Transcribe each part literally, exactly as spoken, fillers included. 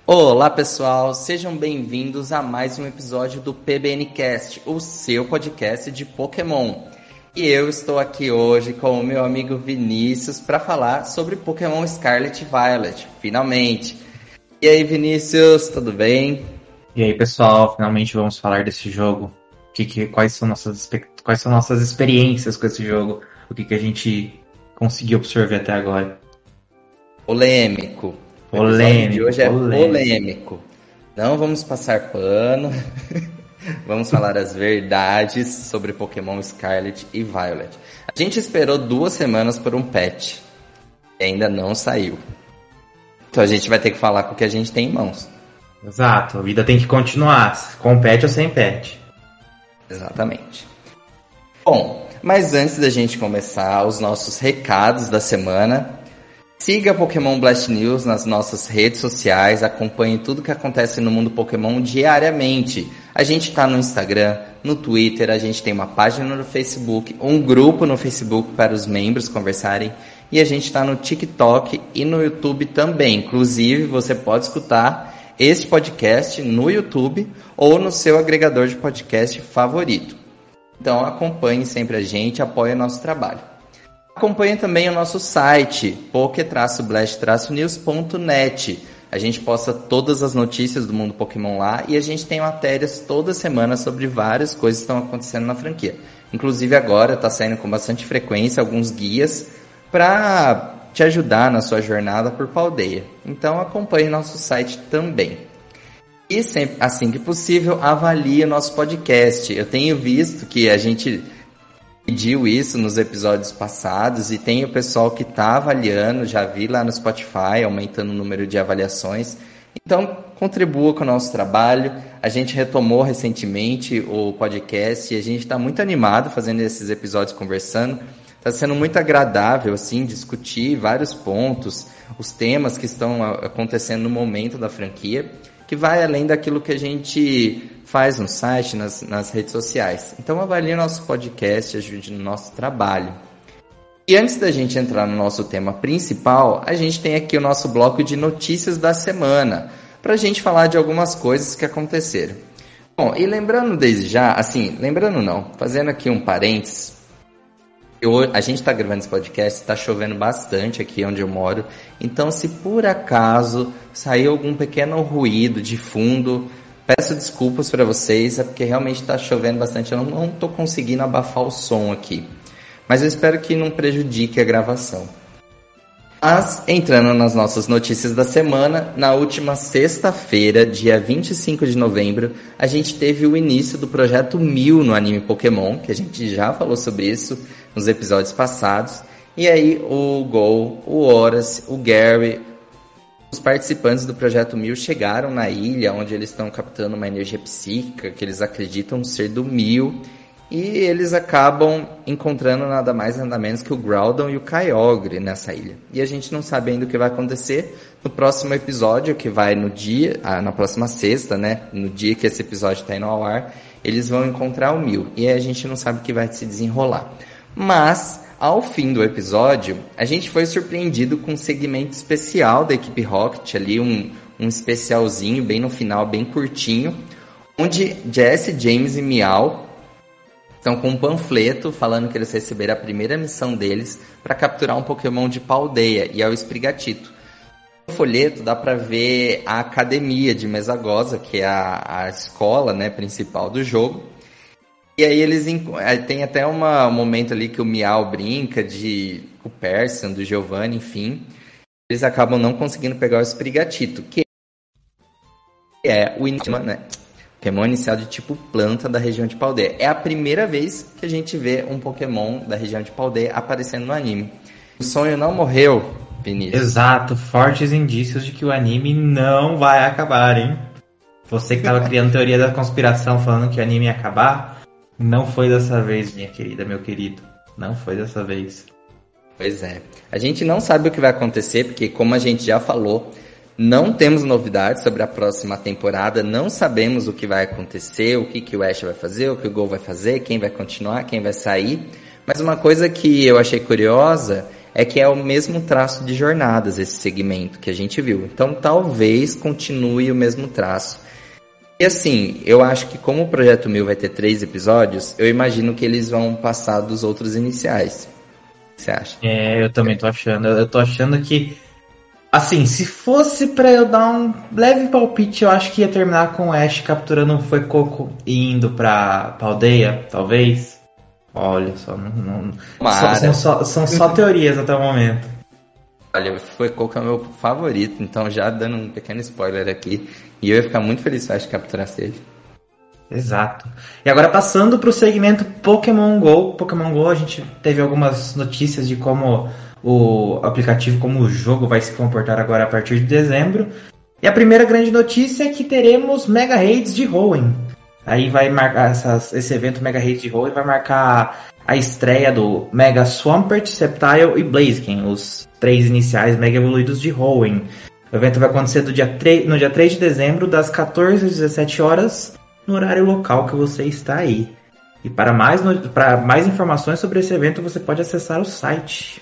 Olá pessoal, sejam bem-vindos a mais um episódio do P B N Cast, o seu podcast de Pokémon. E eu estou aqui hoje com o meu amigo Vinícius para falar sobre Pokémon Scarlet e Violet, finalmente. E aí Vinícius, tudo bem? E aí pessoal, finalmente vamos falar desse jogo. Que, que, quais, são nossas, quais são nossas experiências com esse jogo? O que, que a gente conseguiu absorver até agora? Polêmico. Polêmico, o episódio de hoje é polêmico. polêmico. Não vamos passar pano. Vamos falar as verdades sobre Pokémon Scarlet e Violet. A gente esperou duas semanas por um patch. E ainda não saiu. Então a gente vai ter que falar com o que a gente tem em mãos. Exato, a vida tem que continuar, com patch ou sem patch. Exatamente. Bom, mas antes da gente começar os nossos recados da semana, siga Pokémon Blast News nas nossas redes sociais, acompanhe tudo que acontece no mundo Pokémon diariamente. A gente está no Instagram, no Twitter, a gente tem uma página no Facebook, um grupo no Facebook para os membros conversarem, e a gente está no TikTok e no YouTube também. Inclusive, você pode escutar este podcast no YouTube ou no seu agregador de podcast favorito. Então acompanhe sempre a gente, apoie o nosso trabalho. Acompanhe também o nosso site, poké blast news ponto net. A gente posta todas as notícias do mundo Pokémon lá e a gente tem matérias toda semana sobre várias coisas que estão acontecendo na franquia. Inclusive agora está saindo com bastante frequência alguns guias para te ajudar na sua jornada por Paldea. Então acompanhe nosso site também. E sempre, assim que possível, avalie o nosso podcast. Eu tenho visto que a gente pediu isso nos episódios passados e tem o pessoal que está avaliando, já vi lá no Spotify, aumentando o número de avaliações. Então, contribua com o nosso trabalho. A gente retomou recentemente o podcast e a gente está muito animado fazendo esses episódios conversando. Está sendo muito agradável, assim, discutir vários pontos, os temas que estão acontecendo no momento da franquia, que vai além daquilo que a gente faz no site, nas, nas redes sociais. Então avalie nosso podcast, ajude no nosso trabalho. E antes da gente entrar no nosso tema principal, a gente tem aqui o nosso bloco de notícias da semana, para a gente falar de algumas coisas que aconteceram. Bom, e lembrando desde já, assim, lembrando não, fazendo aqui um parênteses, Eu, a gente está gravando esse podcast, está chovendo bastante aqui onde eu moro, então se por acaso sair algum pequeno ruído de fundo, peço desculpas para vocês, é porque realmente está chovendo bastante, eu não estou conseguindo abafar o som aqui, mas eu espero que não prejudique a gravação. Mas, entrando nas nossas notícias da semana, na última sexta-feira, dia vinte e cinco de novembro, a gente teve o início do Projeto Mil no anime Pokémon, que a gente já falou sobre isso nos episódios passados. E aí o Gol, o Horace, o Gary, os participantes do Projeto Mil chegaram na ilha onde eles estão captando uma energia psíquica que eles acreditam ser do Mil. E eles acabam encontrando nada mais nada menos que o Groudon e o Kyogre nessa ilha. E a gente não sabe ainda o que vai acontecer. No próximo episódio, que vai no dia, ah, na próxima sexta, né? No dia que esse episódio está indo ao ar, eles vão encontrar o Mil. E a gente não sabe o que vai se desenrolar. Mas, ao fim do episódio, a gente foi surpreendido com um segmento especial da equipe Rocket, ali um, um especialzinho bem no final, bem curtinho, onde Jesse, James e Meow estão com um panfleto falando que eles receberam a primeira missão deles para capturar um Pokémon de Paldea, e é o Sprigatito. No folheto dá para ver a academia de Mesagoza, que é a, a escola, né, principal do jogo. E aí eles tem até uma, um momento ali que o Meow brinca de o Persian, do Giovanni, enfim. Eles acabam não conseguindo pegar o Sprigatito, que é o inicial, né? Pokémon inicial de tipo planta da região de Paldea. É a primeira vez que a gente vê um Pokémon da região de Paldea aparecendo no anime. O sonho não morreu, Vinícius. Exato, fortes indícios de que o anime não vai acabar, hein? Você que estava criando teoria da conspiração falando que o anime ia acabar, não foi dessa vez, minha querida, meu querido. Não foi dessa vez. Pois é. A gente não sabe o que vai acontecer, porque como a gente já falou, não temos novidades sobre a próxima temporada, não sabemos o que vai acontecer, o que, que o Ash vai fazer, o que o Gol vai fazer, quem vai continuar, quem vai sair. Mas uma coisa que eu achei curiosa é que é o mesmo traço de jornadas esse segmento que a gente viu. Então talvez continue o mesmo traço. E assim, eu acho que como o Projeto Mil vai ter três episódios, eu imagino que eles vão passar dos outros iniciais. O que você acha? É, eu também tô achando. Eu tô achando que, assim, se fosse pra eu dar um leve palpite, eu acho que ia terminar com o Ash capturando um Fuecoco e indo pra, pra aldeia, talvez. Olha só, não, não, só, são, só, são só teorias até o momento. Olha, o Fuecoco é o meu favorito, então já dando um pequeno spoiler aqui, e eu ia ficar muito feliz se o Ash capturasse ele. Exato. E agora passando pro segmento Pokémon GO. Pokémon GO, a gente teve algumas notícias de como o aplicativo, como o jogo vai se comportar agora a partir de dezembro. E a primeira grande notícia é que teremos Mega Raids de Hoenn. Aí vai marcar essas, esse evento Mega Raids de Hoenn vai marcar a estreia do Mega Swampert, Sceptile e Blaziken, os três iniciais Mega Evoluídos de Hoenn. O evento vai acontecer do dia três, no dia três de dezembro, das quatorze às dezessete horas, no horário local que você está aí. E para mais, para mais informações sobre esse evento, você pode acessar o site.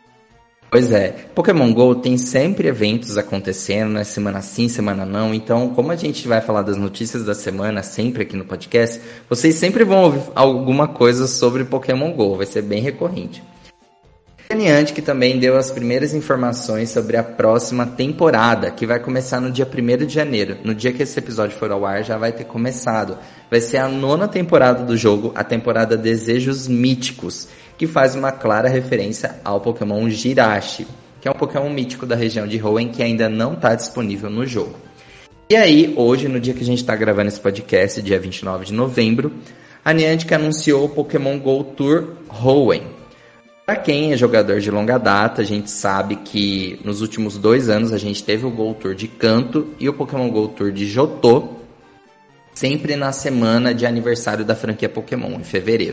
Pois é, Pokémon GO tem sempre eventos acontecendo, né? Semana sim, semana não. Então, como a gente vai falar das notícias da semana sempre aqui no podcast, vocês sempre vão ouvir alguma coisa sobre Pokémon GO, vai ser bem recorrente. A Niantic também deu as primeiras informações sobre a próxima temporada, que vai começar no dia primeiro de janeiro. No dia que esse episódio for ao ar, já vai ter começado. Vai ser a nona temporada do jogo, a temporada Desejos Míticos, que faz uma clara referência ao Pokémon Jirachi, que é um Pokémon mítico da região de Hoenn que ainda não está disponível no jogo. E aí, hoje, no dia que a gente está gravando esse podcast, dia vinte e nove de novembro, a Niantic anunciou o Pokémon GO Tour Hoenn. Para quem é jogador de longa data, a gente sabe que nos últimos dois anos a gente teve o GO Tour de Kanto e o Pokémon GO Tour de Johto, sempre na semana de aniversário da franquia Pokémon, em fevereiro.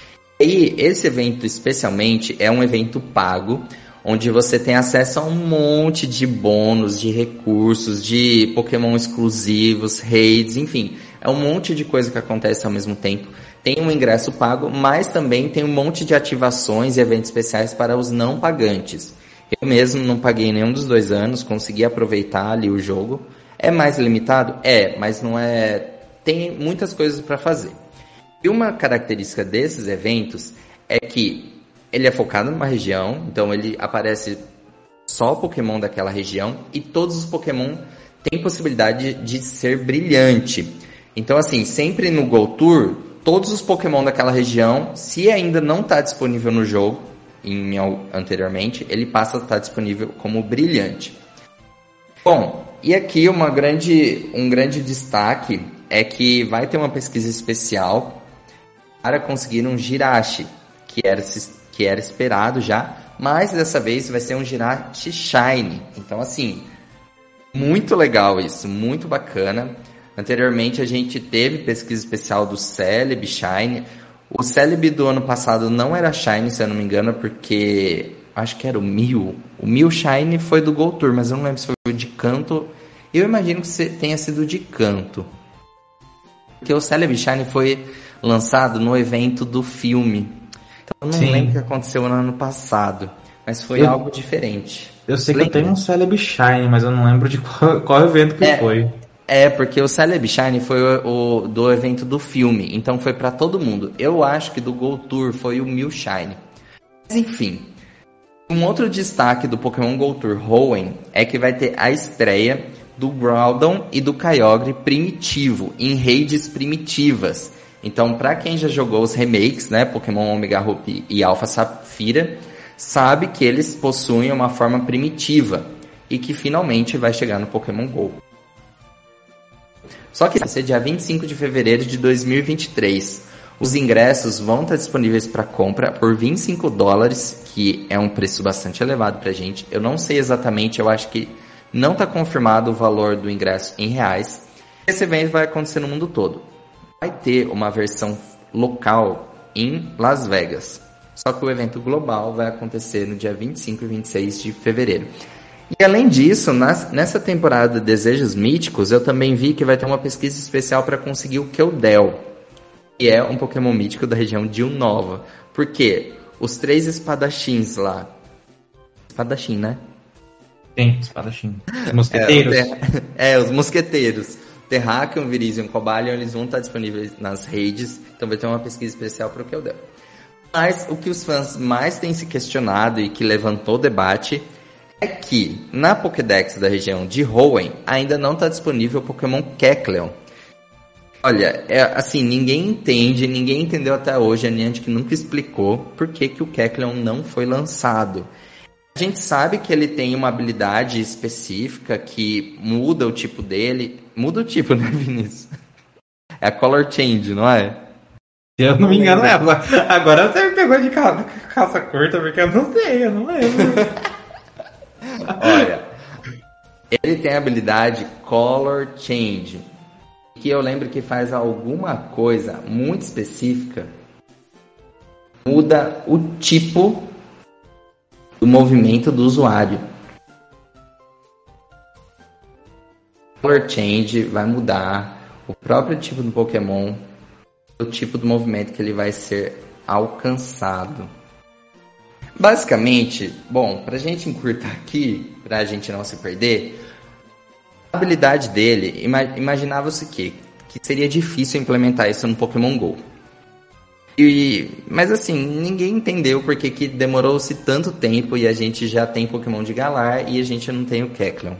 E esse evento especialmente é um evento pago, onde você tem acesso a um monte de bônus, de recursos, de Pokémon exclusivos, raids, enfim, é um monte de coisa que acontece ao mesmo tempo. Tem um ingresso pago, mas também tem um monte de ativações e eventos especiais para os não pagantes. Eu mesmo não paguei nenhum dos dois anos, consegui aproveitar ali o jogo. É mais limitado? É, mas não é... Tem muitas coisas para fazer. E uma característica desses eventos é que ele é focado numa região, então ele aparece só Pokémon daquela região e todos os Pokémon têm possibilidade de ser brilhante. Então assim, sempre no GO Tour, todos os Pokémon daquela região, se ainda não está disponível no jogo, em, anteriormente, ele passa a estar disponível como brilhante. Bom, e aqui uma grande, um grande destaque é que vai ter uma pesquisa especial para conseguir um Jirachi, que era, que era esperado já, mas dessa vez vai ser um Jirachi Shine. Então, assim, muito legal isso, muito bacana. Anteriormente a gente teve pesquisa especial do Celebi Shine. O Celebi do ano passado não era Shine, se eu não me engano, porque acho que era o Mew. O Mew Shine foi do GO Tour, mas eu não lembro se foi o de Kanto. Eu imagino que tenha sido de Kanto. Porque o Celebi Shine foi lançado no evento do filme. Então eu não Sim. lembro o que aconteceu no ano passado, mas foi eu, algo diferente. Eu sei Lembra? que eu tenho um Celebi Shine, mas eu não lembro de qual, qual evento que é, foi. É, porque o Celebi Shine foi o, o do evento do filme, então foi pra todo mundo. Eu acho que do GO Tour foi o Mew Shine. Mas enfim, um outro destaque do Pokémon GO Tour Hoenn é que vai ter a estreia do Groudon e do Kyogre primitivo, em raids primitivas. Então, para quem já jogou os remakes, né, Pokémon Omega Ruby e Alpha Safira, sabe que eles possuem uma forma primitiva e que finalmente vai chegar no Pokémon GO. Só que vai ser dia vinte e cinco de fevereiro de dois mil e vinte e três. Os ingressos vão estar disponíveis para compra por vinte e cinco dólares, que é um preço bastante elevado pra gente. Eu não sei exatamente, eu acho que não está confirmado o valor do ingresso em reais. Esse evento vai acontecer no mundo todo. Vai ter uma versão local em Las Vegas. Só que o evento global vai acontecer no dia vinte e cinco e vinte e seis de fevereiro. E além disso, nas, nessa temporada de Desejos Míticos, eu também vi que vai ter uma pesquisa especial para conseguir o Keldeo, que é um Pokémon mítico da região de Unova. Por quê? Os três espadachins lá, Espadachim, né? Tem, espadachim. Mosqueteiros. É, ter... é, os mosqueteiros. Terrakion, Virizion, Cobalion, eles vão estar disponíveis nas redes, então vai ter uma pesquisa especial para o Keldeo. Mas o que os fãs mais têm se questionado e que levantou debate é que na Pokédex da região de Hoenn ainda não está disponível o Pokémon Kecleon. Olha, é, assim, ninguém entende, ninguém entendeu até hoje, a Niantic nunca explicou por que, que o Kecleon não foi lançado. A gente sabe que ele tem uma habilidade específica que muda o tipo dele. Muda o tipo, né, Vinícius? É a Color Change, não é? Se eu não me engano, é. Agora você me pegou de calça, calça curta, porque eu não sei, eu não lembro. Olha, ele tem a habilidade Color Change, que eu lembro que faz alguma coisa muito específica, muda o tipo do movimento do usuário. Color Change vai mudar o próprio tipo do Pokémon, o tipo do movimento que ele vai ser alcançado. Basicamente, bom, pra gente encurtar aqui, pra gente não se perder, a habilidade dele, imaginava-se que, que seria difícil implementar isso no Pokémon GO. E, mas assim, ninguém entendeu porque que demorou-se tanto tempo e a gente já tem Pokémon de Galar e a gente não tem o Kecleon.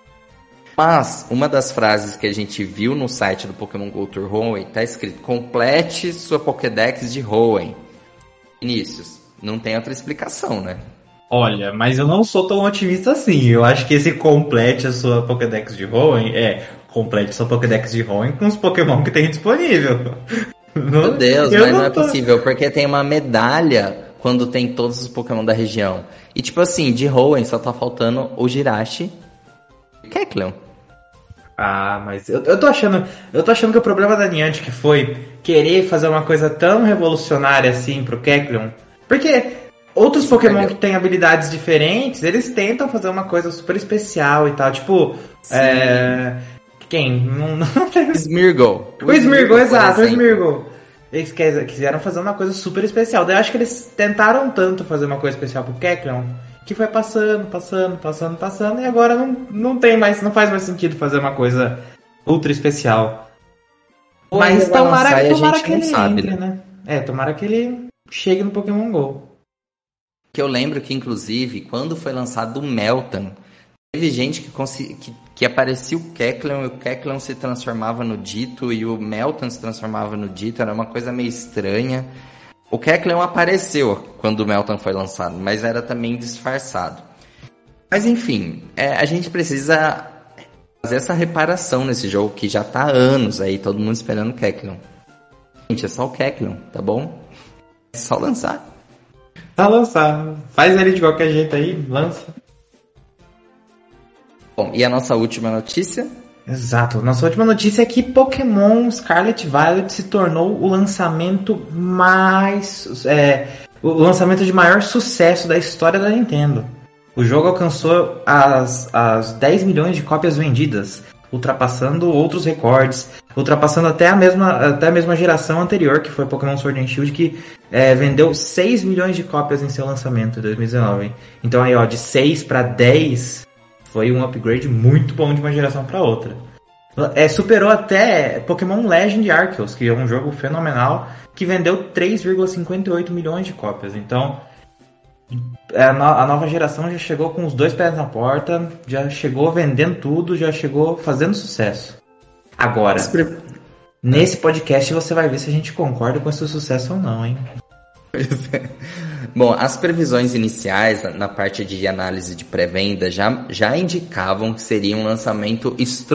Mas, uma das frases que a gente viu no site do Pokémon Go Tour Hoenn tá escrito: complete sua Pokédex de Hoenn. Vinícius, não tem outra explicação, né? Olha, mas eu não sou tão otimista assim. Eu acho que esse complete a sua Pokédex de Hoenn é complete sua Pokédex de Hoenn com os Pokémon que tem disponível. Meu Deus, eu mas não, não é tô... possível, porque tem uma medalha quando tem todos os Pokémon da região. E tipo assim, de Hoenn só tá faltando o Jirachi e o Kecleon. Ah, mas eu, eu tô achando. Eu tô achando que o problema da Niantic foi querer fazer uma coisa tão revolucionária assim pro Kecleon. Porque outros Sim, Pokémon que têm habilidades diferentes, eles tentam fazer uma coisa super especial e tal. Tipo, Sim. é. Quem? Não, não tem... Smeargle. O Smeargle, exato, o Smeargle. Eles quiseram fazer uma coisa super especial. Daí eu acho que eles tentaram tanto fazer uma coisa especial pro Kecleon que foi passando, passando, passando, passando, e agora não, não tem mais, não faz mais sentido fazer uma coisa ultra especial. Ou Mas tomara, tomara que ele sabe, entre, né? É, tomara que ele chegue no Pokémon GO. Que eu lembro que, inclusive, quando foi lançado o Meltan, teve gente que, consegui, que, que aparecia o Kecleon e o Kecleon se transformava no Ditto e o Meltan se transformava no Ditto, era uma coisa meio estranha. O Kecleon apareceu quando o Meltan foi lançado, mas era também disfarçado. Mas enfim, é, a gente precisa fazer essa reparação nesse jogo que já tá há anos aí, todo mundo esperando o Kecleon. Gente, é só o Kecleon, tá bom? É só lançar. Tá lançar. Faz ele de qualquer jeito aí, lança. Bom, e a nossa última notícia? Exato. Nossa última notícia é que Pokémon Scarlet Violet se tornou o lançamento mais... É, o lançamento de maior sucesso da história da Nintendo. O jogo alcançou as, as dez milhões de cópias vendidas, ultrapassando outros recordes, ultrapassando até a mesma, até a mesma geração anterior, que foi Pokémon Sword and Shield, que é, vendeu seis milhões de cópias em seu lançamento em dois mil e dezenove. Então aí, ó, de seis para dez... foi um upgrade muito bom de uma geração para outra. É, superou até Pokémon Legend Arceus, que é um jogo fenomenal, que vendeu três vírgula cinquenta e oito milhões de cópias. Então, a, no, a nova geração já chegou com os dois pés na porta, já chegou vendendo tudo, já chegou fazendo sucesso. Agora, pre... nesse podcast você vai ver se a gente concorda com esse sucesso ou não, hein? Pois é. Bom, as previsões iniciais na parte de análise de pré-venda já, já indicavam que seria um lançamento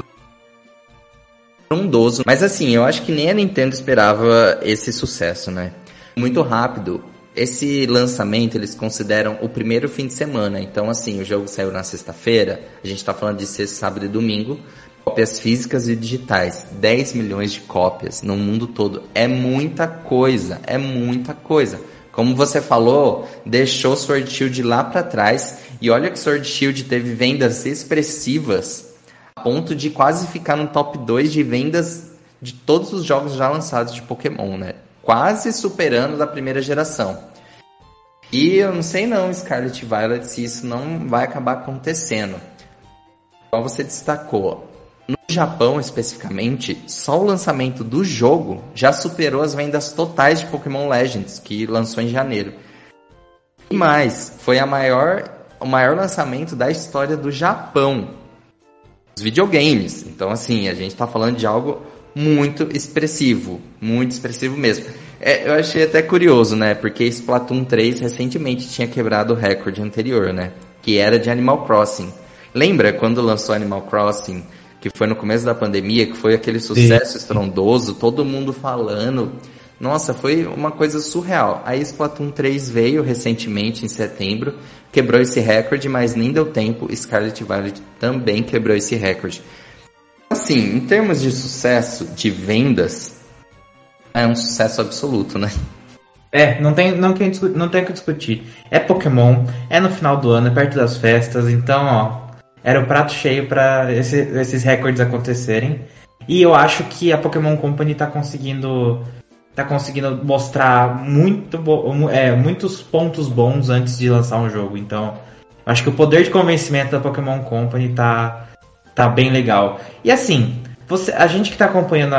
estrondoso. Mas assim, eu acho que nem a Nintendo esperava esse sucesso, né? Muito rápido. Esse lançamento eles consideram o primeiro fim de semana. Então assim, o jogo saiu na sexta-feira. A gente tá falando de sexta, sábado e domingo. Cópias físicas e digitais. dez milhões de cópias no mundo todo. É muita coisa. É muita coisa. Como você falou, deixou Sword Shield lá para trás. E olha que Sword Shield teve vendas expressivas, a ponto de quase ficar no top dois de vendas de todos os jogos já lançados de Pokémon, né? Quase superando da primeira geração. E eu não sei não, Scarlet Violet, se isso não vai acabar acontecendo. Como você destacou, no Japão especificamente, só o lançamento do jogo já superou as vendas totais de Pokémon Legends, que lançou em janeiro. E mais, foi a maior, o maior lançamento da história do Japão. Os videogames. Então, assim, a gente tá falando de algo muito expressivo. Muito expressivo mesmo. É, eu achei até curioso, né? Porque Splatoon três recentemente tinha quebrado o recorde anterior, né? Que era de Animal Crossing. Lembra quando lançou Animal Crossing, que foi no começo da pandemia, que foi aquele sucesso Sim. estrondoso, todo mundo falando. Nossa, foi uma coisa surreal. Aí Splatoon três veio recentemente, em setembro, quebrou esse recorde, mas nem deu tempo. Scarlet Violet também quebrou esse recorde. Assim, em termos de sucesso, de vendas, é um sucesso absoluto, né? É, não tem, não tem, não tem o que discutir. É Pokémon, é no final do ano, é perto das festas, então, ó, era o prato cheio para esse, esses recordes acontecerem. E eu acho que a Pokémon Company tá conseguindo, tá conseguindo mostrar muito bo- é, muitos pontos bons antes de lançar um jogo. Então, eu acho que o poder de convencimento da Pokémon Company tá, tá bem legal. E assim, você, a gente que tá acompanhando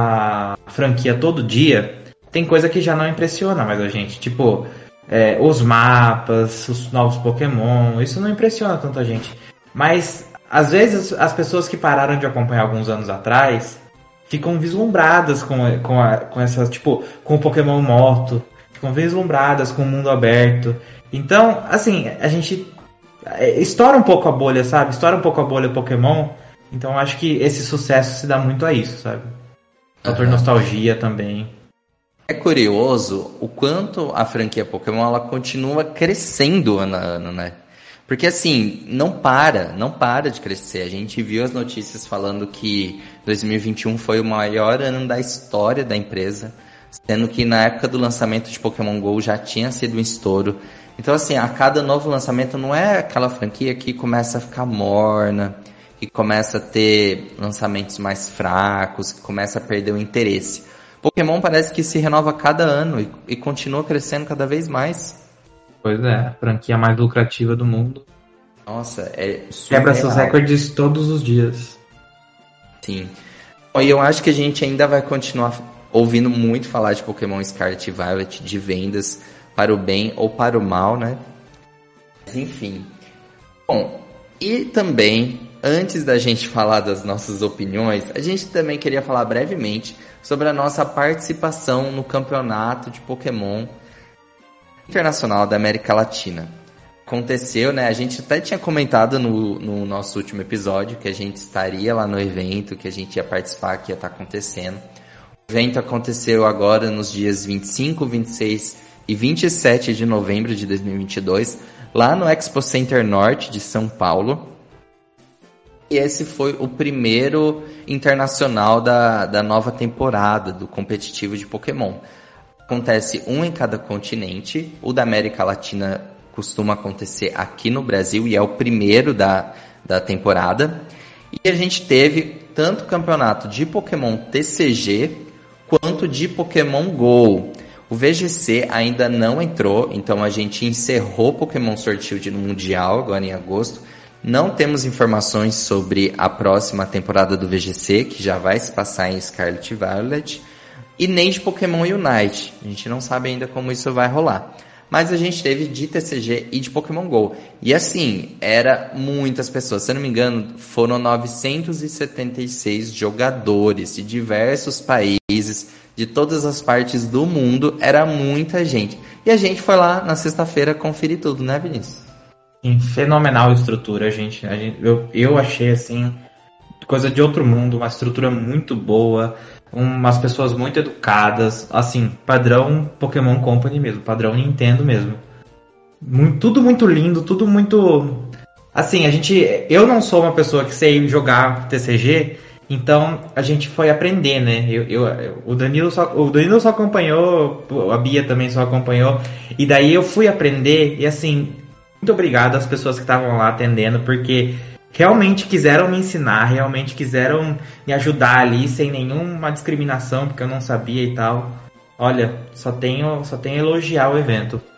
a, a franquia todo dia, tem coisa que já não impressiona mais a gente. Tipo, é, os mapas, os novos Pokémon, isso não impressiona tanto a gente. Mas, às vezes, as pessoas que pararam de acompanhar alguns anos atrás ficam vislumbradas com, com, a, com essa, tipo, com o Pokémon Moto, ficam vislumbradas com o mundo aberto. Então, assim, a gente estoura um pouco a bolha, sabe? Estoura um pouco a bolha Pokémon. Então, acho que esse sucesso se dá muito a isso, sabe? Fator uhum. nostalgia também. É curioso o quanto a franquia Pokémon ela continua crescendo ano a ano, né? Porque assim, não para, não para de crescer. A gente viu as notícias falando que dois mil e vinte e um foi o maior ano da história da empresa, sendo que na época do lançamento de Pokémon GO já tinha sido um estouro. Então assim, a cada novo lançamento não é aquela franquia que começa a ficar morna, que começa a ter lançamentos mais fracos, que começa a perder o interesse. Pokémon parece que se renova a cada ano e, e continua crescendo cada vez mais. Pois é, a franquia mais lucrativa do mundo. Nossa, é surreal. Quebra seus recordes todos os dias. Sim. E eu acho que a gente ainda vai continuar ouvindo muito falar de Pokémon Scarlet e Violet, de vendas para o bem ou para o mal, né? Mas enfim. Bom, e também, antes da gente falar das nossas opiniões, a gente também queria falar brevemente sobre a nossa participação no campeonato de Pokémon internacional da América Latina. Aconteceu, né? A gente até tinha comentado no, no nosso último episódio que a gente estaria lá no evento, que a gente ia participar, que ia estar acontecendo. O evento aconteceu agora nos dias vinte e cinco, vinte e seis e vinte e sete de novembro de dois mil e vinte e dois, lá no Expo Center Norte de São Paulo. E esse foi o primeiro internacional da, da nova temporada do competitivo de Pokémon. Acontece um em cada continente. O da América Latina costuma acontecer aqui no Brasil e é o primeiro da, da temporada. E a gente teve tanto campeonato de Pokémon T C G quanto de Pokémon GO. O V G C ainda não entrou, então a gente encerrou Pokémon Sword Shield no Mundial agora em agosto. Não temos informações sobre a próxima temporada do V G C, que já vai se passar em Scarlet Violet. E nem de Pokémon Unite. A gente não sabe ainda como isso vai rolar. Mas a gente teve de T C G e de Pokémon GO. E assim, era muitas pessoas. Se eu não me engano, foram novecentos e setenta e seis jogadores de diversos países, de todas as partes do mundo. Era muita gente. E a gente foi lá na sexta-feira conferir tudo, né, Vinícius? Sim, fenomenal a estrutura, gente. A gente eu, eu achei, assim, coisa de outro mundo. Uma estrutura muito boa. Umas pessoas muito educadas, assim, padrão Pokémon Company mesmo, padrão Nintendo mesmo. Muito, tudo muito lindo, tudo muito... Assim, a gente... Eu não sou uma pessoa que sei jogar T C G, então a gente foi aprender, né? Eu, eu, o, Danilo só, o Danilo só acompanhou, a Bia também só acompanhou, e daí eu fui aprender, e assim, muito obrigado às pessoas que estavam lá atendendo, porque... realmente quiseram me ensinar, realmente quiseram me ajudar ali, sem nenhuma discriminação, porque eu não sabia e tal. Olha, só tenho, só tenho a elogiar o evento.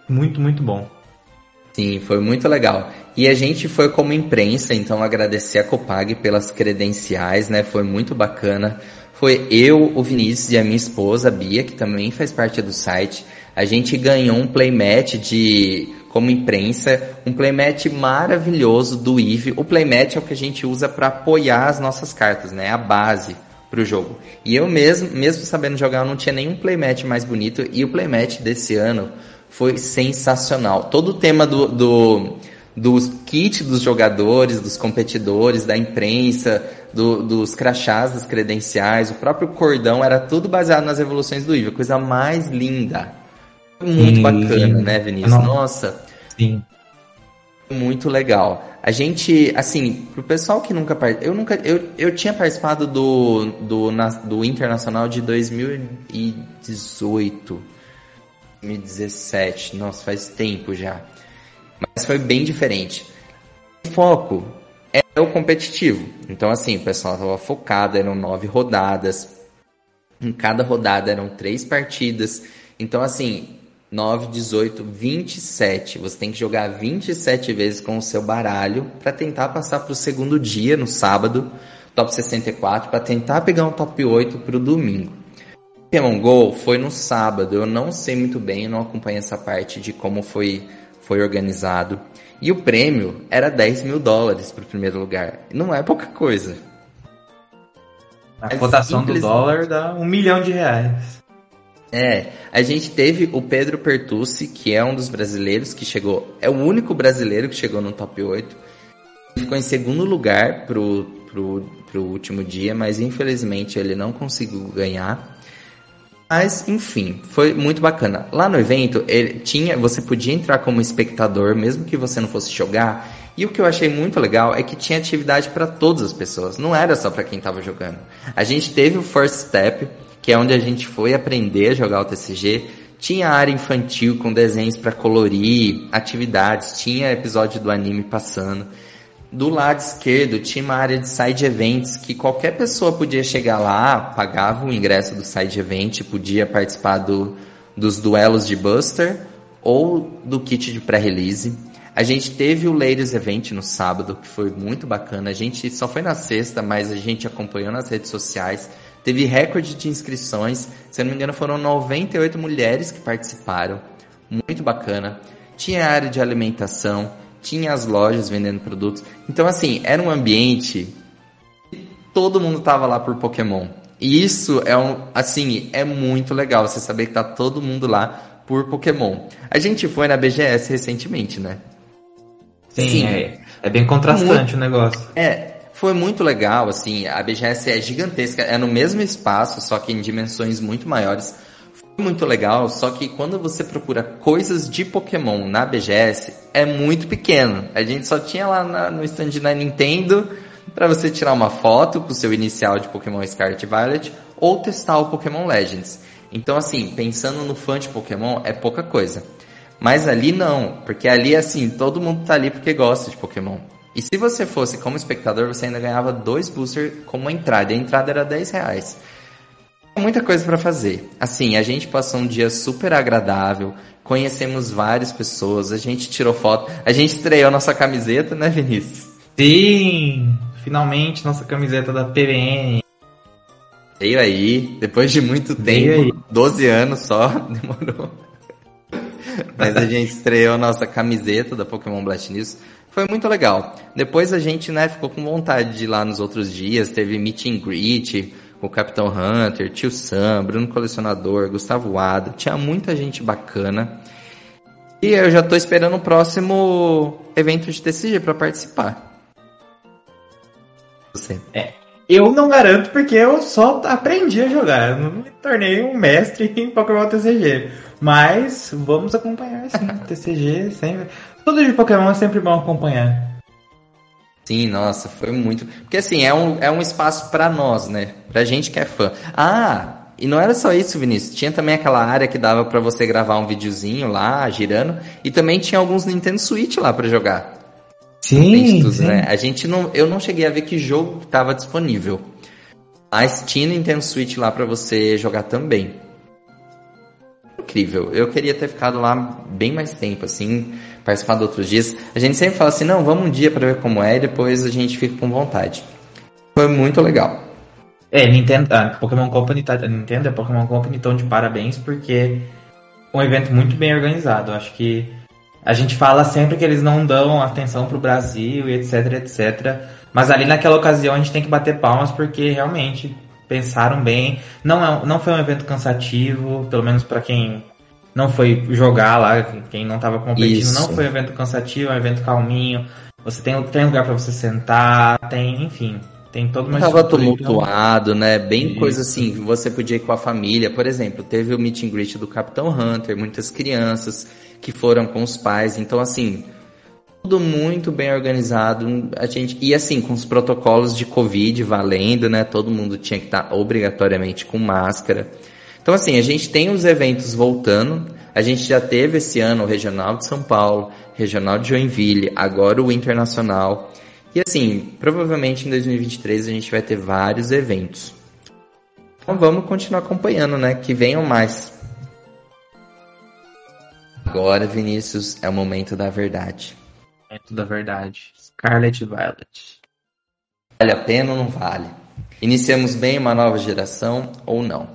muito, muito bom. Sim, foi muito legal. E a gente foi como imprensa, então agradecer a Copag pelas credenciais, né? Foi muito bacana. Foi eu, o Vinícius e a minha esposa, a Bia, que também faz parte do site. A gente ganhou um playmat de, como imprensa, um playmat maravilhoso do I V E. O playmat é o que a gente usa para apoiar as nossas cartas, né? A base pro jogo. E eu mesmo, mesmo sabendo jogar, eu não tinha nenhum playmat mais bonito. E o playmat desse ano foi sensacional. Todo o tema do, do, dos kits dos jogadores, dos competidores, da imprensa, do, dos crachás, das credenciais, o próprio cordão, era tudo baseado nas evoluções do I V E. Coisa mais linda. Muito Sim, bacana, sim. né, Vinícius? Não. Nossa, Sim. muito legal. A gente, assim, pro pessoal que nunca participou, eu nunca, eu, eu tinha participado do, do, na, do Internacional de dois mil e dezoito, dois mil e dezessete, nossa, faz tempo já. Mas foi bem diferente. O foco é o competitivo. Então, assim, o pessoal estava focado, eram nove rodadas. Em cada rodada eram três partidas. Então, assim, nove, dezoito, vinte e sete. Você tem que jogar vinte e sete vezes com o seu baralho para tentar passar para o segundo dia, no sábado, top sessenta e quatro, para tentar pegar um top oito para o domingo. Pokémon GO foi no sábado, eu não sei muito bem, eu não acompanho essa parte de como foi, foi organizado. E o prêmio era dez mil dólares para o primeiro lugar. Não é pouca coisa. A Mas cotação simples... do dólar dá um milhão de reais. É, a gente teve o Pedro Pertucci, que é um dos brasileiros que chegou, é o único brasileiro que chegou no top oito. Ficou em segundo lugar pro, pro, pro último dia, mas infelizmente ele não conseguiu ganhar. Mas, enfim, foi muito bacana. Lá no evento, ele tinha, você podia entrar como espectador, mesmo que você não fosse jogar. E o que eu achei muito legal é que tinha atividade para todas as pessoas. Não era só para quem estava jogando. A gente teve o First Step, que é onde a gente foi aprender a jogar o T C G. Tinha área infantil com desenhos para colorir, atividades. Tinha episódio do anime passando. Do lado esquerdo tinha uma área de side events que qualquer pessoa podia chegar lá, pagava o ingresso do side event, podia participar do, dos duelos de Buster ou do kit de pré-release. A gente teve o Ladies Event no sábado, que foi muito bacana. A gente só foi na sexta, mas a gente acompanhou nas redes sociais. Teve recorde de inscrições, se eu não me engano foram noventa e oito mulheres que participaram. Muito bacana. Tinha área de alimentação, tinha as lojas vendendo produtos. Então, assim, era um ambiente que todo mundo tava lá por Pokémon. E isso é um, assim, é muito legal você saber que tá todo mundo lá por Pokémon. A gente foi na B G S recentemente, né? Sim, Sim, é, é bem contrastante muito, o negócio. É, foi muito legal, assim, a B G S é gigantesca, é no mesmo espaço, só que em dimensões muito maiores. Foi muito legal, só que quando você procura coisas de Pokémon na B G S, é muito pequeno. A gente só tinha lá na, no stand da Nintendo para você tirar uma foto com o seu inicial de Pokémon Scarlet e Violet ou testar o Pokémon Legends. Então, assim, pensando no fã de Pokémon, é pouca coisa. Mas ali não, porque ali, assim, todo mundo tá ali porque gosta de Pokémon. E se você fosse como espectador, você ainda ganhava dois boosters como entrada. E a entrada era dez reais. Muita coisa para fazer. Assim, a gente passou um dia super agradável, conhecemos várias pessoas, a gente tirou foto, a gente estreou nossa camiseta, né, Vinícius? Sim! Finalmente, nossa camiseta da P B N. Veio aí, depois de muito Veio tempo, aí. doze anos só, demorou. Mas a gente estreou nossa camiseta da Pokémon Blast News. Foi muito legal. Depois a gente, né, ficou com vontade de ir lá nos outros dias, teve meet and greet com o Capitão Hunter, Tio Sam, Bruno Colecionador, Gustavo Ado, tinha muita gente bacana. E eu já tô esperando o próximo evento de T C G para participar. Você. É, eu não garanto porque eu só aprendi a jogar, eu não me tornei um mestre em Pokémon T C G. Mas vamos acompanhar sim, T C G sempre. Tudo de Pokémon é sempre bom acompanhar. Sim, nossa, foi muito... Porque assim, é um, é um espaço pra nós, né? Pra gente que é fã. Ah, e não era só isso, Vinícius. Tinha também aquela área que dava pra você gravar um videozinho lá, girando. E também tinha alguns Nintendo Switch lá pra jogar. Sim, Tudo, sim. né? A gente não... Eu não cheguei a ver que jogo estava disponível. Mas tinha Nintendo Switch lá pra você jogar também. incrível. Eu queria ter ficado lá bem mais tempo, assim, participado outros dias. A gente sempre fala assim, não, vamos um dia pra ver como é, e depois a gente fica com vontade. Foi muito legal. É, Nintendo, a Pokémon Company, tá, a Nintendo e a Pokémon Company estão de parabéns, porque é um evento muito bem organizado. Acho que a gente fala sempre que eles não dão atenção pro Brasil e etc, etcétera. Mas ali naquela ocasião a gente tem que bater palmas, porque realmente pensaram bem. Não, é, não foi um evento cansativo, pelo menos para quem não foi jogar lá, quem não estava competindo. Isso. Não foi um evento cansativo, é um evento calminho. Você tem, tem lugar para você sentar, tem, enfim, tem toda uma Tava tumultuado, né? Bem Isso. Coisa assim, você podia ir com a família. Por exemplo, teve o meet and greet do Capitão Hunter, muitas crianças que foram com os pais. Então, assim, tudo muito bem organizado. A gente, e assim, com os protocolos de Covid valendo, né? Todo mundo tinha que estar obrigatoriamente com máscara. Então, assim, a gente tem os eventos voltando. A gente já teve esse ano o Regional de São Paulo, Regional de Joinville, agora o Internacional. E assim, provavelmente em dois mil e vinte e três a gente vai ter vários eventos. Então vamos continuar acompanhando, né? Que venham mais. Agora, Vinícius, é o momento da verdade. Momento da verdade. Scarlet Violet. Vale a pena ou não vale? Iniciamos bem uma nova geração ou não?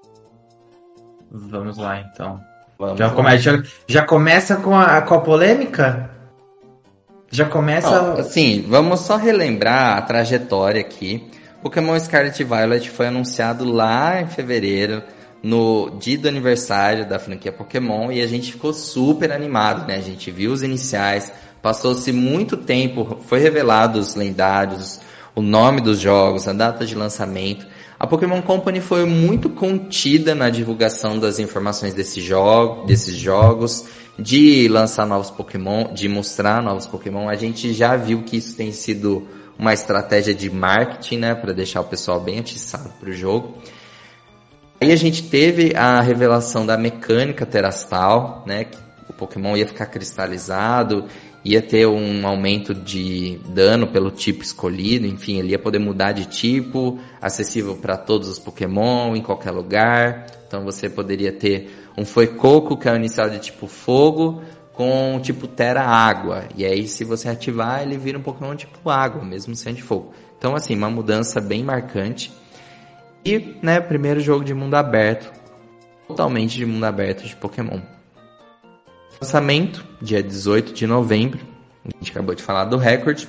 Vamos lá, então. Vamos já, lá. Come, já, já começa com a, com a polêmica? Já começa... Não, assim, vamos só relembrar a trajetória aqui. Pokémon Scarlet Violet foi anunciado lá em fevereiro, no dia do aniversário da franquia Pokémon, e a gente ficou super animado, né? A gente viu os iniciais, passou-se muito tempo, foi revelado os lendários, o nome dos jogos, a data de lançamento. A Pokémon Company foi muito contida na divulgação das informações desse jogo, desses jogos, de lançar novos Pokémon, de mostrar novos Pokémon. A gente já viu que isso tem sido uma estratégia de marketing, né, para deixar o pessoal bem atiçado pro jogo. Aí a gente teve a revelação da mecânica terastal, né, que o Pokémon ia ficar cristalizado, ia ter um aumento de dano pelo tipo escolhido, enfim, ele ia poder mudar de tipo, acessível para todos os Pokémon, em qualquer lugar. Então você poderia ter um Fuecoco, que é o inicial de tipo fogo, com tipo terra água. E aí se você ativar, ele vira um Pokémon tipo água, mesmo sendo de fogo. Então assim, uma mudança bem marcante. E, né, primeiro jogo de mundo aberto, totalmente de mundo aberto de Pokémon. Lançamento, dia dezoito de novembro, a gente acabou de falar do recorde.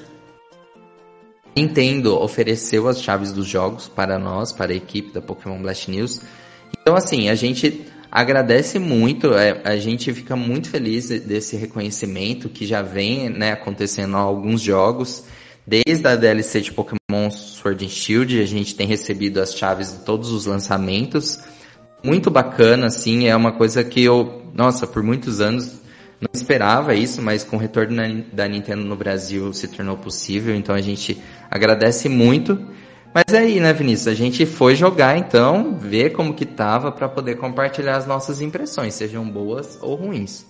Nintendo ofereceu as chaves dos jogos para nós, para a equipe da Pokémon Blast News. Então, assim, a gente agradece muito, a gente fica muito feliz desse reconhecimento que já vem, né, acontecendo há alguns jogos. Desde a D L C de Pokémon Sword and Shield, a gente tem recebido as chaves de todos os lançamentos. Muito bacana, assim, é uma coisa que eu, nossa, por muitos anos não esperava isso, mas com o retorno da Nintendo no Brasil se tornou possível, então a gente agradece muito. Mas é aí, né, Vinícius? A gente foi jogar, então, ver como que tava para poder compartilhar as nossas impressões, sejam boas ou ruins.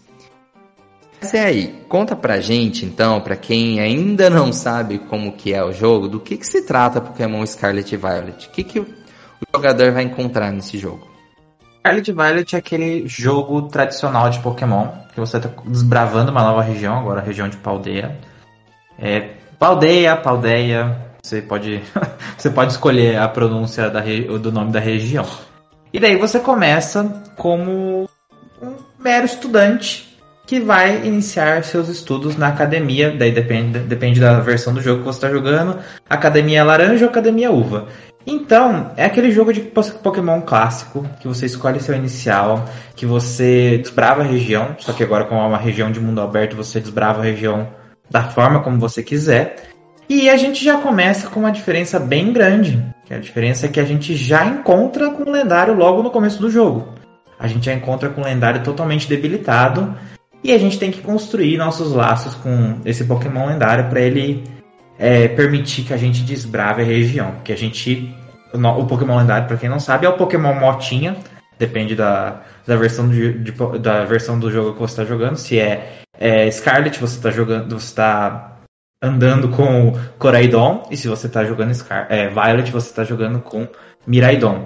Mas é aí, conta pra gente, então, pra quem ainda não sabe como que é o jogo, do que que se trata Pokémon Scarlet e Violet? O que que o jogador vai encontrar nesse jogo? Scarlet Violet é aquele jogo tradicional de Pokémon, que você está desbravando uma nova região, agora a região de Paldeia. É, Paldeia, Paldeia, você pode, você pode escolher a pronúncia da, do nome da região. E daí você começa como um mero estudante que vai iniciar seus estudos na academia, daí depende, depende da versão do jogo que você está jogando, Academia Laranja ou Academia Uva. Então, é aquele jogo de Pokémon clássico, que você escolhe seu inicial, que você desbrava a região, só que agora como é uma região de mundo aberto, você desbrava a região da forma como você quiser. E a gente já começa com uma diferença bem grande, que a diferença é que a gente já encontra com o lendário logo no começo do jogo. A gente já encontra com o lendário totalmente debilitado, e a gente tem que construir nossos laços com esse Pokémon lendário para ele é, permitir que a gente desbrave a região. Porque a gente... O Pokémon lendário, para quem não sabe, é o Pokémon Motinha. Depende da, da, versão, de, de, da versão do jogo que você está jogando. Se é, é Scarlet, você está jogando... Você está andando com Coraidon. E se você está jogando Scar, é, Violet, você está jogando com Miraidon.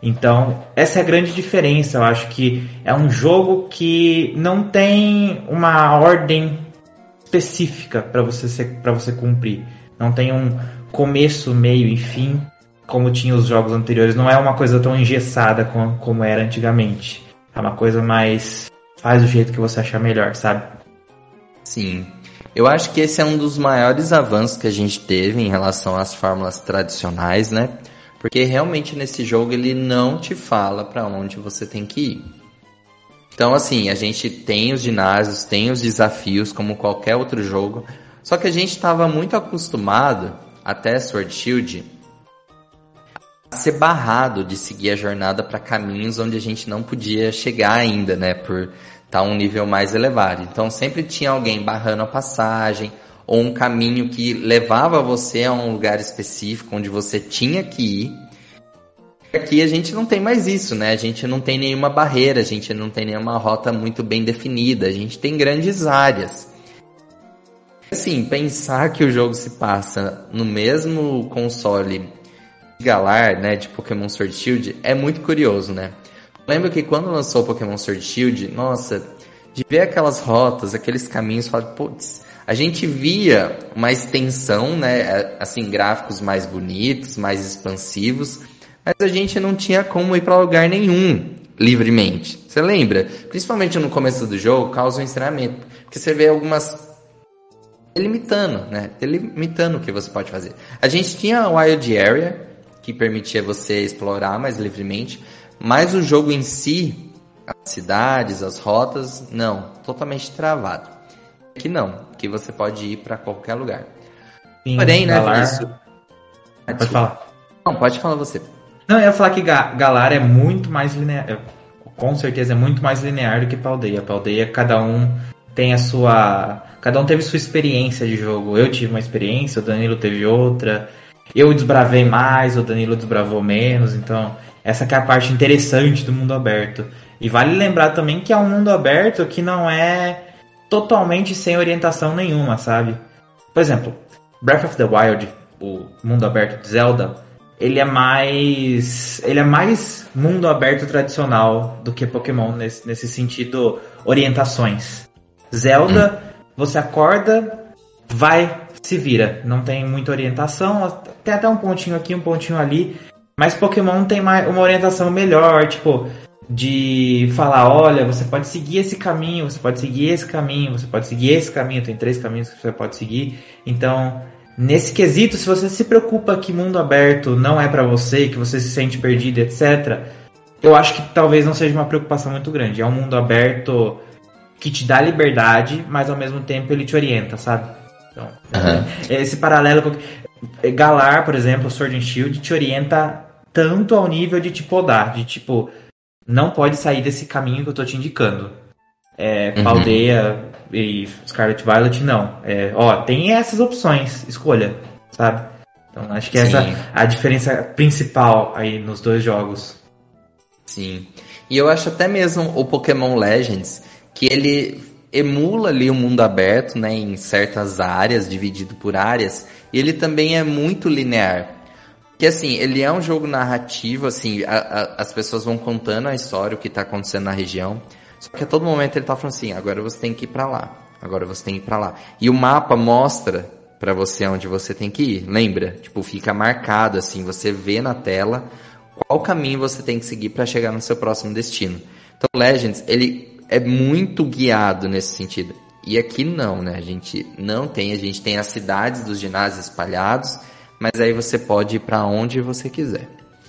Então, essa é a grande diferença. Eu acho que é um jogo que não tem uma ordem específica para você ser, para você cumprir. Não tem um começo, meio e fim, como tinha os jogos anteriores. Não é uma coisa tão engessada como, como era antigamente. É uma coisa mais... faz do jeito que você achar melhor, sabe? Sim. Eu acho que esse é um dos maiores avanços que a gente teve em relação às fórmulas tradicionais, né? Porque realmente nesse jogo ele não te fala para onde você tem que ir. Então, assim, a gente tem os ginásios, tem os desafios, como qualquer outro jogo. Só que a gente estava muito acostumado, até Sword Shield, a ser barrado de seguir a jornada para caminhos onde a gente não podia chegar ainda, né? Por estar um nível mais elevado. Então, sempre tinha alguém barrando a passagem, ou um caminho que levava você a um lugar específico onde você tinha que ir. Aqui a gente não tem mais isso, né? A gente não tem nenhuma barreira, a gente não tem nenhuma rota muito bem definida, a gente tem grandes áreas. Assim, pensar que o jogo se passa no mesmo console de Galar, né, de Pokémon Sword Shield, é muito curioso, né? Lembro que quando lançou o Pokémon Sword Shield, nossa, de ver aquelas rotas, aqueles caminhos, falar, putz, a gente via uma extensão, né, assim, gráficos mais bonitos, mais expansivos, mas a gente não tinha como ir para lugar nenhum livremente. Você lembra? Principalmente no começo do jogo, causa um estranhamento. Porque você vê algumas... delimitando, né? Delimitando o que você pode fazer. A gente tinha a Wild Area, que permitia você explorar mais livremente, mas o jogo em si, as cidades, as rotas, não. Totalmente travado. Aqui não. Aqui você pode ir para qualquer lugar. Sim, Porém, né, Galar... Vinícius? Pode falar. Não, pode falar você. Não, eu ia falar que Ga- Galar é muito mais linear, com certeza é muito mais linear do que Paldea. Paldea, cada um tem a sua... Cada um teve sua experiência de jogo. Eu tive uma experiência, o Danilo teve outra. Eu desbravei mais, o Danilo desbravou menos. Então, essa que é a parte interessante do mundo aberto. E vale lembrar também que é um mundo aberto que não é totalmente sem orientação nenhuma, sabe? Por exemplo, Breath of the Wild, o mundo aberto de Zelda... Ele é mais. Ele é mais mundo aberto tradicional do que Pokémon nesse, nesse sentido, orientações. Zelda, hum. Você acorda, vai, se vira. Não tem muita orientação, tem até um pontinho aqui, um pontinho ali. Mas Pokémon tem mais, uma orientação melhor, tipo, de falar, olha, você pode seguir esse caminho, você pode seguir esse caminho, você pode seguir esse caminho, tem três caminhos que você pode seguir. Então. Nesse quesito, se você se preocupa que mundo aberto não é pra você, que você se sente perdido, etcétera, eu acho que talvez não seja uma preocupação muito grande. É um mundo aberto que te dá liberdade, mas ao mesmo tempo ele te orienta, sabe? Então, uhum. Esse paralelo com... Galar, por exemplo, Sword and Shield, te orienta tanto ao nível de te podar, de tipo, não pode sair desse caminho que eu tô te indicando. É, uhum. Paldea e Scarlet Violet, não. É, ó, tem essas opções, escolha, sabe? Então acho que Sim. essa é a diferença principal aí nos dois jogos. Sim. E eu acho até mesmo o Pokémon Legends, que ele emula ali o mundo aberto, né, em certas áreas, dividido por áreas, e ele também é muito linear. Porque assim, ele é um jogo narrativo, assim, a, a, as pessoas vão contando a história, o que tá acontecendo na região. Só que a todo momento ele tá falando assim, agora você tem que ir pra lá, agora você tem que ir pra lá. E o mapa mostra pra você onde você tem que ir, lembra? Tipo, fica marcado assim, você vê na tela qual caminho você tem que seguir pra chegar no seu próximo destino. Então Legends, ele é muito guiado nesse sentido. E aqui não, né? A gente não tem, a gente tem as cidades dos ginásios espalhados, mas aí você pode ir pra onde você quiser.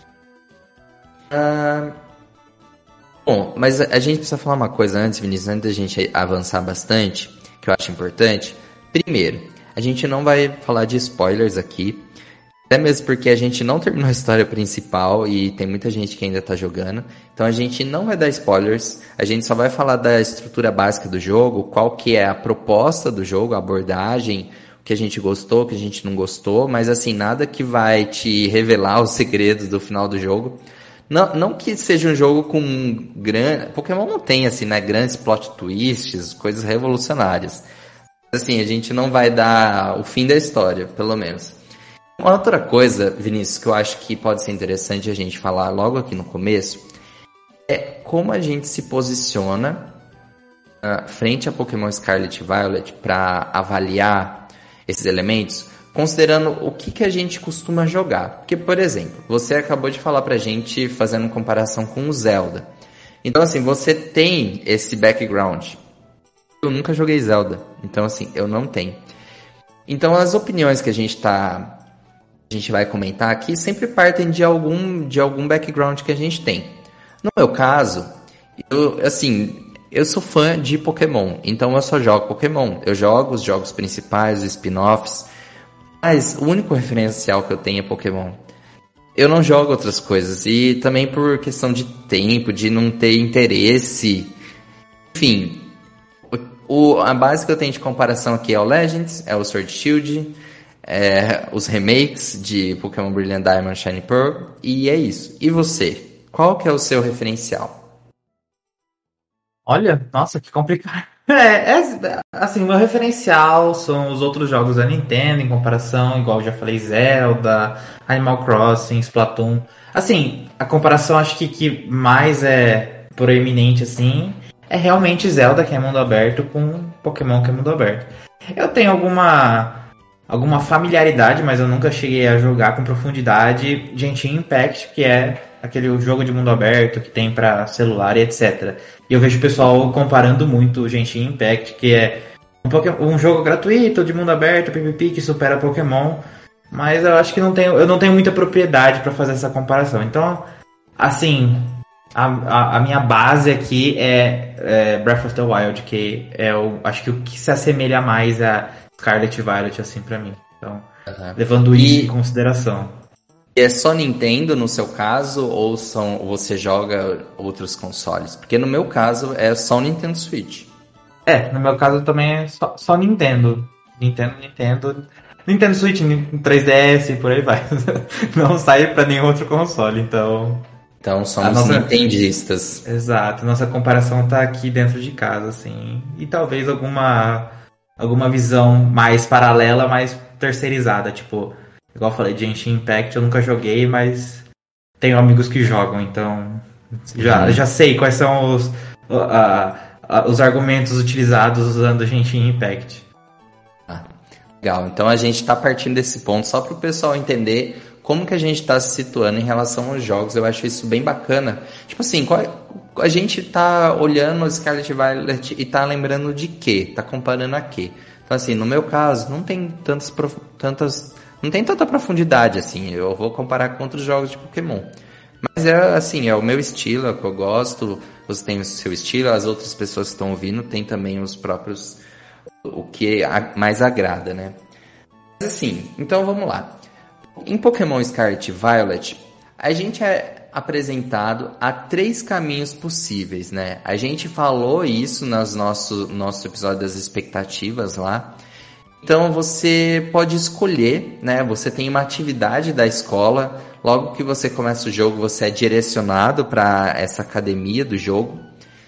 Ah... Bom, mas a gente precisa falar uma coisa antes, Vinícius, antes da gente avançar bastante, que eu acho importante. Primeiro, a gente não vai falar de spoilers aqui, até mesmo porque a gente não terminou a história principal e tem muita gente que ainda tá jogando. Então a gente não vai dar spoilers, a gente só vai falar da estrutura básica do jogo, qual que é a proposta do jogo, a abordagem, o que a gente gostou, o que a gente não gostou, mas assim, nada que vai te revelar os segredos do final do jogo. Não, não que seja um jogo com grande... Pokémon não tem, assim, né, grandes plot twists, coisas revolucionárias. Assim, a gente não vai dar o fim da história, pelo menos. Uma outra coisa, Vinícius, que eu acho que pode ser interessante a gente falar logo aqui no começo, é como a gente se posiciona uh, frente a Pokémon Scarlet e Violet para avaliar esses elementos, considerando o que, que a gente costuma jogar. Porque, por exemplo, você acabou de falar pra gente fazendo comparação com o Zelda. Então, assim, você tem esse background. Eu nunca joguei Zelda, então, assim, eu não tenho. Então, as opiniões que a gente tá... a gente vai comentar aqui sempre partem de algum, de algum background que a gente tem. No meu caso, eu, assim, eu sou fã de Pokémon, então eu só jogo Pokémon. Eu jogo os jogos principais, os spin-offs, mas o único referencial que eu tenho é Pokémon. Eu não jogo outras coisas, e também por questão de tempo, de não ter interesse. Enfim, o, a base que eu tenho de comparação aqui é o Legends, é o Sword Shield, é, os remakes de Pokémon Brilliant Diamond, Shiny Pearl, e é isso. E você? Qual que é o seu referencial? Olha, nossa, que complicado. É, é, assim, o meu referencial são os outros jogos da Nintendo, em comparação, igual eu já falei, Zelda, Animal Crossing, Splatoon. Assim, a comparação acho que, que mais é proeminente, assim, é realmente Zelda, que é mundo aberto, com Pokémon, que é mundo aberto. Eu tenho alguma... alguma familiaridade, mas eu nunca cheguei a jogar com profundidade Genshin Impact, que é aquele jogo de mundo aberto que tem para celular e etcétera. E eu vejo o pessoal comparando muito o Genshin Impact, que é um, Pokémon, um jogo gratuito de mundo aberto, P V P, que supera Pokémon, mas eu acho que não tenho, eu não tenho muita propriedade para fazer essa comparação. Então, assim, a, a, a minha base aqui é, é Breath of the Wild, que é o, acho que o que se assemelha mais a Scarlet e Violet, assim, pra mim. Então, uhum. Levando e, isso em consideração. É só Nintendo, no seu caso, ou são, você joga outros consoles? Porque no meu caso, é só Nintendo Switch. É, no meu caso também é só, só Nintendo. Nintendo, Nintendo... Nintendo Switch, três D S e por aí vai. Não sai pra nenhum outro console, então... Então somos nossa... nintendistas. Exato, nossa comparação tá aqui dentro de casa, assim. E talvez alguma... alguma visão mais paralela, mais terceirizada, tipo, igual eu falei, Genshin Impact eu nunca joguei, mas tenho amigos que jogam, então já, uhum. já sei quais são os, uh, uh, os argumentos utilizados usando Genshin Impact. Ah, legal, então a gente tá partindo desse ponto só para o pessoal entender como que a gente tá se situando em relação aos jogos. Eu acho isso bem bacana. Tipo assim, qual, a gente tá olhando o Scarlet Violet e tá lembrando de quê? Tá comparando a quê? Então, assim, no meu caso, não tem tantas, tantas, não tem tanta profundidade, assim. Eu vou comparar com outros jogos de Pokémon. Mas é, assim, é o meu estilo, é o que eu gosto. Você tem o seu estilo, as outras pessoas que estão ouvindo têm também os próprios, o que mais agrada, né? Mas, assim, então vamos lá. Em Pokémon Scarlet e Violet, a gente é apresentado a três caminhos possíveis, né? A gente falou isso no nosso, nosso episódio das expectativas lá. Então você pode escolher, né? Você tem uma atividade da escola. Logo que você começa o jogo, você é direcionado para essa academia do jogo.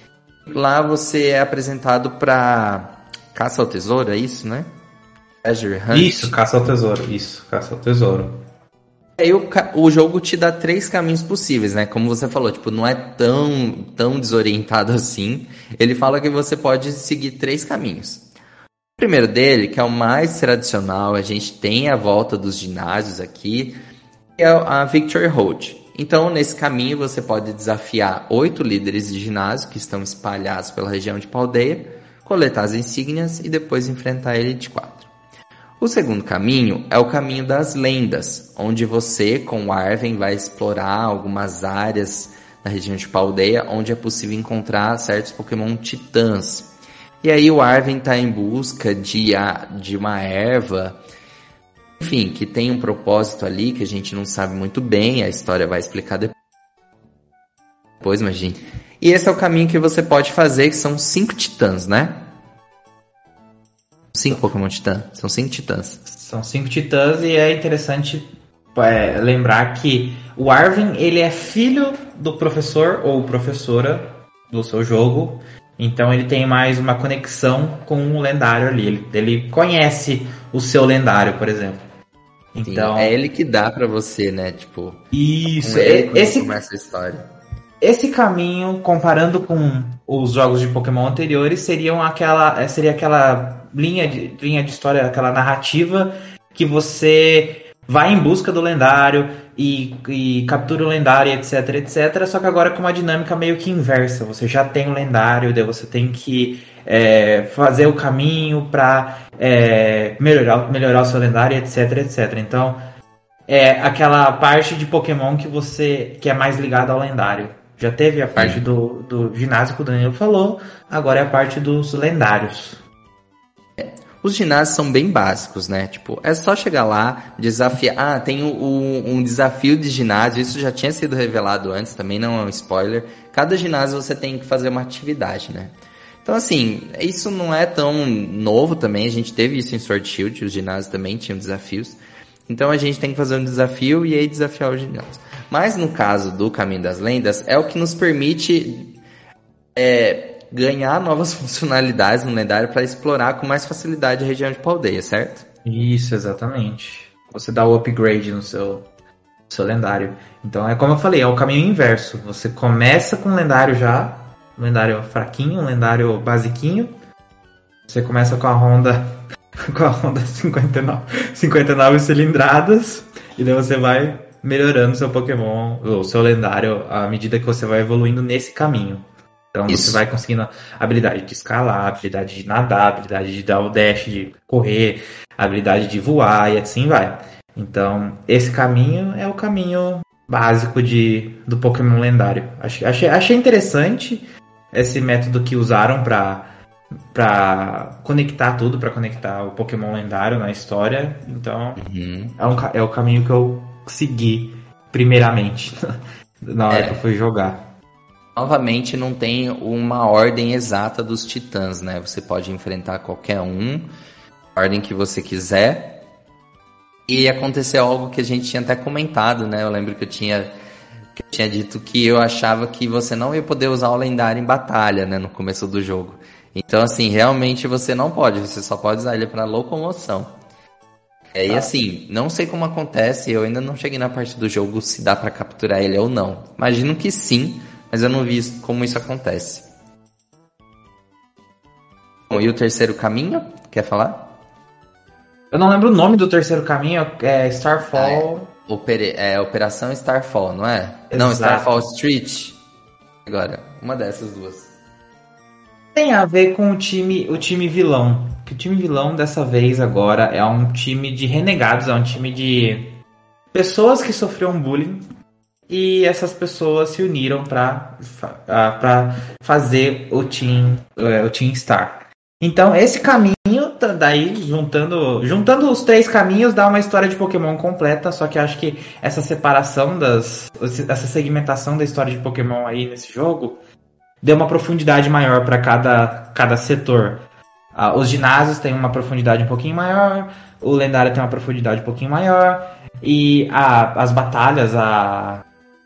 Lá você é apresentado para caça ao tesouro, é isso, né? Treasure Hunt. Isso, caça ao tesouro. Isso, caça ao tesouro. Aí o, o jogo te dá três caminhos possíveis, né? Como você falou, tipo, não é tão, tão desorientado assim. Ele fala que você pode seguir três caminhos. O primeiro dele, que é o mais tradicional, a gente tem a volta dos ginásios aqui, é a Victory Road. Então, nesse caminho, você pode desafiar oito líderes de ginásio que estão espalhados pela região de Paldea, coletar as insígnias e depois enfrentar a Elite quatro. O segundo caminho é o caminho das lendas, onde você, com o Arven, vai explorar algumas áreas na região de Paldea, onde é possível encontrar certos Pokémon titãs. E aí o Arven está em busca de, a, de uma erva, enfim, que tem um propósito ali que a gente não sabe muito bem, a história vai explicar depois, imagine. E esse é o caminho que você pode fazer, que são cinco titãs, né? Cinco Pokémon Titã. São cinco titãs. São cinco titãs e é interessante é, lembrar que o Arven, ele é filho do professor ou professora do seu jogo. Então ele tem mais uma conexão com o lendário ali. Ele, ele conhece o seu lendário, por exemplo. Então, sim, é ele que dá pra você, né? Tipo, isso, com ele quando esse, começa a história. esse caminho, comparando com os jogos de Pokémon anteriores, seriam aquela, seria aquela linha de, linha de história, aquela narrativa que você vai em busca do lendário e, e captura o lendário, etc, etc. Só que agora com uma dinâmica meio que inversa. Você já tem o lendário, daí você tem que é, fazer o caminho para é, melhorar, melhorar o seu lendário, etc, etc. Então, é aquela parte de Pokémon que você que é mais ligada ao lendário. Já teve a parte Sim. do, do ginásio que o Danilo falou, agora é a parte dos lendários. Os ginásios são bem básicos, né? Tipo, é só chegar lá, desafiar. Ah, tem o- o- um desafio de ginásio, isso já tinha sido revelado antes, também não é um spoiler. Cada ginásio você tem que fazer uma atividade, né? Então, assim, isso não é tão novo também, a gente teve isso em Sword Shield, os ginásios também tinham desafios. Então a gente tem que fazer um desafio e aí desafiar os ginásios. Mas no caso do Caminho das Lendas, é o que nos permite é, ganhar novas funcionalidades no lendário para explorar com mais facilidade a região de Paldeia, certo? Isso, exatamente. Você dá o upgrade no seu, seu lendário. Então é como eu falei, é o caminho inverso. Você começa com um lendário já, um lendário fraquinho, um lendário basiquinho. Você começa com a Honda com a Honda cinquenta e nove, cinquenta e nove cilindradas e daí você vai melhorando seu Pokémon, o seu lendário à medida que você vai evoluindo nesse caminho. Então Isso. você vai conseguindo a habilidade de escalar, a habilidade de nadar, a habilidade de dar o dash, de correr, a habilidade de voar e assim vai. Então esse caminho é o caminho básico de, do Pokémon lendário. Achei, achei, achei interessante esse método que usaram para para conectar tudo, para conectar o Pokémon lendário na história. Então Uhum. é, um, ca- é o caminho que eu segui primeiramente na hora É. que eu fui jogar. Novamente, não tem uma ordem exata dos titãs, né? Você pode enfrentar qualquer um, a ordem que você quiser. E aconteceu algo que a gente tinha até comentado, né? Eu lembro que eu tinha, que eu tinha dito que eu achava que você não ia poder usar o lendário em batalha, né? No começo do jogo. Então, assim, realmente você não pode. Você só pode usar ele para locomoção. É, e assim, não sei como acontece. Eu ainda não cheguei na parte do jogo se dá para capturar ele ou não. Imagino que sim. Mas eu não vi isso- como isso acontece. Bom, e o terceiro caminho? Quer falar? Eu não lembro o nome do terceiro caminho, é Starfall. Ah, é. Opere- é Operação Starfall, não é? Não, Exato. Starfall Street. Agora, uma dessas duas. Tem a ver com o time, o time vilão. Que o time vilão dessa vez agora é um time de renegados, é um time de pessoas que sofreram bullying e essas pessoas se uniram para para fazer o Team é, o Team Star. Então esse caminho tá daí juntando juntando os três caminhos dá uma história de Pokémon completa. Só que acho que essa separação das essa segmentação da história de Pokémon aí nesse jogo deu uma profundidade maior para cada cada setor. Ah, os ginásios têm uma profundidade um pouquinho maior, o lendário tem uma profundidade um pouquinho maior e a, as batalhas a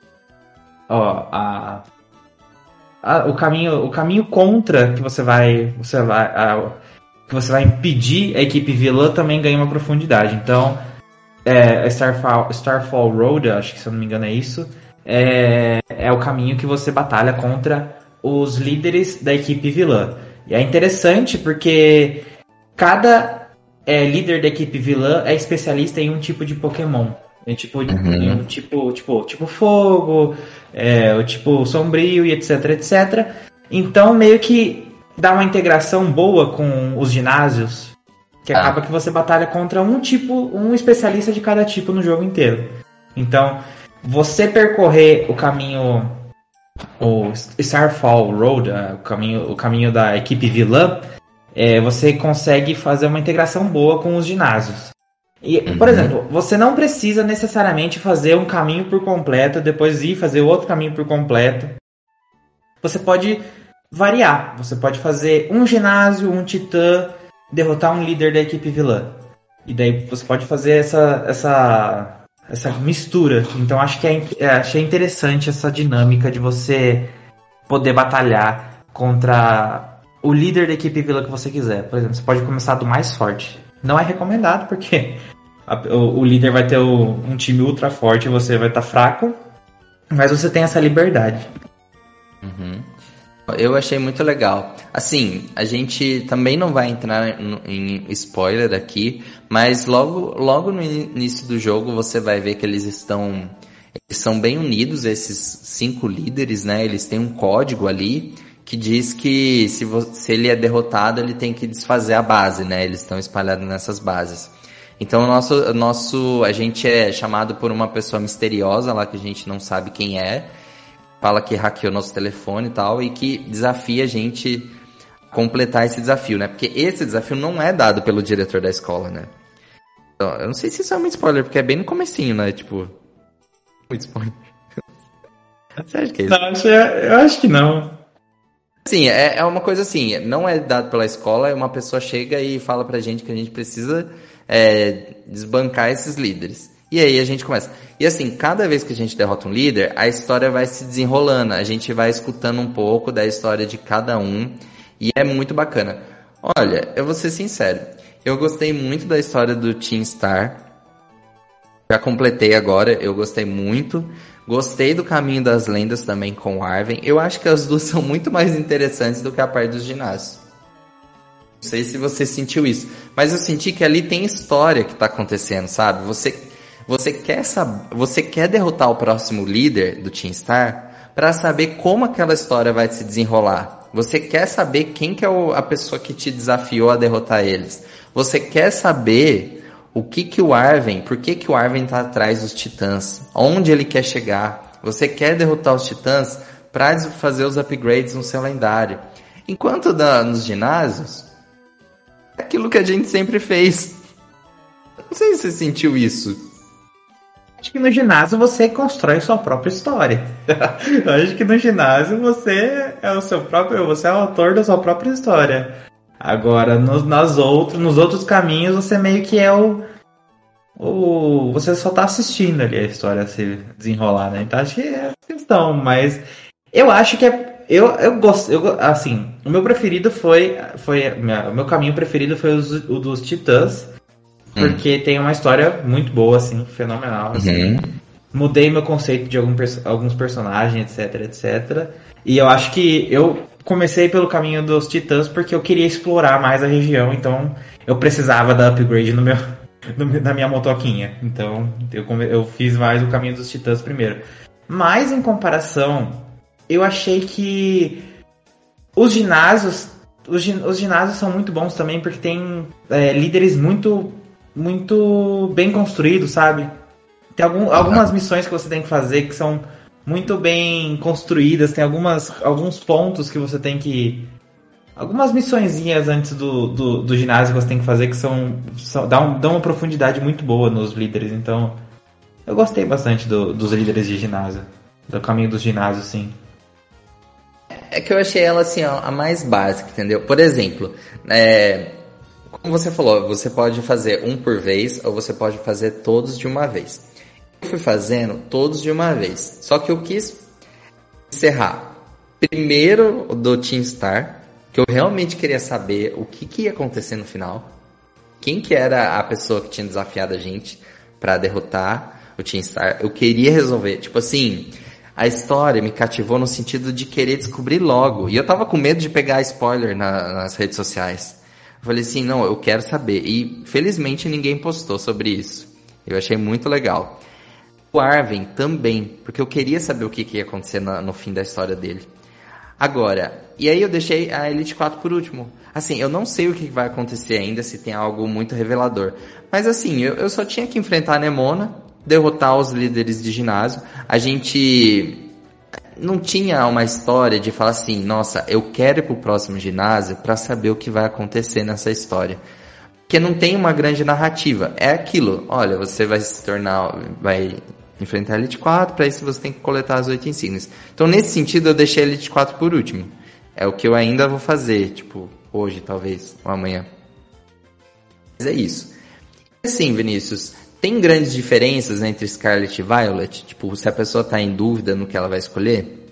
Ó, a, a- o caminho, o caminho contra que você vai, você vai, a- que você vai impedir a equipe vilã também ganha uma profundidade. Então, é, Starfall, Starfall Road, acho que se eu não me engano é isso, é, é o caminho que você batalha contra os líderes da equipe vilã. E é interessante porque cada é, líder da equipe vilã é especialista em um tipo de Pokémon. Em tipo, Uhum. em um tipo, tipo, tipo fogo, é, o tipo sombrio e etc, etcétera. Então meio que dá uma integração boa com os ginásios, que Ah. acaba que você batalha contra um tipo, um especialista de cada tipo no jogo inteiro. Então, você percorrer o caminho, o Starfall Road, o caminho, o caminho da equipe vilã, é, você consegue fazer uma integração boa com os ginásios. E, por Uhum. exemplo, você não precisa necessariamente fazer um caminho por completo, depois ir fazer outro caminho por completo. Você pode variar. Você pode fazer um ginásio, um titã, derrotar um líder da equipe vilã. E daí você pode fazer essa, essa, essa mistura. Então acho que é, é, achei interessante essa dinâmica de você poder batalhar contra o líder da equipe vilã que você quiser. Por exemplo, você pode começar do mais forte. Não é recomendado porque a, o, o líder vai ter o, um time ultra forte e você vai estar tá fraco, mas você tem essa liberdade. Uhum. Eu achei muito legal. Assim, a gente também não vai entrar em spoiler aqui, mas logo, logo no início do jogo você vai ver que eles estão, eles são bem unidos, esses cinco líderes, né? Eles têm um código ali que diz que se, você, se ele é derrotado, ele tem que desfazer a base, né? Eles estão espalhados nessas bases. Então, o nosso, nosso, a gente é chamado por uma pessoa misteriosa lá que a gente não sabe quem é, fala que hackeou nosso telefone e tal, e que desafia a gente a completar esse desafio, né? Porque esse desafio não é dado pelo diretor da escola, né? Então, eu não sei se isso é muito spoiler, porque é bem no comecinho, né? Tipo, muito spoiler. Você acha que é isso? Não, eu acho que não. Sim, é, é uma coisa assim, não é dado pela escola, uma pessoa chega e fala pra gente que a gente precisa é, desbancar esses líderes. E aí a gente começa. E assim, cada vez que a gente derrota um líder, a história vai se desenrolando. A gente vai escutando um pouco da história de cada um. E é muito bacana. Olha, eu vou ser sincero. Eu gostei muito da história do Team Star. Já completei agora, eu gostei muito. Gostei do Caminho das Lendas também com o Arven. Eu acho que as duas são muito mais interessantes do que a parte dos ginásios. Não sei se você sentiu isso. Mas eu senti que ali tem história que tá acontecendo, sabe? Você... Você quer, saber, você quer derrotar o próximo líder do Team Star para saber como aquela história vai se desenrolar. Você quer saber quem que é o, a pessoa que te desafiou a derrotar eles. Você quer saber o que que o Arven, por que que o Arven está atrás dos titãs, onde ele quer chegar. Você quer derrotar os titãs para fazer os upgrades no seu lendário. Enquanto da, nos ginásios, é aquilo que a gente sempre fez. Não sei se você sentiu isso. Acho que no ginásio você constrói sua própria história. Acho que no ginásio você é o seu próprio, você é o autor da sua própria história. Agora, nos, nas outros, nos outros caminhos, você meio que é o, o... Você só tá assistindo ali a história se desenrolar, né? Então acho que é questão, mas eu acho que é... Eu, eu gosto... Eu, assim, o meu preferido foi... foi o meu caminho preferido foi o, o dos Titãs. Porque hum. tem uma história muito boa, assim, fenomenal. Assim. Uhum. Mudei meu conceito de algum, alguns personagens, etc, etcétera. E eu acho que eu comecei pelo caminho dos Titãs porque eu queria explorar mais a região, então eu precisava da upgrade no meu, no, na minha motoquinha. Então eu, eu fiz mais o caminho dos Titãs primeiro. Mas em comparação, eu achei que os ginásios, os, os ginásios são muito bons também porque tem é, líderes muito... muito bem construído, sabe? Tem algum, algumas missões que você tem que fazer que são muito bem construídas, tem algumas, alguns pontos que você tem que... Algumas missõezinhas antes do, do, do ginásio que você tem que fazer que são, são dão, dão uma profundidade muito boa nos líderes, então eu gostei bastante do, dos líderes de ginásio, do caminho dos ginásios, sim. É que eu achei ela assim, a mais básica, entendeu? Por exemplo, é... como você falou, você pode fazer um por vez ou você pode fazer todos de uma vez. Eu fui fazendo todos de uma vez. Só que eu quis encerrar primeiro do Team Star, que eu realmente queria saber o que, que ia acontecer no final. Quem que era a pessoa que tinha desafiado a gente pra derrotar o Team Star. Eu queria resolver. Tipo assim, a história me cativou no sentido de querer descobrir logo. E eu tava com medo de pegar spoiler na, nas redes sociais. Eu falei assim, não, eu quero saber. E felizmente ninguém postou sobre isso. Eu achei muito legal. O Arven também, porque eu queria saber o que, que ia acontecer no, no fim da história dele. Agora, e aí eu deixei a Elite quatro por último. Assim, eu não sei o que vai acontecer ainda, se tem algo muito revelador. Mas assim, eu, eu só tinha que enfrentar a Nemona, derrotar os líderes de ginásio. A gente... não tinha uma história de falar assim, nossa, eu quero ir pro próximo ginásio para saber o que vai acontecer nessa história. Porque não tem uma grande narrativa. É aquilo, olha, você vai se tornar, vai enfrentar a Elite quatro, para isso você tem que coletar as oito insígnias. Então, nesse sentido, eu deixei a Elite quatro por último. É o que eu ainda vou fazer, tipo, hoje, talvez, ou amanhã. Mas é isso. Assim, Vinícius, tem grandes diferenças entre Scarlet e Violet? Tipo, se a pessoa tá em dúvida no que ela vai escolher?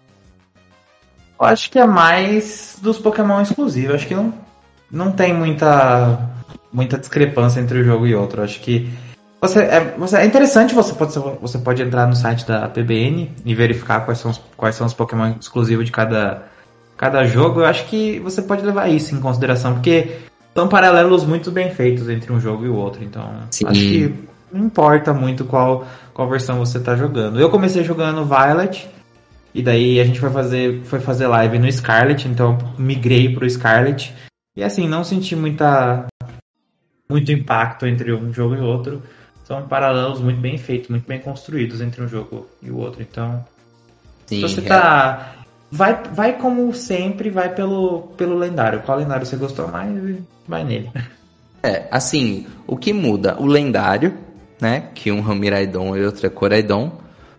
Eu acho que é mais dos Pokémon exclusivos. Acho que não, não tem muita, muita discrepância entre um jogo e outro. Acho que Você, é, você, é interessante, você pode, você pode entrar no site da P B N e verificar quais são os, quais são os Pokémon exclusivos de cada, cada jogo. Eu acho que você pode levar isso em consideração, porque são paralelos muito bem feitos entre um jogo e o outro. Então, Sim. acho que não importa muito qual, qual versão você está jogando. Eu comecei jogando Violet, e daí a gente foi fazer, foi fazer live no Scarlet, então eu migrei pro Scarlet. E assim, não senti muita, muito impacto entre um jogo e outro. São paralelos muito bem feitos, muito bem construídos entre um jogo e o outro. Então, Sim, se você tá... Vai, vai como sempre, vai pelo, pelo lendário. Qual lendário você gostou mais, vai nele. É, assim, o que muda? O lendário, né? Que um é o Miraidon e outro é Coraidon.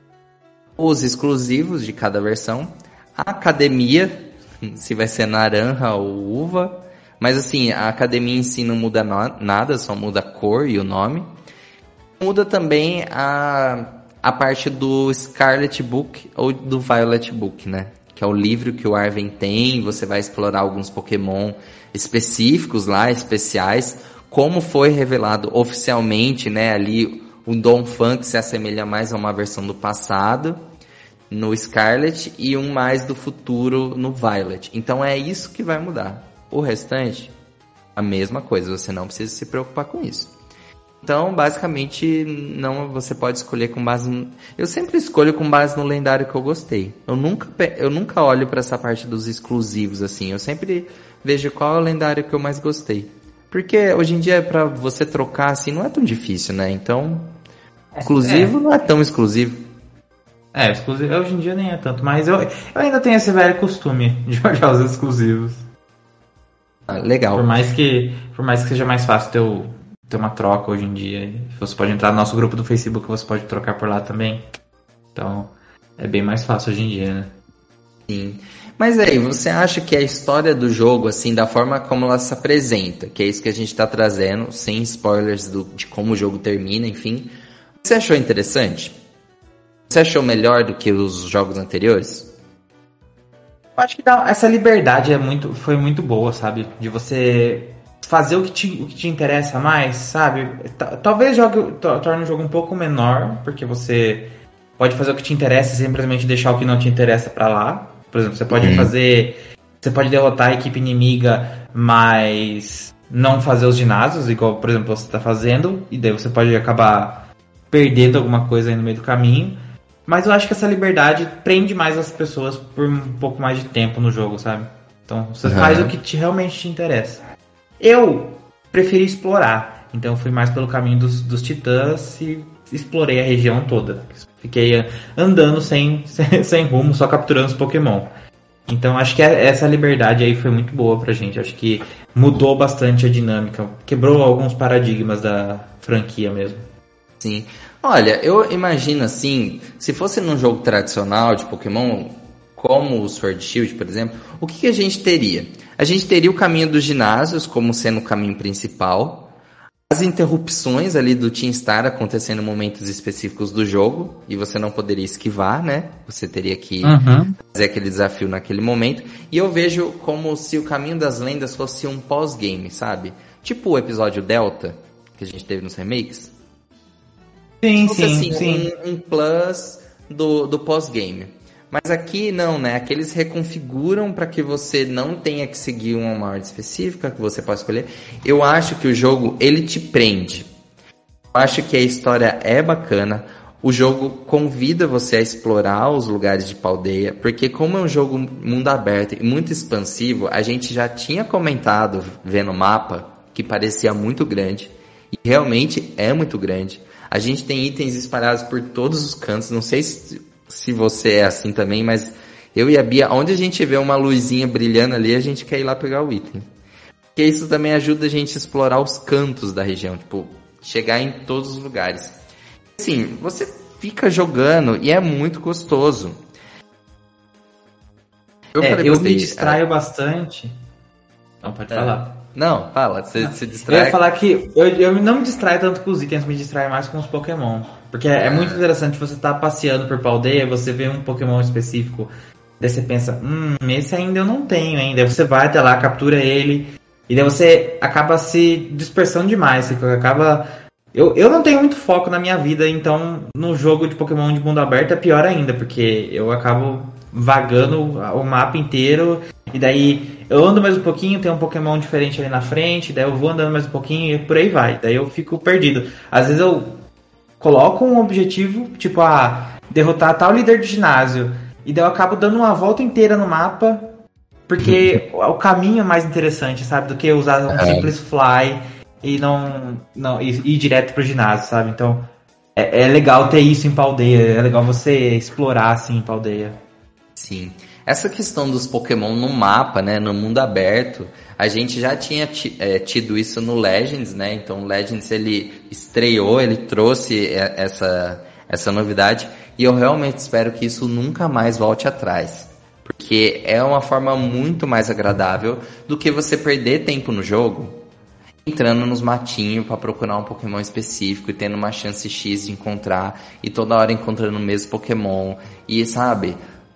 Os exclusivos de cada versão. A academia, se vai ser naranja ou uva. Mas assim, a academia em si não muda no- nada, só muda a cor e o nome. Muda também a, a parte do Scarlet Book ou do Violet Book, né? Que é o livro que o Arven tem, você vai explorar alguns Pokémon específicos lá, especiais, como foi revelado oficialmente, né? Ali o Donphan, que se assemelha mais a uma versão do passado, no Scarlet, e um mais do futuro no Violet. Então é isso que vai mudar. O restante, a mesma coisa, você não precisa se preocupar com isso. Então, basicamente, não, você pode escolher com base no... Eu sempre escolho com base no lendário que eu gostei. Eu nunca, eu nunca olho pra essa parte dos exclusivos, assim. Eu sempre vejo qual é o lendário que eu mais gostei. Porque hoje em dia, pra você trocar, assim, não é tão difícil, né? Então, exclusivo É. não é tão exclusivo. É, exclusivo hoje em dia nem é tanto, mas eu, eu ainda tenho esse velho costume de jogar os exclusivos. Ah, legal. Por mais que, por mais que seja mais fácil ter, o, ter uma troca hoje em dia. Você pode entrar no nosso grupo do Facebook, você pode trocar por lá também. Então, é bem mais fácil hoje em dia, né? Sim. Mas aí, você acha que a história do jogo, assim, da forma como ela se apresenta, que é isso que a gente tá trazendo, sem spoilers do, de como o jogo termina, enfim, você achou interessante? Você achou melhor do que os jogos anteriores? Eu acho que dá, essa liberdade é muito, foi muito boa, sabe? De você fazer o que te, o que te interessa mais, sabe? T- Talvez jogue, to- torne o jogo um pouco menor, porque você pode fazer o que te interessa e simplesmente deixar o que não te interessa pra lá. Por exemplo, você pode Uhum. fazer... Você pode derrotar a equipe inimiga, mas não fazer os ginásios, igual, por exemplo, você tá fazendo. E daí você pode acabar perdendo alguma coisa aí no meio do caminho. Mas eu acho que essa liberdade prende mais as pessoas por um pouco mais de tempo no jogo, sabe? Então você Uhum. faz o que te, realmente te interessa. Eu preferi explorar, então eu fui mais pelo caminho dos, dos titãs e explorei a região toda. Fiquei andando sem, sem, sem rumo, só capturando os Pokémon. Então acho que essa liberdade aí foi muito boa pra gente. Acho que mudou bastante a dinâmica, quebrou alguns paradigmas da franquia mesmo. Sim. Olha, eu imagino assim, se fosse num jogo tradicional de Pokémon, como o Sword Shield, por exemplo, o que, que a gente teria? A gente teria o caminho dos ginásios como sendo o caminho principal, as interrupções ali do Team Star acontecendo em momentos específicos do jogo, e você não poderia esquivar, né? Você teria que Uhum. fazer aquele desafio naquele momento. E eu vejo como se o caminho das lendas fosse um pós-game, sabe? Tipo o episódio Delta, que a gente teve nos remakes. Sim, Fosse, sim, assim, sim. Um, um plus do, do pós-game. Mas aqui não, né? Aqui eles reconfiguram para que você não tenha que seguir uma ordem específica, que você pode escolher. Eu acho que o jogo, ele te prende. Eu acho que a história é bacana. O jogo convida você a explorar os lugares de Paldeia, porque como é um jogo mundo aberto e muito expansivo, a gente já tinha comentado, vendo o mapa, que parecia muito grande. E realmente é muito grande. A gente tem itens espalhados por todos os cantos. Não sei se, se você é assim também, mas eu e a Bia, onde a gente vê uma luzinha brilhando ali, a gente quer ir lá pegar o item. Porque isso também ajuda a gente a explorar os cantos da região, tipo, chegar em todos os lugares. Assim, você fica jogando e é muito gostoso. Eu, é, eu me você, distraio é... bastante. Não, pode é. falar. Não, fala, você não. se distrai. Eu ia falar que eu, eu não me distraio tanto com os itens, me distraio mais com os Pokémon. Porque é, é muito interessante você estar tá passeando por Paldeia, você vê um Pokémon específico, daí você pensa, hum, esse ainda eu não tenho ainda. Aí você vai até lá, captura ele, e daí você acaba se dispersando demais, você acaba Eu, eu não tenho muito foco na minha vida, então no jogo de Pokémon de mundo aberto é pior ainda, porque eu acabo vagando o mapa inteiro, e daí eu ando mais um pouquinho, tem um Pokémon diferente ali na frente, daí eu vou andando mais um pouquinho e por aí vai. Daí eu fico perdido. Às vezes eu coloco um objetivo, tipo, ah, derrotar tal líder de ginásio, e daí eu acabo dando uma volta inteira no mapa, porque o caminho é mais interessante, sabe, do que usar um simples fly e não, não e, ir direto pro ginásio, sabe? Então é, é legal ter isso em Paldea, é legal você explorar assim em Paldea. Sim. Essa questão dos Pokémon no mapa, né, no mundo aberto, a gente já tinha é, tido isso no Legends, né? Então o Legends ele estreou, ele trouxe essa, essa novidade e eu realmente espero que isso nunca mais volte atrás. Porque é uma forma muito mais agradável do que você perder tempo no jogo entrando nos matinhos para procurar um Pokémon específico e tendo uma chance X de encontrar e toda hora encontrando o mesmo Pokémon e, sabe,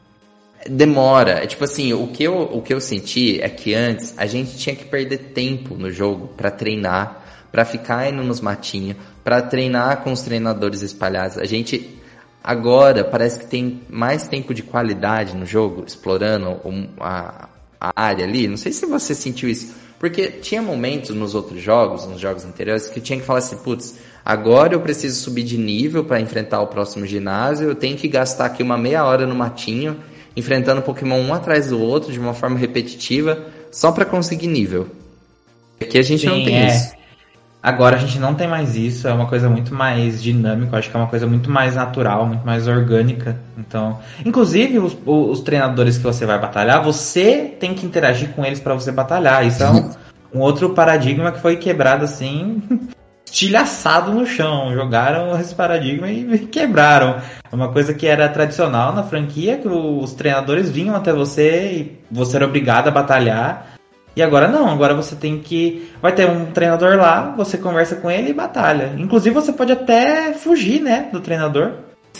demora. É tipo assim, o que, eu, o que eu senti é que antes a gente tinha que perder tempo no jogo para treinar, para ficar indo nos matinhos, para treinar com os treinadores espalhados. A gente agora parece que tem mais tempo de qualidade no jogo, explorando a, a área ali. Não sei se você sentiu isso, porque tinha momentos nos outros jogos, nos jogos anteriores, que eu tinha que falar assim, putz, agora eu preciso subir de nível para enfrentar o próximo ginásio, eu tenho que gastar aqui uma meia hora no matinho, enfrentando Pokémon um atrás do outro de uma forma repetitiva, só para conseguir nível. Aqui a gente Sim, não tem é. isso. Agora a gente não tem mais isso, é uma coisa muito mais dinâmica, acho que é uma coisa muito mais natural, muito mais orgânica. Então, inclusive os, os treinadores que você vai batalhar, você tem que interagir com eles para você batalhar. Isso é um, um outro paradigma que foi quebrado assim, estilhaçado no chão. Jogaram esse paradigma e quebraram. É uma coisa que era tradicional na franquia, que os treinadores vinham até você e você era obrigado a batalhar. E agora não, agora você tem que... Vai ter um treinador lá, você conversa com ele e batalha. Inclusive você pode até fugir, né, do treinador.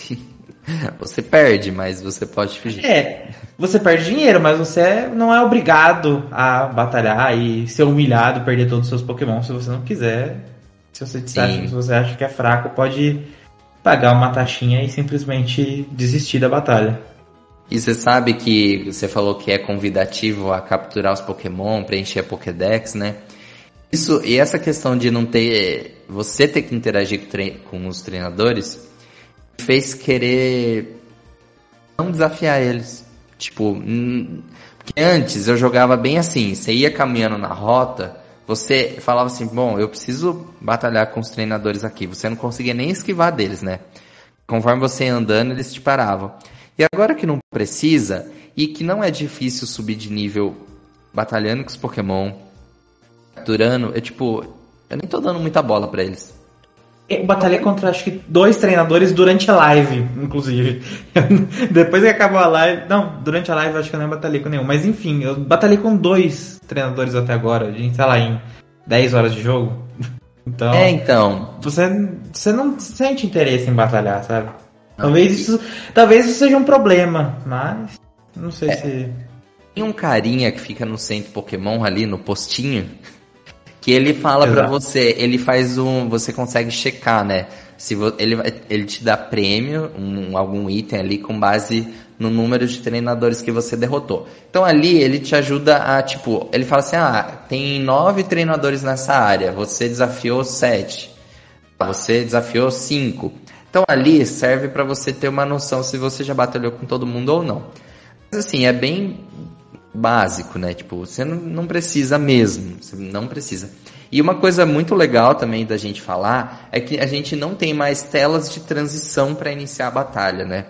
Você perde, mas você pode fugir. É, você perde dinheiro, mas você não é obrigado a batalhar e ser humilhado, perder todos os seus Pokémon se você não quiser. Se você, acha, se você acha que é fraco, pode pagar uma taxinha e simplesmente desistir da batalha. E você sabe que você falou que é convidativo a capturar os Pokémon, preencher a Pokédex, né? Isso, e essa questão de não ter... Você ter que interagir com, tre- com os treinadores fez querer não desafiar eles. Tipo, hum, porque antes eu jogava bem assim, você ia caminhando na rota, você falava assim, bom, eu preciso batalhar com os treinadores aqui. Você não conseguia nem esquivar deles, né? Conforme você ia andando, eles te paravam. E agora que não precisa, e que não é difícil subir de nível batalhando com os Pokémon, capturando, eu tipo, eu nem tô dando muita bola pra eles. Eu batalhei contra acho que dois treinadores durante a live, inclusive. Depois que acabou a live. Não, durante a live eu acho que eu nem batalhei com nenhum. Mas enfim, eu batalhei com dois treinadores até agora. A gente tá lá em dez horas de jogo. Então. É, então. Você, você não sente interesse em batalhar, sabe? Talvez isso, talvez isso seja um problema, mas não sei é, se... Tem um carinha que fica no centro Pokémon ali, no postinho, que ele fala Exato. Pra você, ele faz um... Você consegue checar, né? Se vo, ele, ele te dá prêmio, um, algum item ali com base no número de treinadores que você derrotou. Então ali ele te ajuda a, tipo... Ele fala assim, ah, tem nove treinadores nessa área, você desafiou sete, você desafiou cinco... Então ali serve para você ter uma noção se você já batalhou com todo mundo ou não. Mas assim, é bem básico, né? Tipo, você não, não precisa mesmo, você não precisa. E uma coisa muito legal também da gente falar é que a gente não tem mais telas de transição para iniciar a batalha, né?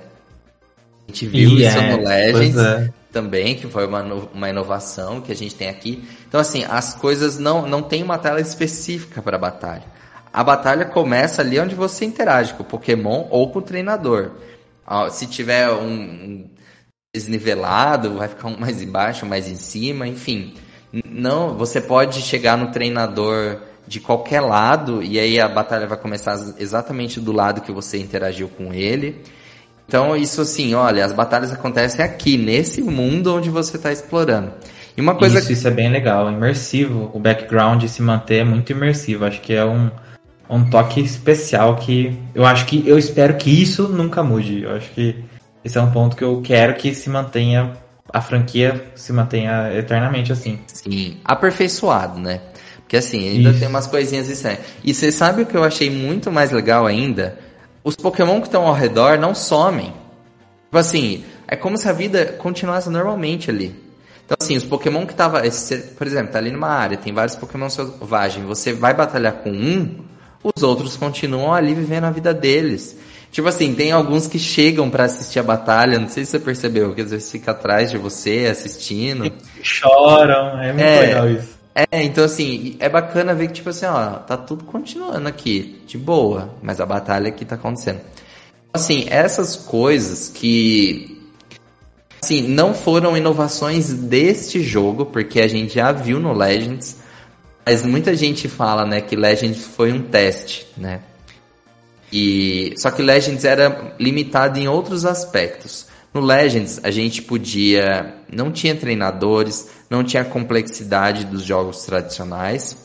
A gente viu yeah, isso no Legends é. também, que foi uma, uma inovação que a gente tem aqui. Então assim, as coisas não, não tem uma tela específica para a batalha. A batalha começa ali onde você interage com o Pokémon ou com o treinador. Se tiver um desnivelado, vai ficar um mais embaixo, um mais em cima, enfim. Não, você pode chegar no treinador de qualquer lado e aí a batalha vai começar exatamente do lado que você interagiu com ele. Então isso assim, olha, as batalhas acontecem aqui, nesse mundo onde você está explorando. E uma coisa isso, que... isso é bem legal, imersivo. O background se manter é muito imersivo. Acho que é um... um toque especial que eu acho que, eu espero que isso nunca mude. Eu acho que esse é um ponto que eu quero que se mantenha, a franquia se mantenha eternamente assim. Sim, aperfeiçoado, né? Porque assim, ainda Isso. tem umas coisinhas estranhas. E você sabe o que eu achei muito mais legal ainda? Os Pokémon que estão ao redor não somem. Tipo assim, é como se a vida continuasse normalmente ali. Então assim, os Pokémon que tava, por exemplo, tá ali numa área, tem vários Pokémon selvagens, você vai batalhar com um, os outros continuam ali vivendo a vida deles. Tipo assim, tem alguns que chegam pra assistir a batalha, não sei se você percebeu, que às vezes fica atrás de você assistindo. Choram, é muito É, legal isso. É, então assim, é bacana ver que tipo assim, ó, tá tudo continuando aqui, de boa, mas a batalha aqui tá acontecendo. Assim, essas coisas que, assim, não foram inovações deste jogo, porque a gente já viu no Legends, mas muita gente fala, né, que Legends foi um teste, né? E só que Legends era limitado em outros aspectos. No Legends a gente podia, não tinha treinadores, não tinha a complexidade dos jogos tradicionais,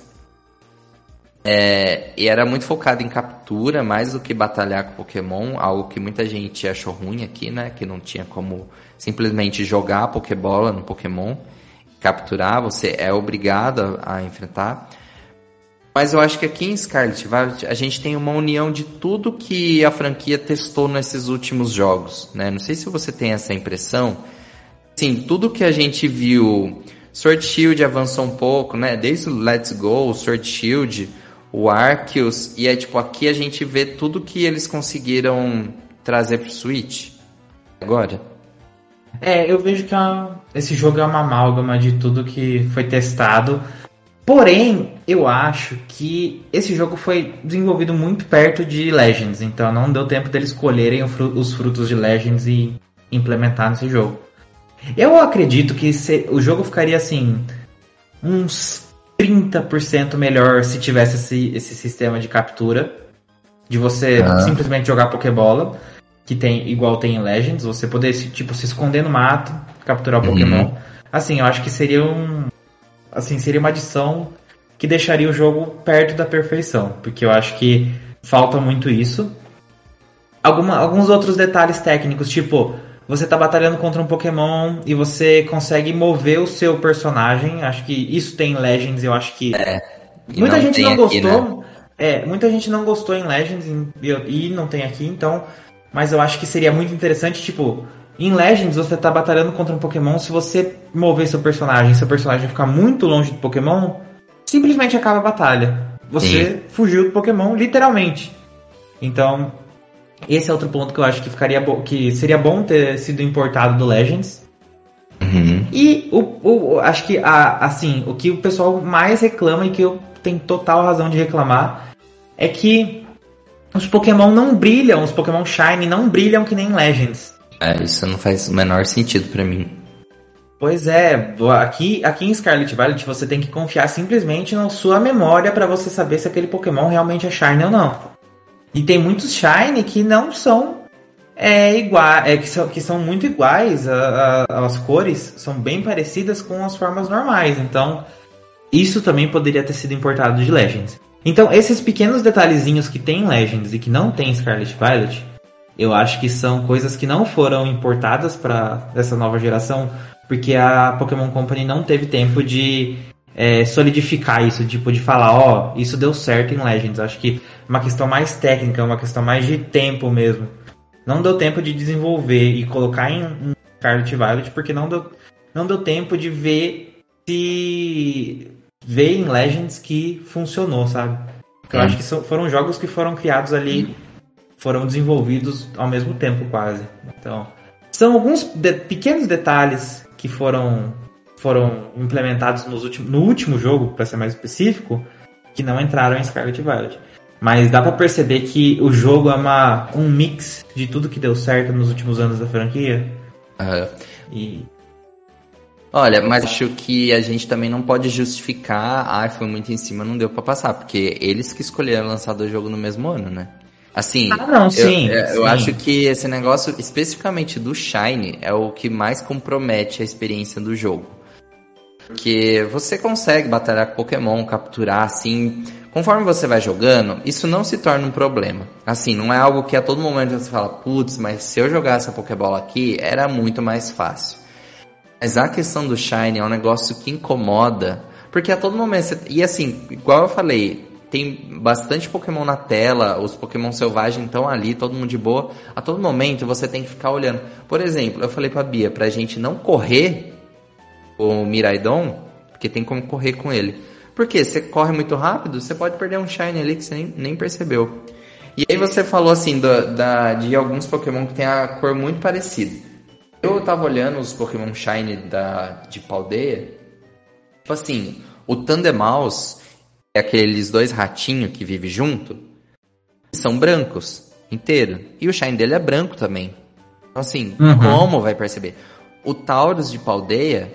é, e era muito focado em captura, mais do que batalhar com Pokémon, algo que muita gente achou ruim aqui, né? Que não tinha como simplesmente jogar a Pokébola no Pokémon, capturar, você é obrigado a, a enfrentar. Mas eu acho que aqui em Scarlet Violet a gente tem uma união de tudo que a franquia testou nesses últimos jogos, né? Não sei se você tem essa impressão. Sim, tudo que a gente viu, Sword Shield avançou um pouco, né? Desde o Let's Go, o Sword Shield, o Arceus, e é tipo, aqui a gente vê tudo que eles conseguiram trazer pro Switch. Agora. É, eu vejo que a, esse jogo é uma amálgama de tudo que foi testado. Porém, eu acho que esse jogo foi desenvolvido muito perto de Legends, então não deu tempo deles colherem fru- os frutos de Legends e implementar nesse jogo. Eu acredito que se, o jogo ficaria assim, uns trinta por cento melhor se tivesse esse, esse sistema de captura, de você Ah. simplesmente jogar Pokébola, que tem igual tem em Legends, você poder tipo, se esconder no mato, capturar o Uhum. Pokémon. Assim, eu acho que seria um... Assim, seria uma adição que deixaria o jogo perto da perfeição, porque eu acho que falta muito isso. Alguma, alguns outros detalhes técnicos, tipo, você tá batalhando contra um Pokémon e você consegue mover o seu personagem, acho que isso tem em Legends, eu acho que... É, e muita não gente tem não aqui, gostou, né? é, muita gente não gostou em Legends e, e não tem aqui, então... Mas eu acho que seria muito interessante, tipo... Em Legends, você tá batalhando contra um Pokémon, se você mover seu personagem, seu personagem ficar muito longe do Pokémon, simplesmente acaba a batalha. Você Sim. fugiu do Pokémon, literalmente. Então, esse é outro ponto que eu acho que ficaria bo- que seria bom ter sido importado do Legends. Uhum. E o, o- acho que a, assim, o que o pessoal mais reclama e que eu tenho total razão de reclamar é que os Pokémon não brilham, os Pokémon Shiny não brilham que nem em Legends. É, isso não faz o menor sentido pra mim. Pois é, aqui, aqui em Scarlet Violet você tem que confiar simplesmente na sua memória para você saber se aquele Pokémon realmente é Shiny ou não. E tem muitos Shiny que não são é, iguais, é, que, são, que são muito iguais, a, a, as cores são bem parecidas com as formas normais, então isso também poderia ter sido importado de Legends. Então esses pequenos detalhezinhos que tem em Legends e que não tem em Scarlet Violet, eu acho que são coisas que não foram importadas para essa nova geração, porque a Pokémon Company não teve tempo de é, solidificar isso, tipo, de falar, ó, oh, isso deu certo em Legends. Acho que é uma questão mais técnica, uma questão mais de tempo mesmo. Não deu tempo de desenvolver e colocar em, em Scarlet Violet, porque não deu, não deu tempo de ver se... ver em Legends que funcionou, sabe? Porque eu Hum. acho que são, foram jogos que foram criados ali... foram desenvolvidos ao mesmo tempo quase. Então, são alguns de- pequenos detalhes que foram, foram implementados nos últimos, no último jogo, para ser mais específico, que não entraram em Scarlet Violet. Mas dá para perceber que o jogo é uma, um mix de tudo que deu certo nos últimos anos da franquia. Uhum. E... Olha, mas acho que a gente também não pode justificar, ah, foi muito em cima, não deu pra passar, porque eles que escolheram lançar dois jogos no mesmo ano, né? Assim, ah, não, sim, eu, eu sim. acho que esse negócio, especificamente do Shine, é o que mais compromete a experiência do jogo. Porque você consegue batalhar com Pokémon, capturar, assim... Conforme você vai jogando, isso não se torna um problema. Assim, não é algo que a todo momento você fala, putz, mas se eu jogar essa Pokébola aqui, era muito mais fácil. Mas a questão do Shine é um negócio que incomoda, porque a todo momento... Você... E assim, igual eu falei, tem bastante Pokémon na tela, os Pokémon selvagens estão ali, todo mundo de boa. A todo momento você tem que ficar olhando. Por exemplo, eu falei pra Bia, pra gente não correr o Miraidon, porque tem como correr com ele. Porque você corre muito rápido, você pode perder um Shine ali que você nem, nem percebeu. E aí você falou assim, do, da, de alguns Pokémon que tem a cor muito parecida. Eu tava olhando os Pokémon Shine da, de Paldea. Tipo assim, o Tandemaus, é aqueles dois ratinhos que vivem junto, são brancos, inteiro. E o Shine dele é branco também. Então assim, uhum. Como vai perceber? O Tauros de Paldea,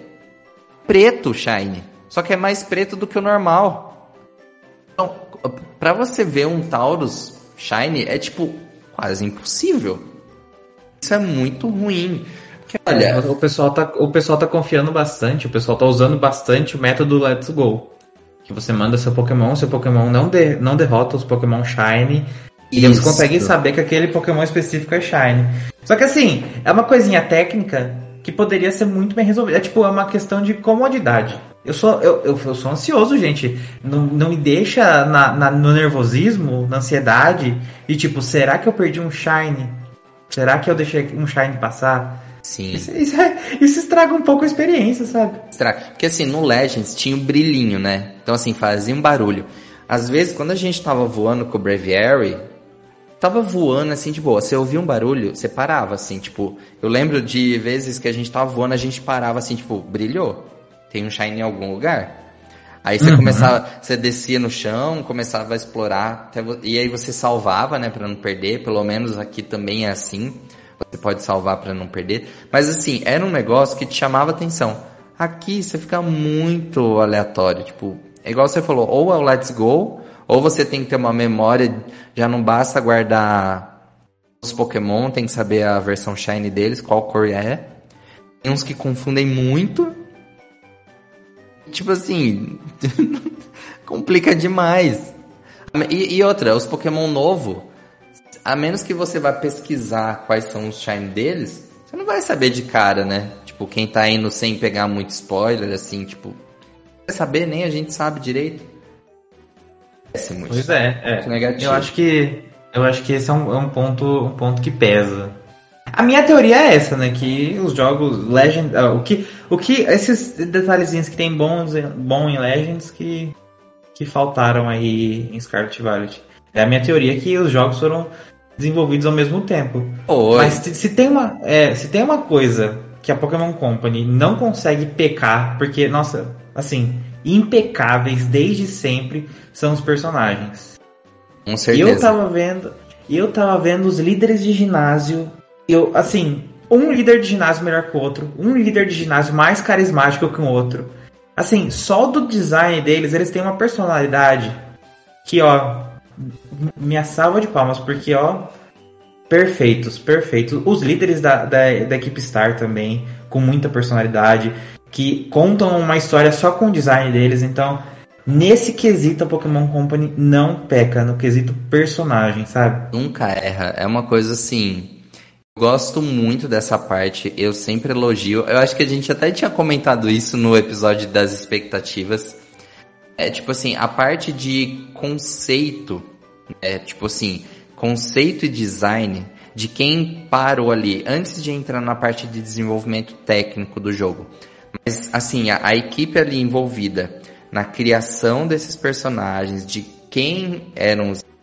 preto Shine. Só que é mais preto do que o normal. Então, pra você ver um Taurus Shine, é tipo, quase impossível. Isso é muito ruim. Porque, olha... É, o, pessoal tá, o pessoal tá confiando bastante, o pessoal tá usando bastante o método Let's Go. Que você manda seu Pokémon, seu Pokémon não, de, não derrota os Pokémon Shine. E você consegue saber que aquele Pokémon específico é Shine. Só que assim, é uma coisinha técnica que poderia ser muito bem resolvida. É tipo, é uma questão de comodidade. Eu sou, eu, eu, eu sou ansioso, gente. Não, não me deixa na, na, no nervosismo, na ansiedade. E tipo, será que eu perdi um Shine? Será que eu deixei um Shine passar? Sim. Isso, isso, é, isso estraga um pouco a experiência, sabe? Estraga. Porque assim, no Legends tinha um brilhinho, né? Então assim, fazia um barulho. Às vezes, quando a gente tava voando com o Braviary, tava voando assim de boa. Você ouvia um barulho, você parava assim, tipo... Eu lembro de vezes que a gente tava voando, a gente parava assim, tipo, brilhou. Tem um Shine em algum lugar. Aí você uhum. começava, você descia no chão, começava a explorar, até, e aí você salvava, né, pra não perder. Pelo menos aqui também é assim. Você pode salvar pra não perder. Mas assim, era um negócio que te chamava atenção. Aqui você fica muito aleatório, tipo, é igual você falou, ou é o Let's Go, ou você tem que ter uma memória, já não basta guardar os Pokémon, tem que saber a versão Shine deles, qual cor é. Tem uns que confundem muito. Tipo assim, complica demais. E, e outra, os Pokémon novo, a menos que você vá pesquisar quais são os Shine deles, você não vai saber de cara, né? Tipo, quem tá indo sem pegar muito spoiler, assim, tipo... Quer saber? Nem a gente sabe direito. É muito, pois é, é. Negativo. Eu acho que, eu acho que esse é um, é um, ponto, um ponto que pesa. A minha teoria é essa, né? Que os jogos Legend... Uh, o, que, o que... Esses detalhezinhos que tem bons, bom em Legends que, que faltaram aí em Scarlet Violet. É a minha teoria que os jogos foram desenvolvidos ao mesmo tempo. Oi. Mas se, se, tem uma, é, se tem uma coisa que a Pokémon Company não consegue pecar, porque, nossa, assim, impecáveis desde sempre são os personagens. Com certeza. E eu tava vendo, eu tava vendo os líderes de ginásio, eu, assim, um líder de ginásio melhor que o outro, um líder de ginásio mais carismático que o outro. Assim, só do design deles, eles têm uma personalidade que, ó, minha salva de palmas, porque, ó, perfeitos, perfeitos. Os líderes da, da, da equipe Star também, com muita personalidade, que contam uma história só com o design deles. Então, nesse quesito, a Pokémon Company não peca, no quesito personagem, sabe? Nunca erra. É uma coisa assim... Eu gosto muito dessa parte, eu sempre elogio. Eu acho que a gente até tinha comentado isso no episódio das expectativas. É tipo assim, a parte de conceito, é tipo assim, conceito e design de quem parou ali, antes de entrar na parte de desenvolvimento técnico do jogo. Mas assim, a, a equipe ali envolvida na criação desses personagens, de quem eram os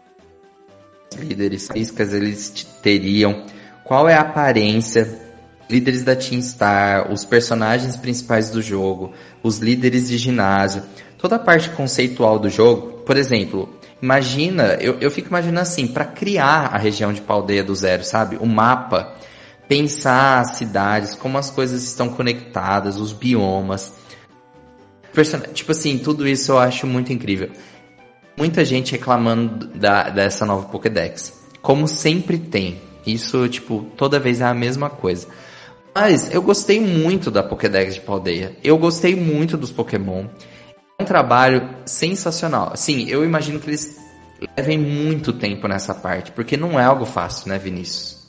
líderes, iscas eles teriam, qual é a aparência, líderes da Team Star, os personagens principais do jogo, os líderes de ginásio, toda a parte conceitual do jogo. Por exemplo, imagina, eu, eu fico imaginando assim, para criar a região de Paldea do zero, sabe? O mapa, pensar as cidades, como as coisas estão conectadas, os biomas. Person... Tipo assim, tudo isso eu acho muito incrível. Muita gente reclamando da, dessa nova Pokédex. Como sempre tem. Isso, tipo, toda vez é a mesma coisa. Mas eu gostei muito da Pokédex de Paldeia. Eu gostei muito dos Pokémon. É um trabalho sensacional. Assim, eu imagino que eles levem muito tempo nessa parte, porque não é algo fácil, né, Vinícius?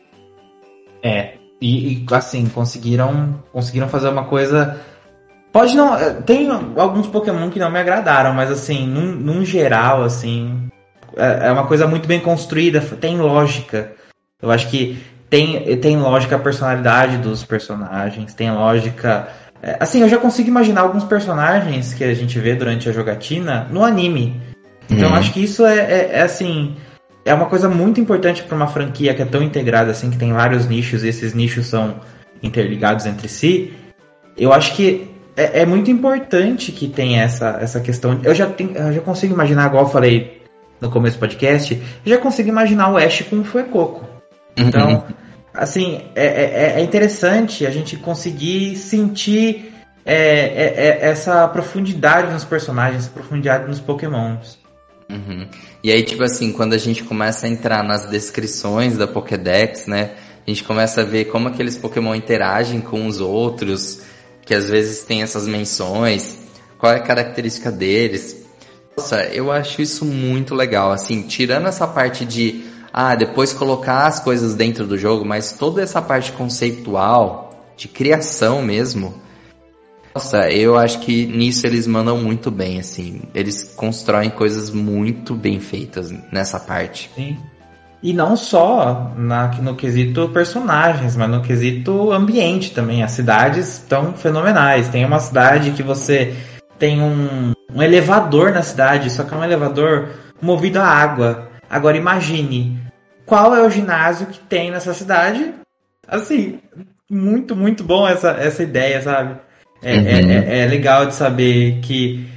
É, e, e assim, conseguiram, conseguiram fazer uma coisa... Pode não... Tem alguns Pokémon que não me agradaram, mas assim, num, num geral, assim... É, é uma coisa muito bem construída, tem lógica. Eu acho que tem, tem lógica a personalidade dos personagens, tem lógica... É, assim, eu já consigo imaginar alguns personagens que a gente vê durante a jogatina no anime. Então, Hum. acho que isso é, é, é assim... É uma coisa muito importante para uma franquia que é tão integrada, assim, que tem vários nichos e esses nichos são interligados entre si. Eu acho que é, é muito importante que tenha essa, essa questão. Eu já, tenho, eu já consigo imaginar, igual eu falei no começo do podcast, eu já consigo imaginar o Ash com o Fuecoco. Então, assim, é, é, é interessante a gente conseguir sentir é, é, é, essa profundidade nos personagens, essa profundidade nos Pokémons. Uhum. E aí, tipo assim, quando a gente começa a entrar nas descrições da Pokédex, né? A gente começa a ver como aqueles Pokémon interagem com os outros, que às vezes tem essas menções, qual é a característica deles. Nossa, eu acho isso muito legal, assim, tirando essa parte de, ah, depois colocar as coisas dentro do jogo, mas toda essa parte conceitual, de criação mesmo, nossa, eu acho que nisso eles mandam muito bem, assim, eles constroem coisas muito bem feitas nessa parte. Sim. E não só na, no quesito personagens, mas no quesito ambiente também. As cidades estão fenomenais. Tem uma cidade que você tem um, um elevador na cidade, só que é um elevador movido a água. Agora imagine, qual é o ginásio que tem nessa cidade? Assim, muito, muito bom essa, essa ideia, sabe? É, uhum. é, é, é legal de saber que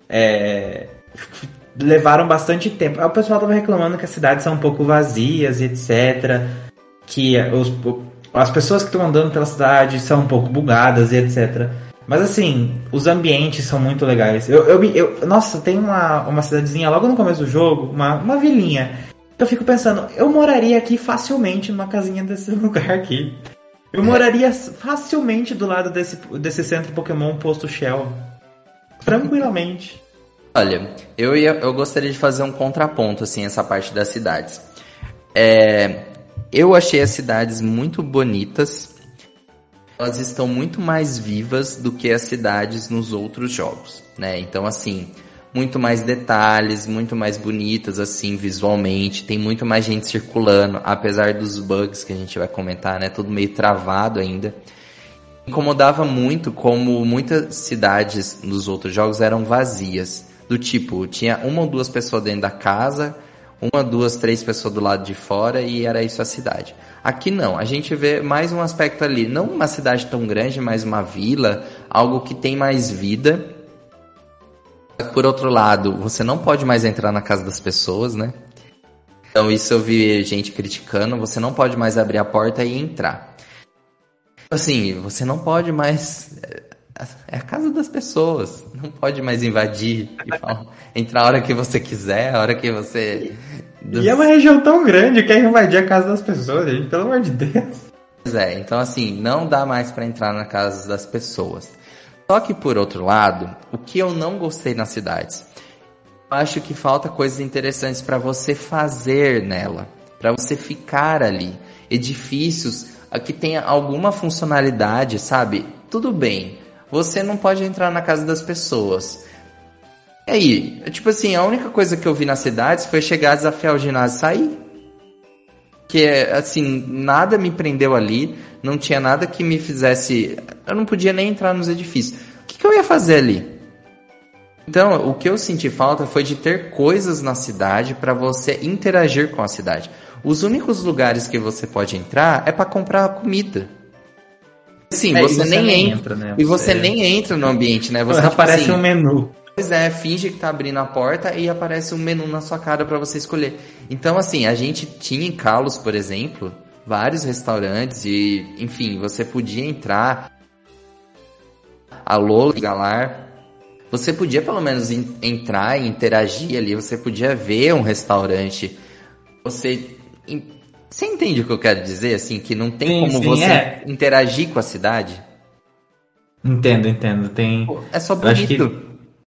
é, levaram bastante tempo. O pessoal tava reclamando que as cidades são um pouco vazias, etcétera. Que os, as pessoas que estão andando pela cidade são um pouco bugadas, etcétera. Mas assim, os ambientes são muito legais. Eu, eu, eu, nossa, tem uma, uma cidadezinha logo no começo do jogo, uma, uma vilinha. Eu fico pensando, eu moraria aqui facilmente numa casinha desse lugar aqui. Eu moraria facilmente do lado desse, desse centro Pokémon posto Shell. Tranquilamente. Olha, eu, ia, eu gostaria de fazer um contraponto, assim, essa parte das cidades. É, eu achei as cidades muito bonitas. Elas estão muito mais vivas do que as cidades nos outros jogos, né? Então, assim, muito mais detalhes, muito mais bonitas, assim, visualmente. Tem muito mais gente circulando, apesar dos bugs que a gente vai comentar, né? Tudo meio travado ainda. Incomodava muito como muitas cidades nos outros jogos eram vazias. Do tipo, tinha uma ou duas pessoas dentro da casa, uma, duas, três pessoas do lado de fora e era isso a cidade. Aqui não, a gente vê mais um aspecto ali, não uma cidade tão grande, mas uma vila, algo que tem mais vida. Por outro lado, você não pode mais entrar na casa das pessoas, né? Então isso eu vi gente criticando, você não pode mais abrir a porta e entrar. Assim, você não pode mais... É a casa das pessoas, não pode mais invadir e falar, entrar a hora que você quiser, a hora que você... E é uma região tão grande, quer invadir a casa das pessoas, gente, pelo amor de Deus. Pois é, então assim, não dá mais pra entrar na casa das pessoas. Só que por outro lado, o que eu não gostei nas cidades, eu acho que falta coisas interessantes pra você fazer nela, pra você ficar ali. Edifícios que tenha alguma funcionalidade, sabe? Tudo bem, você não pode entrar na casa das pessoas. E aí, tipo assim, a única coisa que eu vi nas cidades foi chegar, desafiar o ginásio e sair. Que, assim, nada me prendeu ali, não tinha nada que me fizesse... Eu não podia nem entrar nos edifícios. O que, que eu ia fazer ali? Então, o que eu senti falta foi de ter coisas na cidade para você interagir com a cidade. Os únicos lugares que você pode entrar é para comprar comida. Sim, é, você, você nem, nem entra, né? E você, você nem entra no ambiente, né? Você, aparece tipo assim, um menu. Pois é, finge que tá abrindo a porta e aparece um menu na sua cara para você escolher. Então, assim, a gente tinha em Kalos, por exemplo, vários restaurantes e, enfim, você podia entrar. A Lola Galar, você podia pelo menos in- entrar e interagir ali, você podia ver um restaurante. Você, in- Você entende o que eu quero dizer, assim, que não tem Sim, como sim, você é. interagir com a cidade? Entendo, entendo. Tem. Pô, é só Eu acho que. bonito.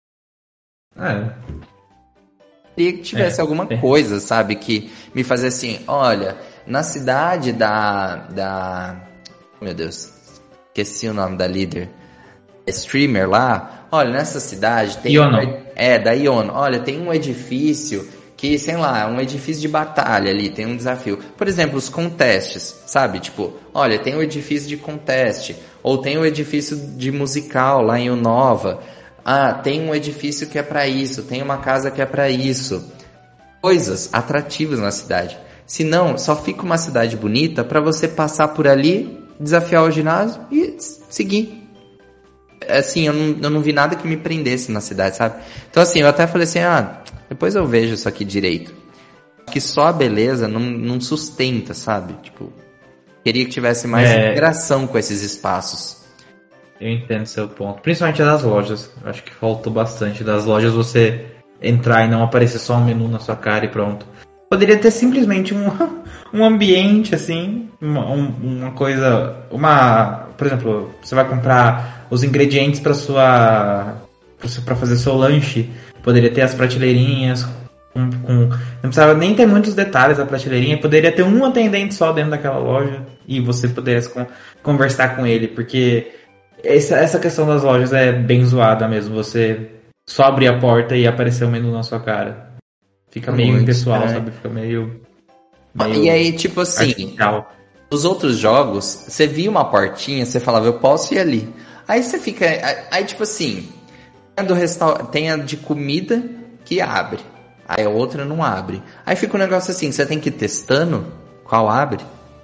É, Queria que tivesse é. alguma é. coisa, sabe, que me fazia assim, olha, na cidade da... da... Meu Deus, esqueci o nome da líder. Streamer lá, olha, nessa cidade tem... Iono. É, da Iono. Olha, tem um edifício que, sei lá, é um edifício de batalha ali, tem um desafio. Por exemplo, os contestes, sabe? Tipo, olha, tem um edifício de conteste, ou tem um edifício de musical lá em Unova. Ah, tem um edifício que é pra isso, tem uma casa que é pra isso. Coisas atrativas na cidade. Se não, só fica uma cidade bonita pra você passar por ali, desafiar o ginásio e seguir. Assim, eu não, eu não vi nada que me prendesse na cidade, sabe? Então assim, eu até falei assim, ah, depois eu vejo isso aqui direito. Que só a beleza não, não sustenta, sabe? Tipo, queria que tivesse mais É. interação com esses espaços. Eu entendo seu ponto. Principalmente das lojas. Eu acho que faltou bastante das lojas você entrar e não aparecer só um menu na sua cara e pronto. Poderia ter simplesmente um, um ambiente, assim, uma, um- uma coisa... Uma... Por exemplo, você vai comprar os ingredientes para sua... para fazer seu lanche. Poderia ter as prateleirinhas com, com... Não precisava nem ter muitos detalhes a prateleirinha. Poderia ter um atendente só dentro daquela loja e você pudesse con- conversar com ele, porque... Essa, essa questão das lojas é bem zoada mesmo. Você só abrir a porta e aparecer o menu na sua cara. Fica meio Muito impessoal, estranho. sabe? Fica meio, meio E aí, tipo assim, artificial. os outros jogos, você via uma portinha, você falava, eu posso ir ali. Aí você fica. Aí, aí, tipo assim, tem a, do restaur... tem a de comida que abre. Aí a outra não abre. Aí fica um negócio assim, você tem que ir testando qual abre.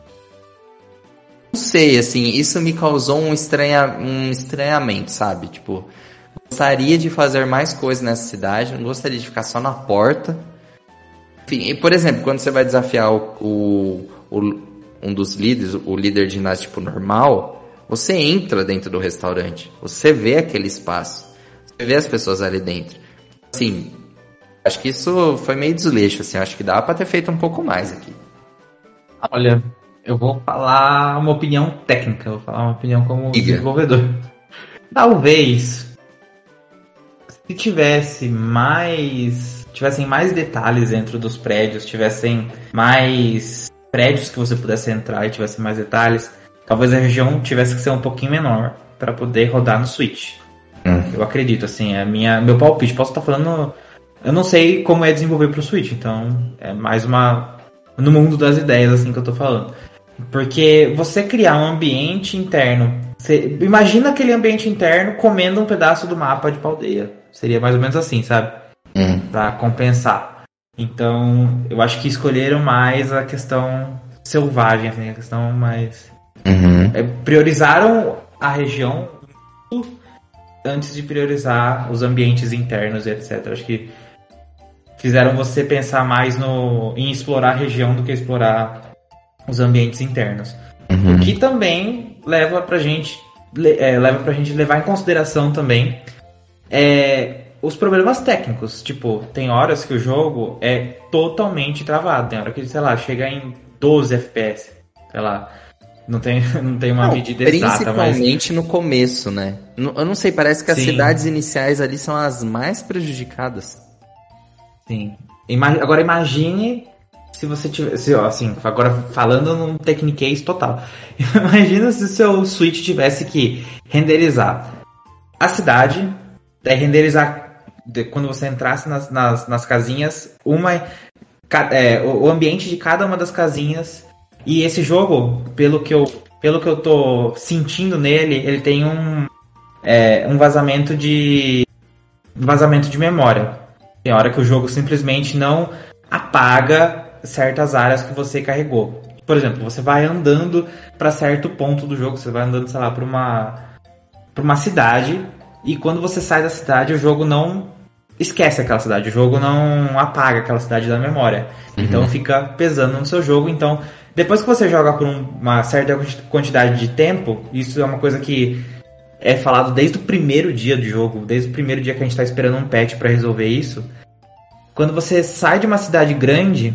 Não sei, assim, isso me causou um, estranha... um estranhamento, sabe? Tipo, gostaria de fazer mais coisas nessa cidade, não gostaria de ficar só na porta. Enfim, e, por exemplo, quando você vai desafiar o, o, o- um dos líderes, o líder de ginásio tipo normal, você entra dentro do restaurante, você vê aquele espaço, você vê as pessoas ali dentro. Assim, acho que isso foi meio desleixo, assim, acho que dá pra ter feito um pouco mais aqui. Olha, eu vou falar uma opinião técnica, vou falar uma opinião como Diga. desenvolvedor. Talvez, se tivesse mais, tivessem mais detalhes dentro dos prédios, tivessem mais prédios que você pudesse entrar e tivessem mais detalhes, talvez a região tivesse que ser um pouquinho menor para poder rodar no Switch. Hum. Eu acredito, assim, é minha, meu palpite. Posso estar falando, eu não sei como é desenvolver pro Switch, então é mais uma no mundo das ideias assim que eu tô falando. Porque você criar um ambiente interno, você imagina aquele ambiente interno comendo um pedaço do mapa de Paldeia. Seria mais ou menos assim, sabe? Hum. Pra compensar. Então, eu acho que escolheram mais a questão selvagem, assim, a questão mais... Uhum. é, priorizaram a região antes de priorizar os ambientes internos e etcétera. Acho que fizeram você pensar mais no, em explorar a região do que explorar os ambientes internos. Uhum. O que também leva pra gente, le- é, leva pra gente levar em consideração também é, os problemas técnicos. Tipo, tem horas que o jogo é totalmente travado. Tem hora que, sei lá, chega em doze F P S. Sei lá. Não tem, não tem uma Não, medida exata, mas... principalmente no começo, né? N- Eu não sei, parece que as Sim. cidades iniciais ali são as mais prejudicadas. Sim. Ima- Agora imagine se você tivesse, ó, assim, agora falando num techniquez total. Imagina se o seu Switch tivesse que renderizar a cidade, daí renderizar de- quando você entrasse nas, nas, nas casinhas, uma, ca- é, o, o ambiente de cada uma das casinhas. E esse jogo, pelo que eu, pelo que eu tô sentindo nele, ele tem um, é, um vazamento de um vazamento de memória. Tem hora que o jogo simplesmente não apaga certas áreas que você carregou. Por exemplo, você vai andando para certo ponto do jogo, você vai andando, sei lá, para uma para uma cidade, e quando você sai da cidade, o jogo não esquece aquela cidade, o jogo não apaga aquela cidade da memória. Então fica pesando no seu jogo. Então, depois que você joga por um- uma certa quantidade de tempo, isso é uma coisa que é falado desde o primeiro dia do jogo, desde o primeiro dia que a gente tá esperando um patch pra resolver isso. Quando você sai de uma cidade grande,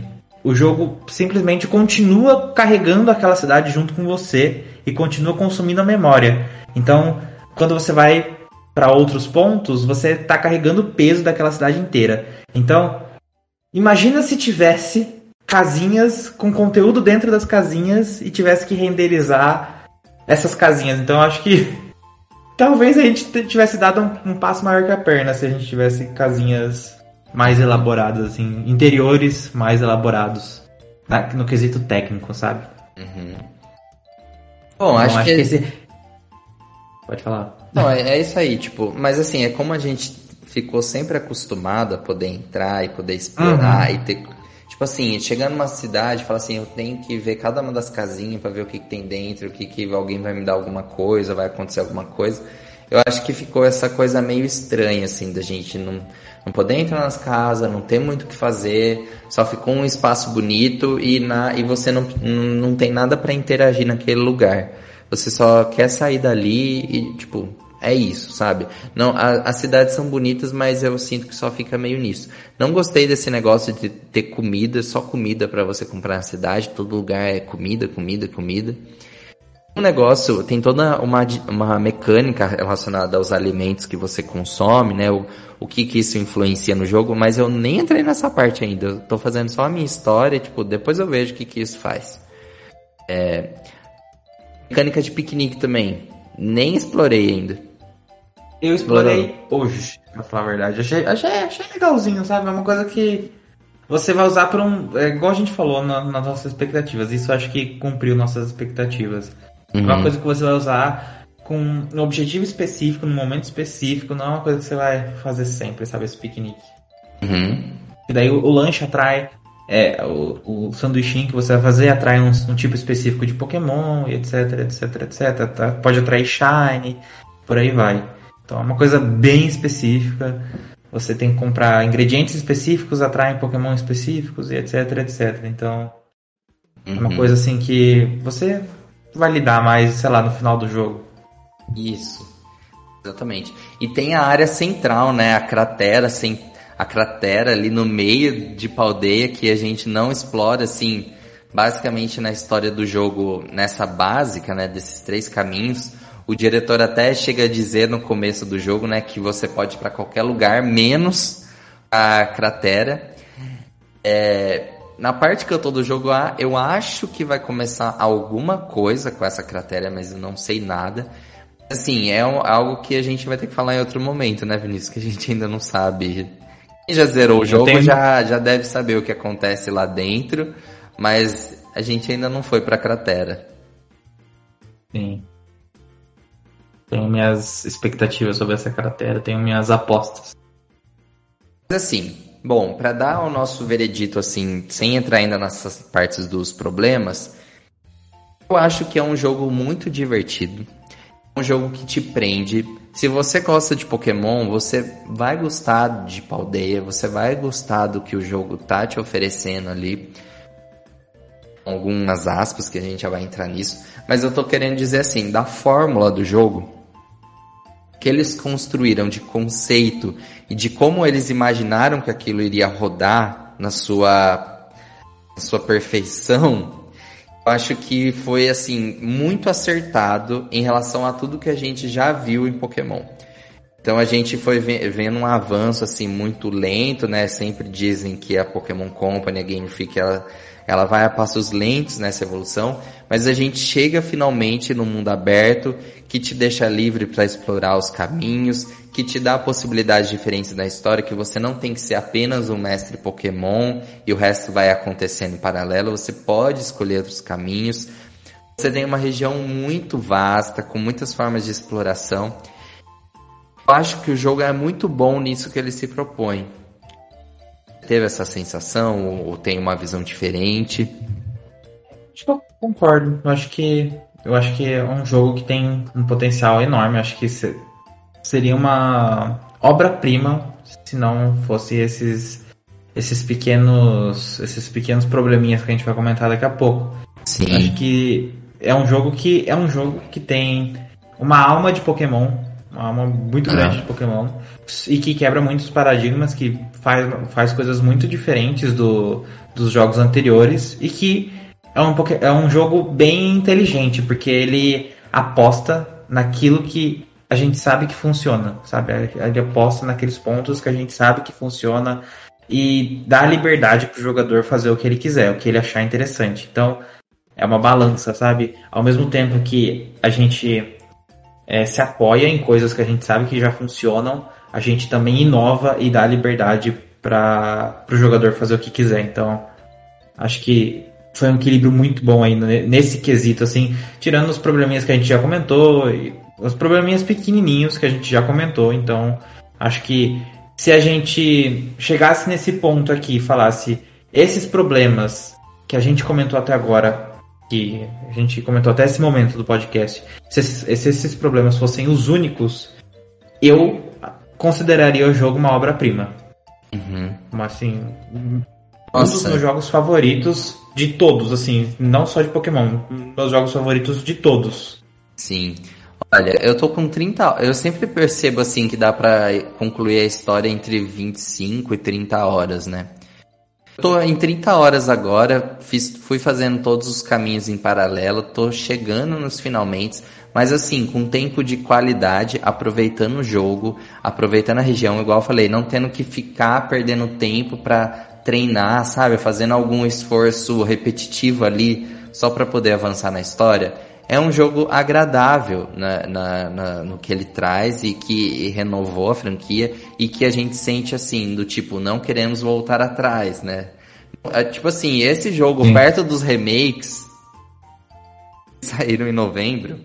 o jogo simplesmente continua carregando aquela cidade junto com você e continua consumindo a memória. Então, quando você vai para outros pontos, você está carregando o peso daquela cidade inteira. Então, imagina se tivesse casinhas com conteúdo dentro das casinhas e tivesse que renderizar essas casinhas. Então, eu acho que talvez a gente tivesse dado um, um passo maior que a perna se a gente tivesse casinhas mais elaboradas, assim, interiores mais elaborados, na, no quesito técnico, sabe? Uhum. Bom, então, acho, acho que... que esse... Pode falar. Não, é, é isso aí, tipo, mas assim, é como a gente ficou sempre acostumado a poder entrar e poder explorar uhum. e ter... Tipo assim, chegando numa cidade, fala assim, eu tenho que ver cada uma das casinhas pra ver o que, que tem dentro, o que, que alguém vai me dar alguma coisa, vai acontecer alguma coisa. Eu acho que ficou essa coisa meio estranha, assim, da gente não... Não poder entrar nas casas, não ter muito o que fazer, só ficou um espaço bonito e, na, e você não, não tem nada para interagir naquele lugar. Você só quer sair dali e, tipo, é isso, sabe? Não, a, as cidades são bonitas, mas eu sinto que só fica meio nisso. Não gostei desse negócio de ter comida, só comida para você comprar na cidade, todo lugar é comida, comida, comida. O negócio tem toda uma, uma mecânica relacionada aos alimentos que você consome, né? O, o que que isso influencia no jogo, mas eu nem entrei nessa parte ainda. Eu tô fazendo só a minha história, tipo, depois eu vejo o que que isso faz. É, mecânica de piquenique também. Nem explorei ainda. Eu explorei hoje, pra falar a verdade. Achei, achei, achei legalzinho, sabe? É uma coisa que você vai usar por um... É, igual a gente falou na, nas nossas expectativas. Isso acho que cumpriu nossas expectativas. É uma coisa que você vai usar com um objetivo específico, num momento específico, não é uma coisa que você vai fazer sempre, sabe? Esse piquenique. Uhum. E daí o, o lanche atrai, é, o, o sanduichinho que você vai fazer atrai um, um tipo específico de Pokémon, e etc, etc, etc. Tá? Pode atrair Shine, por aí vai. Então é uma coisa bem específica. Você tem que comprar ingredientes específicos, atraem Pokémon específicos, e etc, et cetera. Então uhum. é uma coisa assim que você... vai lidar mais, sei lá, no final do jogo. Isso, exatamente. E tem a área central, né, a cratera, a cratera ali no meio de Paldea que a gente não explora, assim, basicamente na história do jogo, nessa básica, né, desses três caminhos. O diretor até chega a dizer no começo do jogo, né, que você pode ir para qualquer lugar, menos a cratera. É... Na parte que eu tô do jogo, eu acho que vai começar alguma coisa com essa cratera, mas eu não sei nada. Assim, é algo que a gente vai ter que falar em outro momento, né, Vinícius? Que a gente ainda não sabe. Quem já zerou o jogo tenho... já, já deve saber o que acontece lá dentro, mas a gente ainda não foi pra cratera. Sim. Tenho minhas expectativas sobre essa cratera, tenho minhas apostas. Mas assim... Bom, para dar o nosso veredito assim, sem entrar ainda nessas partes dos problemas, eu acho que é um jogo muito divertido, um jogo que te prende. Se você gosta de Pokémon, você vai gostar de Paldea, você vai gostar do que o jogo tá te oferecendo ali. Algumas aspas que a gente já vai entrar nisso, mas eu tô querendo dizer assim, da fórmula do jogo, que eles construíram de conceito e de como eles imaginaram que aquilo iria rodar na sua, na sua perfeição, eu acho que foi assim muito acertado em relação a tudo que a gente já viu em Pokémon. Então a gente foi vendo um avanço assim muito lento, né? Sempre dizem que a Pokémon Company, a Game Freak, ela, ela vai a passos lentos nessa evolução, mas a gente chega finalmente no mundo aberto, que te deixa livre para explorar os caminhos, que te dá possibilidades diferentes na história, que você não tem que ser apenas um mestre Pokémon e o resto vai acontecendo em paralelo, você pode escolher outros caminhos. Você tem uma região muito vasta, com muitas formas de exploração. Eu acho que o jogo é muito bom nisso que ele se propõe. Teve essa sensação ou tem uma visão diferente? Acho que eu concordo. Eu acho que eu acho que é um jogo que tem um potencial enorme. Eu acho que seria uma obra-prima se não fosse esses esses pequenos esses pequenos probleminhas que a gente vai comentar daqui a pouco. Sim. Eu acho que é um jogo que é um jogo que tem uma alma de Pokémon, uma alma muito grande ah. de Pokémon. e que quebra muitos paradigmas, que faz, faz coisas muito diferentes do, dos jogos anteriores e que é um, é um jogo bem inteligente, porque ele aposta naquilo que a gente sabe que funciona, sabe? Ele aposta naqueles pontos que a gente sabe que funciona e dá liberdade pro jogador fazer o que ele quiser, o que ele achar interessante. Então, é uma balança, sabe? Ao mesmo tempo que a gente é, se apoia em coisas que a gente sabe que já funcionam, a gente também inova e dá liberdade para o jogador fazer o que quiser. Então, acho que foi um equilíbrio muito bom aí nesse quesito, assim, tirando os probleminhas que a gente já comentou, e os probleminhas pequenininhos que a gente já comentou. Então, acho que se a gente chegasse nesse ponto aqui e falasse esses problemas que a gente comentou até agora, que a gente comentou até esse momento do podcast, se esses, se esses problemas fossem os únicos, eu consideraria o jogo uma obra-prima. Uhum. Mas assim, Nossa. um dos meus jogos favoritos de todos, assim, não só de Pokémon, meus jogos favoritos de todos. Sim. Olha, eu tô com trinta... Eu sempre percebo, assim, que dá pra concluir a história entre vinte e cinco e trinta horas, né? Eu tô em trinta horas agora, fiz, fui fazendo todos os caminhos em paralelo, tô chegando nos finalmente, mas assim, com tempo de qualidade, aproveitando o jogo, aproveitando a região, igual eu falei, não tendo que ficar perdendo tempo pra treinar, sabe? Fazendo algum esforço repetitivo ali, só pra poder avançar na história. É um jogo agradável na, na, na, no que ele traz e que renovou a franquia e que a gente sente assim, do tipo, não queremos voltar atrás, né? É, tipo assim, esse jogo, Sim. perto dos remakes que saíram em novembro,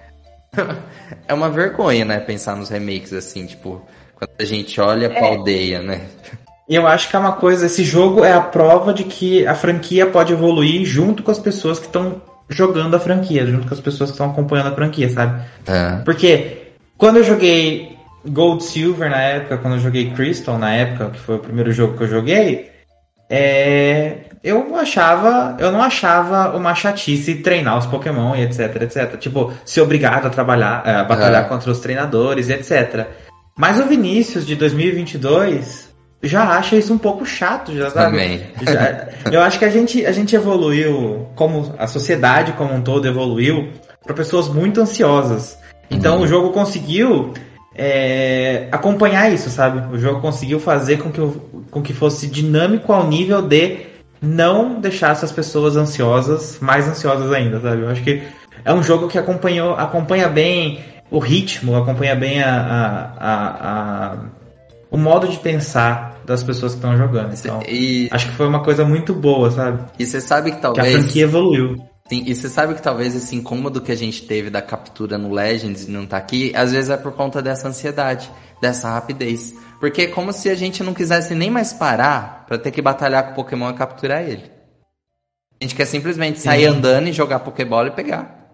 é uma vergonha, né? Pensar nos remakes assim, tipo, quando a gente olha pra é. aldeia, né? Eu acho que é uma coisa, esse jogo é a prova de que a franquia pode evoluir junto com as pessoas que estão jogando a franquia, junto com as pessoas que estão acompanhando a franquia, sabe? É. Porque quando eu joguei Gold Silver na época, quando eu joguei Crystal na época, que foi o primeiro jogo que eu joguei, é... eu achava, eu não achava uma chatice treinar os Pokémon e etc, etc. Tipo, ser obrigado a trabalhar, a batalhar é. contra os treinadores e etcétera. Mas o Vinícius de dois mil e vinte e dois já acha isso um pouco chato, já sabe? Também. Já, eu acho que a gente, a gente evoluiu, como a sociedade como um todo evoluiu, para pessoas muito ansiosas. Então uhum. o jogo conseguiu é, acompanhar isso, sabe? O jogo conseguiu fazer com que, com que fosse dinâmico ao nível de não deixar essas pessoas ansiosas, mais ansiosas ainda, sabe? Eu acho que é um jogo que acompanhou, acompanha bem o ritmo, acompanha bem a, a, a, a, o modo de pensar das pessoas que estão jogando. Então, e... acho que foi uma coisa muito boa, sabe? E você sabe que talvez... Que a franquia evoluiu. Sim, e você sabe que talvez esse incômodo que a gente teve da captura no Legends e não tá aqui, às vezes é por conta dessa ansiedade, dessa rapidez. Porque é como se a gente não quisesse nem mais parar pra ter que batalhar com o Pokémon e capturar ele. A gente quer simplesmente sair Sim. andando e jogar Pokébola e pegar.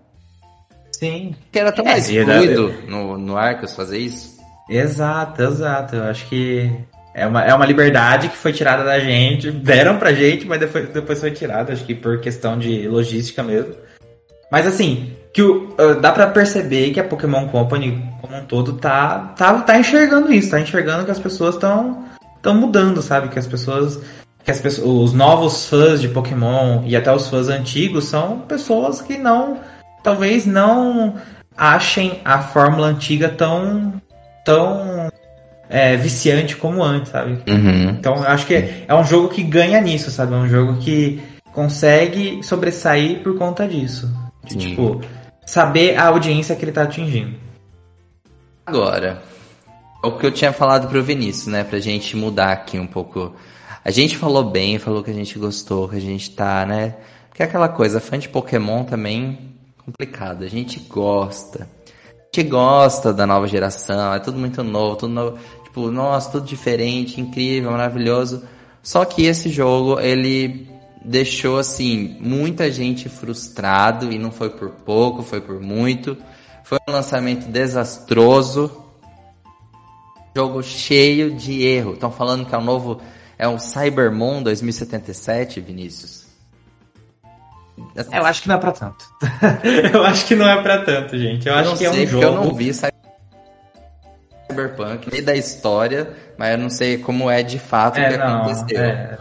Sim. Que era tão é, mais fluido no, no Arceus fazer isso. Exato, exato. Eu acho que é uma, é uma liberdade que foi tirada da gente, deram pra gente, mas depois, depois foi tirada, acho que por questão de logística mesmo. Mas assim, que o, dá pra perceber que a Pokémon Company como um todo tá, tá, tá enxergando isso, tá enxergando que as pessoas estão estão mudando, sabe? Que as pessoas, que as pessoas, os novos fãs de Pokémon e até os fãs antigos são pessoas que não, talvez não achem a fórmula antiga tão tão é, viciante como antes, sabe? Uhum. Então eu acho que é, é um jogo que ganha nisso, sabe? É um jogo que consegue sobressair por conta disso. De, tipo, saber a audiência que ele tá atingindo. Agora, o que eu tinha falado pro Vinícius, né? Pra gente mudar aqui um pouco. A gente falou bem, falou que a gente gostou, que a gente tá, né? Porque é aquela coisa, fã de Pokémon também complicado. A gente gosta. A gente gosta da nova geração, é tudo muito novo, tudo novo, tipo, nossa, tudo diferente, incrível, maravilhoso. Só que esse jogo, ele deixou, assim, muita gente frustrado, e não foi por pouco, foi por muito. Foi um lançamento desastroso, jogo cheio de erro. Estão falando que é o novo, é um Cybermon dois mil e setenta e sete, Vinícius? Eu acho que não é pra tanto. Eu acho que não é pra tanto, gente. Eu, eu acho que é um jogo... Eu não vi Cyberpunk, sei da história, mas eu não sei como é de fato o É, que não, aconteceu. é.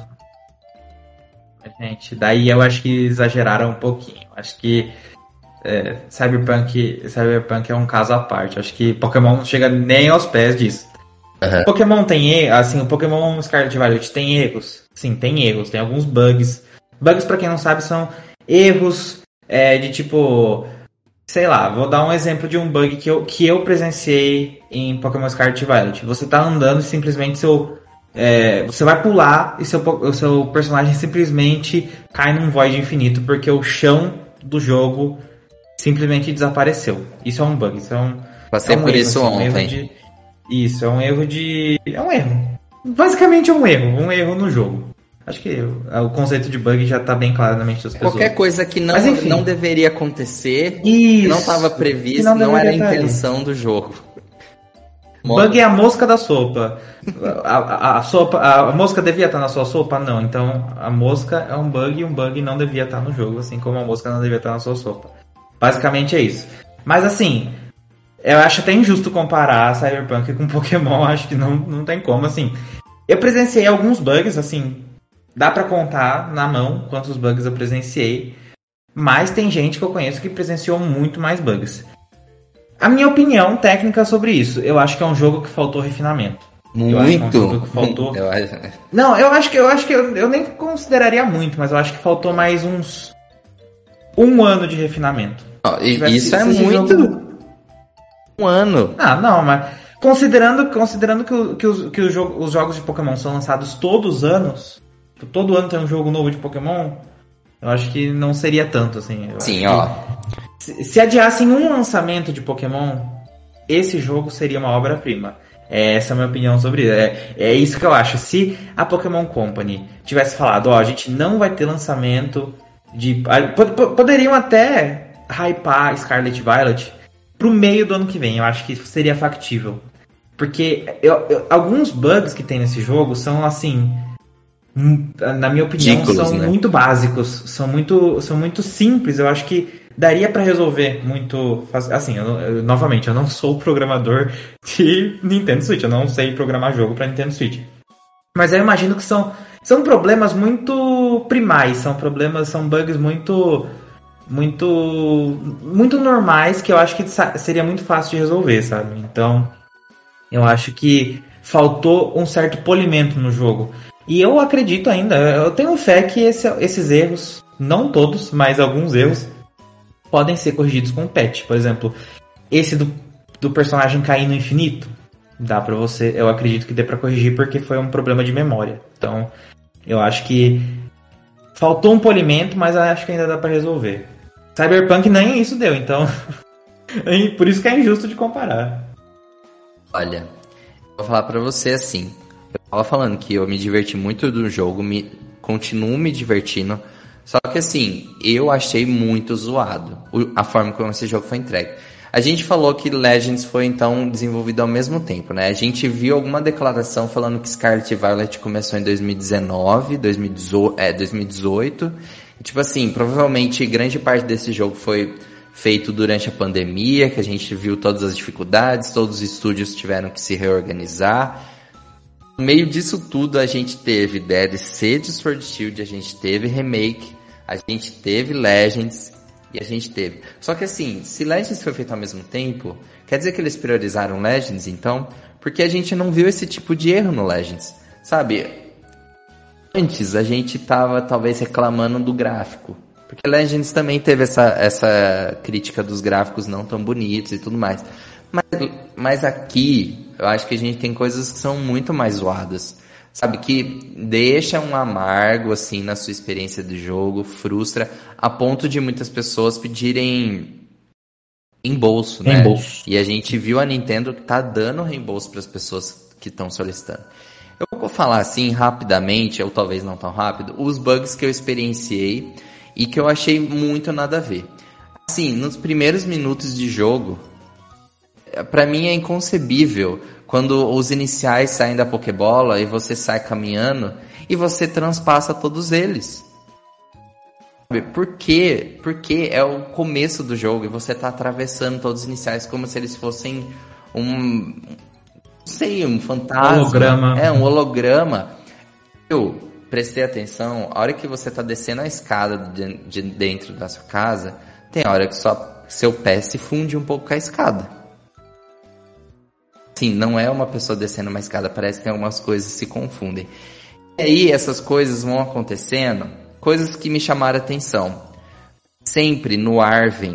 Gente, daí eu acho que exageraram um pouquinho. Acho que é, Cyberpunk, Cyberpunk é um caso à parte. Acho que Pokémon não chega nem aos pés disso. Uhum. Pokémon tem erros, assim, o Pokémon Scarlet e Violet tem erros. Sim, tem erros, tem alguns bugs. Bugs, pra quem não sabe, são erros é, de tipo... Sei lá, vou dar um exemplo de um bug que eu, que eu presenciei em Pokémon Scarlet e Violet. Você tá andando e simplesmente seu... É, você vai pular e seu, o seu personagem simplesmente cai num void infinito porque o chão do jogo simplesmente desapareceu. Isso é um bug, isso é um, Passei é um por erro, isso assim, um erro ontem. de... Isso, é um erro de... É um erro. Basicamente é um erro, um erro no jogo. Acho que o, o conceito de bug já tá bem claro na mente das pessoas. Qualquer coisa que não, Mas, enfim, não deveria acontecer, isso, que não estava que previsto, não não, era a deveria estar ali. intenção do jogo. Bug é a mosca da sopa. A, a, a sopa. A mosca devia estar na sua sopa? Não. Então a mosca é um bug e um bug não devia estar no jogo, assim como a mosca não devia estar na sua sopa. Basicamente é isso. Mas assim, eu acho até injusto comparar Cyberpunk com Pokémon. Acho que não, não tem como, assim. Eu presenciei alguns bugs, assim. Dá pra contar na mão quantos bugs eu presenciei. Mas tem gente que eu conheço que presenciou muito mais bugs. A minha opinião técnica sobre isso, eu acho que é um jogo que faltou refinamento. Muito. Eu acho que é um jogo que faltou. Eu acho... Não, eu acho que eu acho que eu, eu nem consideraria muito, mas eu acho que faltou mais uns um ano de refinamento. Não, e, Tivesse, isso é esse muito. Jogo... Um ano. Ah, não, mas considerando considerando que, o, que, os, que o jogo, os jogos de Pokémon são lançados todos os anos, todo ano tem um jogo novo de Pokémon, eu acho que não seria tanto assim. Eu Sim, acho ó. que... Se adiassem um lançamento de Pokémon, esse jogo seria uma obra-prima. Essa é a minha opinião sobre isso. É, é isso que eu acho. Se a Pokémon Company tivesse falado, ó, a gente não vai ter lançamento de... Poderiam até hypar Scarlet Violet pro meio do ano que vem. Eu acho que seria factível. Porque eu, eu, alguns bugs que tem nesse jogo são, assim... Na minha opinião, Ridículos, são né? muito básicos. São muito, são muito simples. Eu acho que daria pra resolver muito... Assim, eu, eu, novamente, eu não sou programador de Nintendo Switch. Eu não sei programar jogo pra Nintendo Switch. Mas eu imagino que são, são problemas muito primais. São problemas, são bugs muito... Muito... Muito normais que eu acho que seria muito fácil de resolver, sabe? Então, eu acho que faltou um certo polimento no jogo. E eu acredito ainda, eu tenho fé que esse, esses erros, não todos, mas alguns erros, podem ser corrigidos com o patch. Por exemplo, esse do, do personagem cair no infinito, dá pra você, eu acredito que dê pra corrigir porque foi um problema de memória. Então, eu acho que faltou um polimento, mas eu acho que ainda dá pra resolver. Cyberpunk nem isso deu, então por isso que é injusto de comparar. Olha, vou falar pra você assim, eu tava falando que eu me diverti muito do jogo, me, continuo me divertindo. Só que assim, eu achei muito zoado a forma como esse jogo foi entregue. A gente falou que Legends foi então desenvolvido ao mesmo tempo, né? A gente viu alguma declaração falando que Scarlet e Violet começou em dois mil e dezenove, dois mil e dezoito, é, dois mil e dezoito. E, tipo assim, provavelmente grande parte desse jogo foi feito durante a pandemia, que a gente viu todas as dificuldades, todos os estúdios tiveram que se reorganizar. No meio disso tudo a gente teve D L C de Sword Shield, a gente teve remake, a gente teve Legends e a gente teve. Só que assim, se Legends foi feito ao mesmo tempo, quer dizer que eles priorizaram Legends então? Porque a gente não viu esse tipo de erro no Legends, sabe? Antes a gente tava talvez reclamando do gráfico, porque Legends também teve essa, essa crítica dos gráficos não tão bonitos e tudo mais. Mas, mas aqui, eu acho que a gente tem coisas que são muito mais zoadas. Sabe, que deixa um amargo, assim, na sua experiência do jogo, frustra, a ponto de muitas pessoas pedirem reembolso, né? Reembolso. E a gente viu a Nintendo que tá dando reembolso para as pessoas que estão solicitando. Eu vou falar, assim, rapidamente, ou talvez não tão rápido, os bugs que eu experienciei e que eu achei muito nada a ver. Assim, nos primeiros minutos de jogo, pra mim é inconcebível quando os iniciais saem da Pokébola e você sai caminhando e você transpassa todos eles. Por quê? Porque é o começo do jogo e você tá atravessando todos os iniciais como se eles fossem um, sei, um fantasma. Holograma. É, um holograma. Eu prestei atenção, a hora que você tá descendo a escada de, de dentro da sua casa, tem hora que só, seu pé se funde um pouco com a escada. Sim, não é uma pessoa descendo uma escada, parece que tem algumas coisas que se confundem. E aí essas coisas vão acontecendo, coisas que me chamaram a atenção. Sempre no Arven,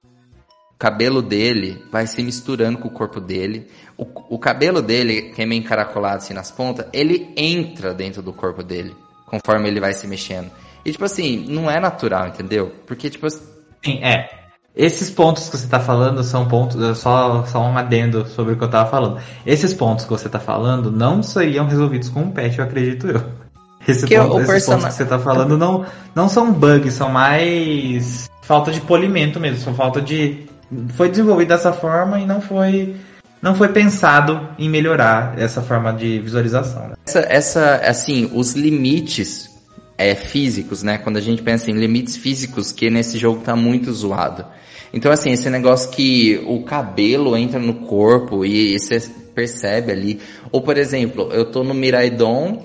o cabelo dele vai se misturando com o corpo dele. O, o cabelo dele, que é meio encaracolado assim nas pontas, ele entra dentro do corpo dele, conforme ele vai se mexendo. E tipo assim, não é natural, entendeu? Porque tipo... Sim, é. Esses pontos que você tá falando são pontos... Só, só um adendo sobre o que eu tava falando. Esses pontos que você tá falando não seriam resolvidos com um patch, eu acredito eu. Esse ponto, esses person... pontos que você tá falando não, não são bugs, são mais falta de polimento mesmo. São falta de... Foi desenvolvido dessa forma e não foi... Não foi pensado em melhorar essa forma de visualização. Né? Essa, essa, assim, os limites é, físicos, né? Quando a gente pensa em limites físicos, que nesse jogo tá muito zoado. Então, assim, esse negócio que o cabelo entra no corpo e você percebe ali. Ou, por exemplo, eu tô no Miraidon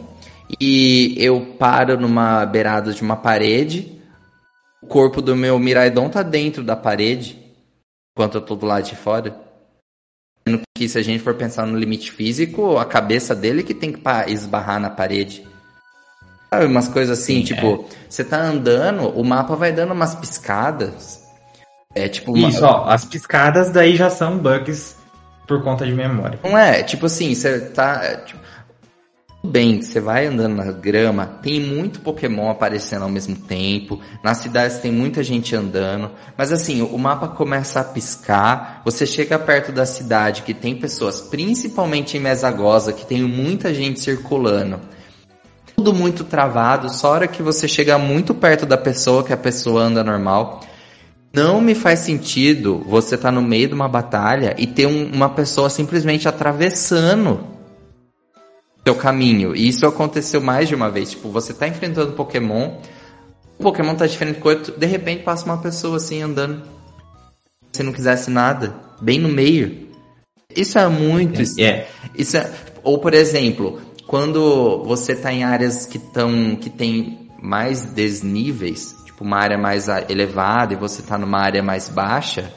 e eu paro numa beirada de uma parede. O corpo do meu Miraidon tá dentro da parede, enquanto eu tô do lado de fora. Que se a gente for pensar no limite físico, a cabeça dele que tem que esbarrar na parede. Sabe, umas coisas assim, Sim, tipo, é. Você tá andando, o mapa vai dando umas piscadas. É tipo uma... Isso, ó, as piscadas daí já são bugs por conta de memória. Não é, tipo assim, você tá... Tipo, tudo bem, você vai andando na grama, tem muito Pokémon aparecendo ao mesmo tempo, nas cidades tem muita gente andando, mas assim, o mapa começa a piscar, você chega perto da cidade que tem pessoas, principalmente em Mesagoza, que tem muita gente circulando, tudo muito travado, só a hora que você chega muito perto da pessoa, que a pessoa anda normal. Não me faz sentido você estar tá no meio de uma batalha e ter um, uma pessoa simplesmente atravessando seu caminho. E isso aconteceu mais de uma vez. Tipo, você tá enfrentando um Pokémon, o Pokémon tá diferente do outro, de repente passa uma pessoa assim andando, se não quisesse nada, bem no meio. Isso é muito... É. Isso é... Ou, por exemplo, quando você tá em áreas que, tão, que tem mais desníveis, tipo uma área mais elevada e você tá numa área mais baixa,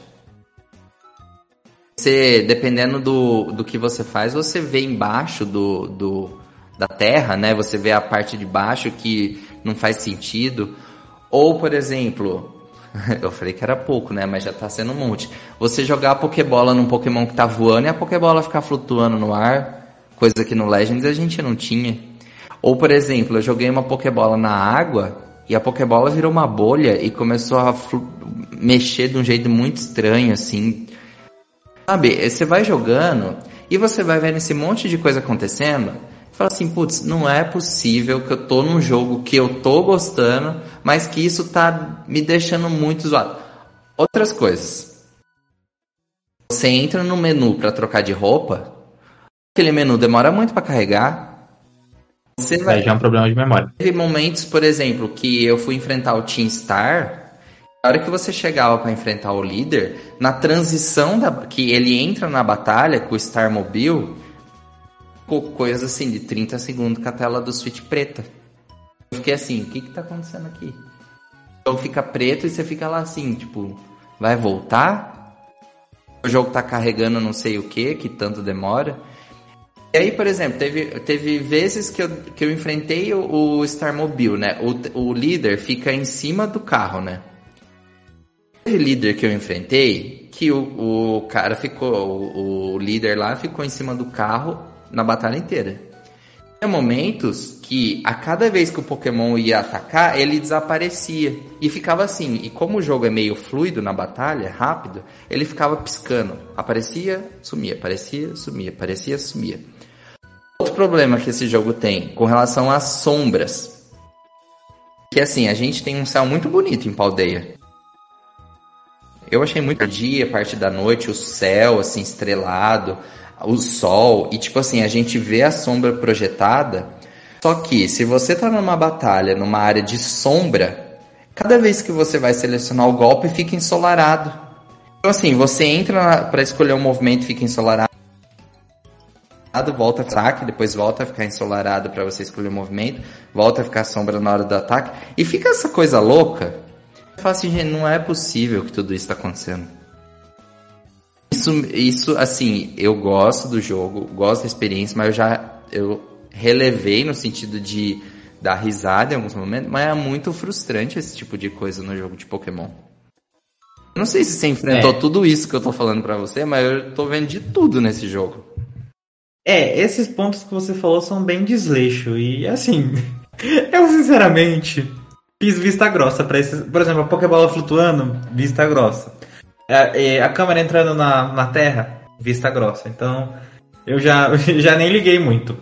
você, dependendo do, do que você faz, você vê embaixo do, do, da terra, né? Você vê a parte de baixo que não faz sentido. Ou, por exemplo, eu falei que era pouco, né? Mas já tá sendo um monte. Você jogar a Pokébola num Pokémon que tá voando e a Pokébola ficar flutuando no ar, coisa que no Legends a gente não tinha. Ou, por exemplo, eu joguei uma Pokébola na água e a Pokébola virou uma bolha e começou a flu- mexer de um jeito muito estranho, assim... Sabe, você vai jogando e você vai vendo esse monte de coisa acontecendo e fala assim, putz, não é possível que eu tô num jogo que eu tô gostando, mas que isso tá me deixando muito zoado. Outras coisas. Você entra no menu pra trocar de roupa, aquele menu demora muito pra carregar. Você vai... Já é um problema de memória. Teve momentos, por exemplo, que eu fui enfrentar o Team Star... Na hora que você chegava para enfrentar o líder, na transição da, que ele entra na batalha com o Starmobile, ficou coisa assim de trinta segundos com a tela do Switch preta. Eu fiquei assim, o que que tá acontecendo aqui? Então fica preto e você fica lá assim, tipo, vai voltar? O jogo tá carregando não sei o que, que tanto demora. E aí, por exemplo, teve, teve vezes que eu, que eu enfrentei o, o Starmobile, né? O, o líder fica em cima do carro, né? Teve líder que eu enfrentei, que o, o cara ficou, o, o líder lá ficou em cima do carro na batalha inteira. Tinha momentos que a cada vez que o Pokémon ia atacar, ele desaparecia. E ficava assim, e como o jogo é meio fluido na batalha, rápido, ele ficava piscando. Aparecia, sumia, aparecia, sumia, aparecia, sumia. Outro problema que esse jogo tem com relação às sombras. Que assim, a gente tem um céu muito bonito em Paldea. Eu achei muito dia, parte da noite, o céu, assim, estrelado, o sol, e tipo assim, a gente vê a sombra projetada, só que se você tá numa batalha, numa área de sombra, cada vez que você vai selecionar o golpe, fica ensolarado. Então assim, você entra para escolher um movimento, fica ensolarado, volta a ataque, depois volta a ficar ensolarado para você escolher o movimento, volta a ficar sombra na hora do ataque, e fica essa coisa louca. Eu falo assim, gente, não é possível que tudo isso tá acontecendo. Isso, isso, assim, eu gosto do jogo, gosto da experiência, mas eu já eu relevei no sentido de dar risada em alguns momentos, mas é muito frustrante esse tipo de coisa no jogo de Pokémon. Não sei se você enfrentou é. tudo isso que eu tô falando pra você, mas eu tô vendo de tudo nesse jogo. É, esses pontos que você falou são bem desleixo. E, assim, eu sinceramente fiz vista grossa pra esses... Por exemplo, a Pokébola flutuando, vista grossa. A, a câmera entrando na, na Terra, vista grossa. Então, eu já, já nem liguei muito.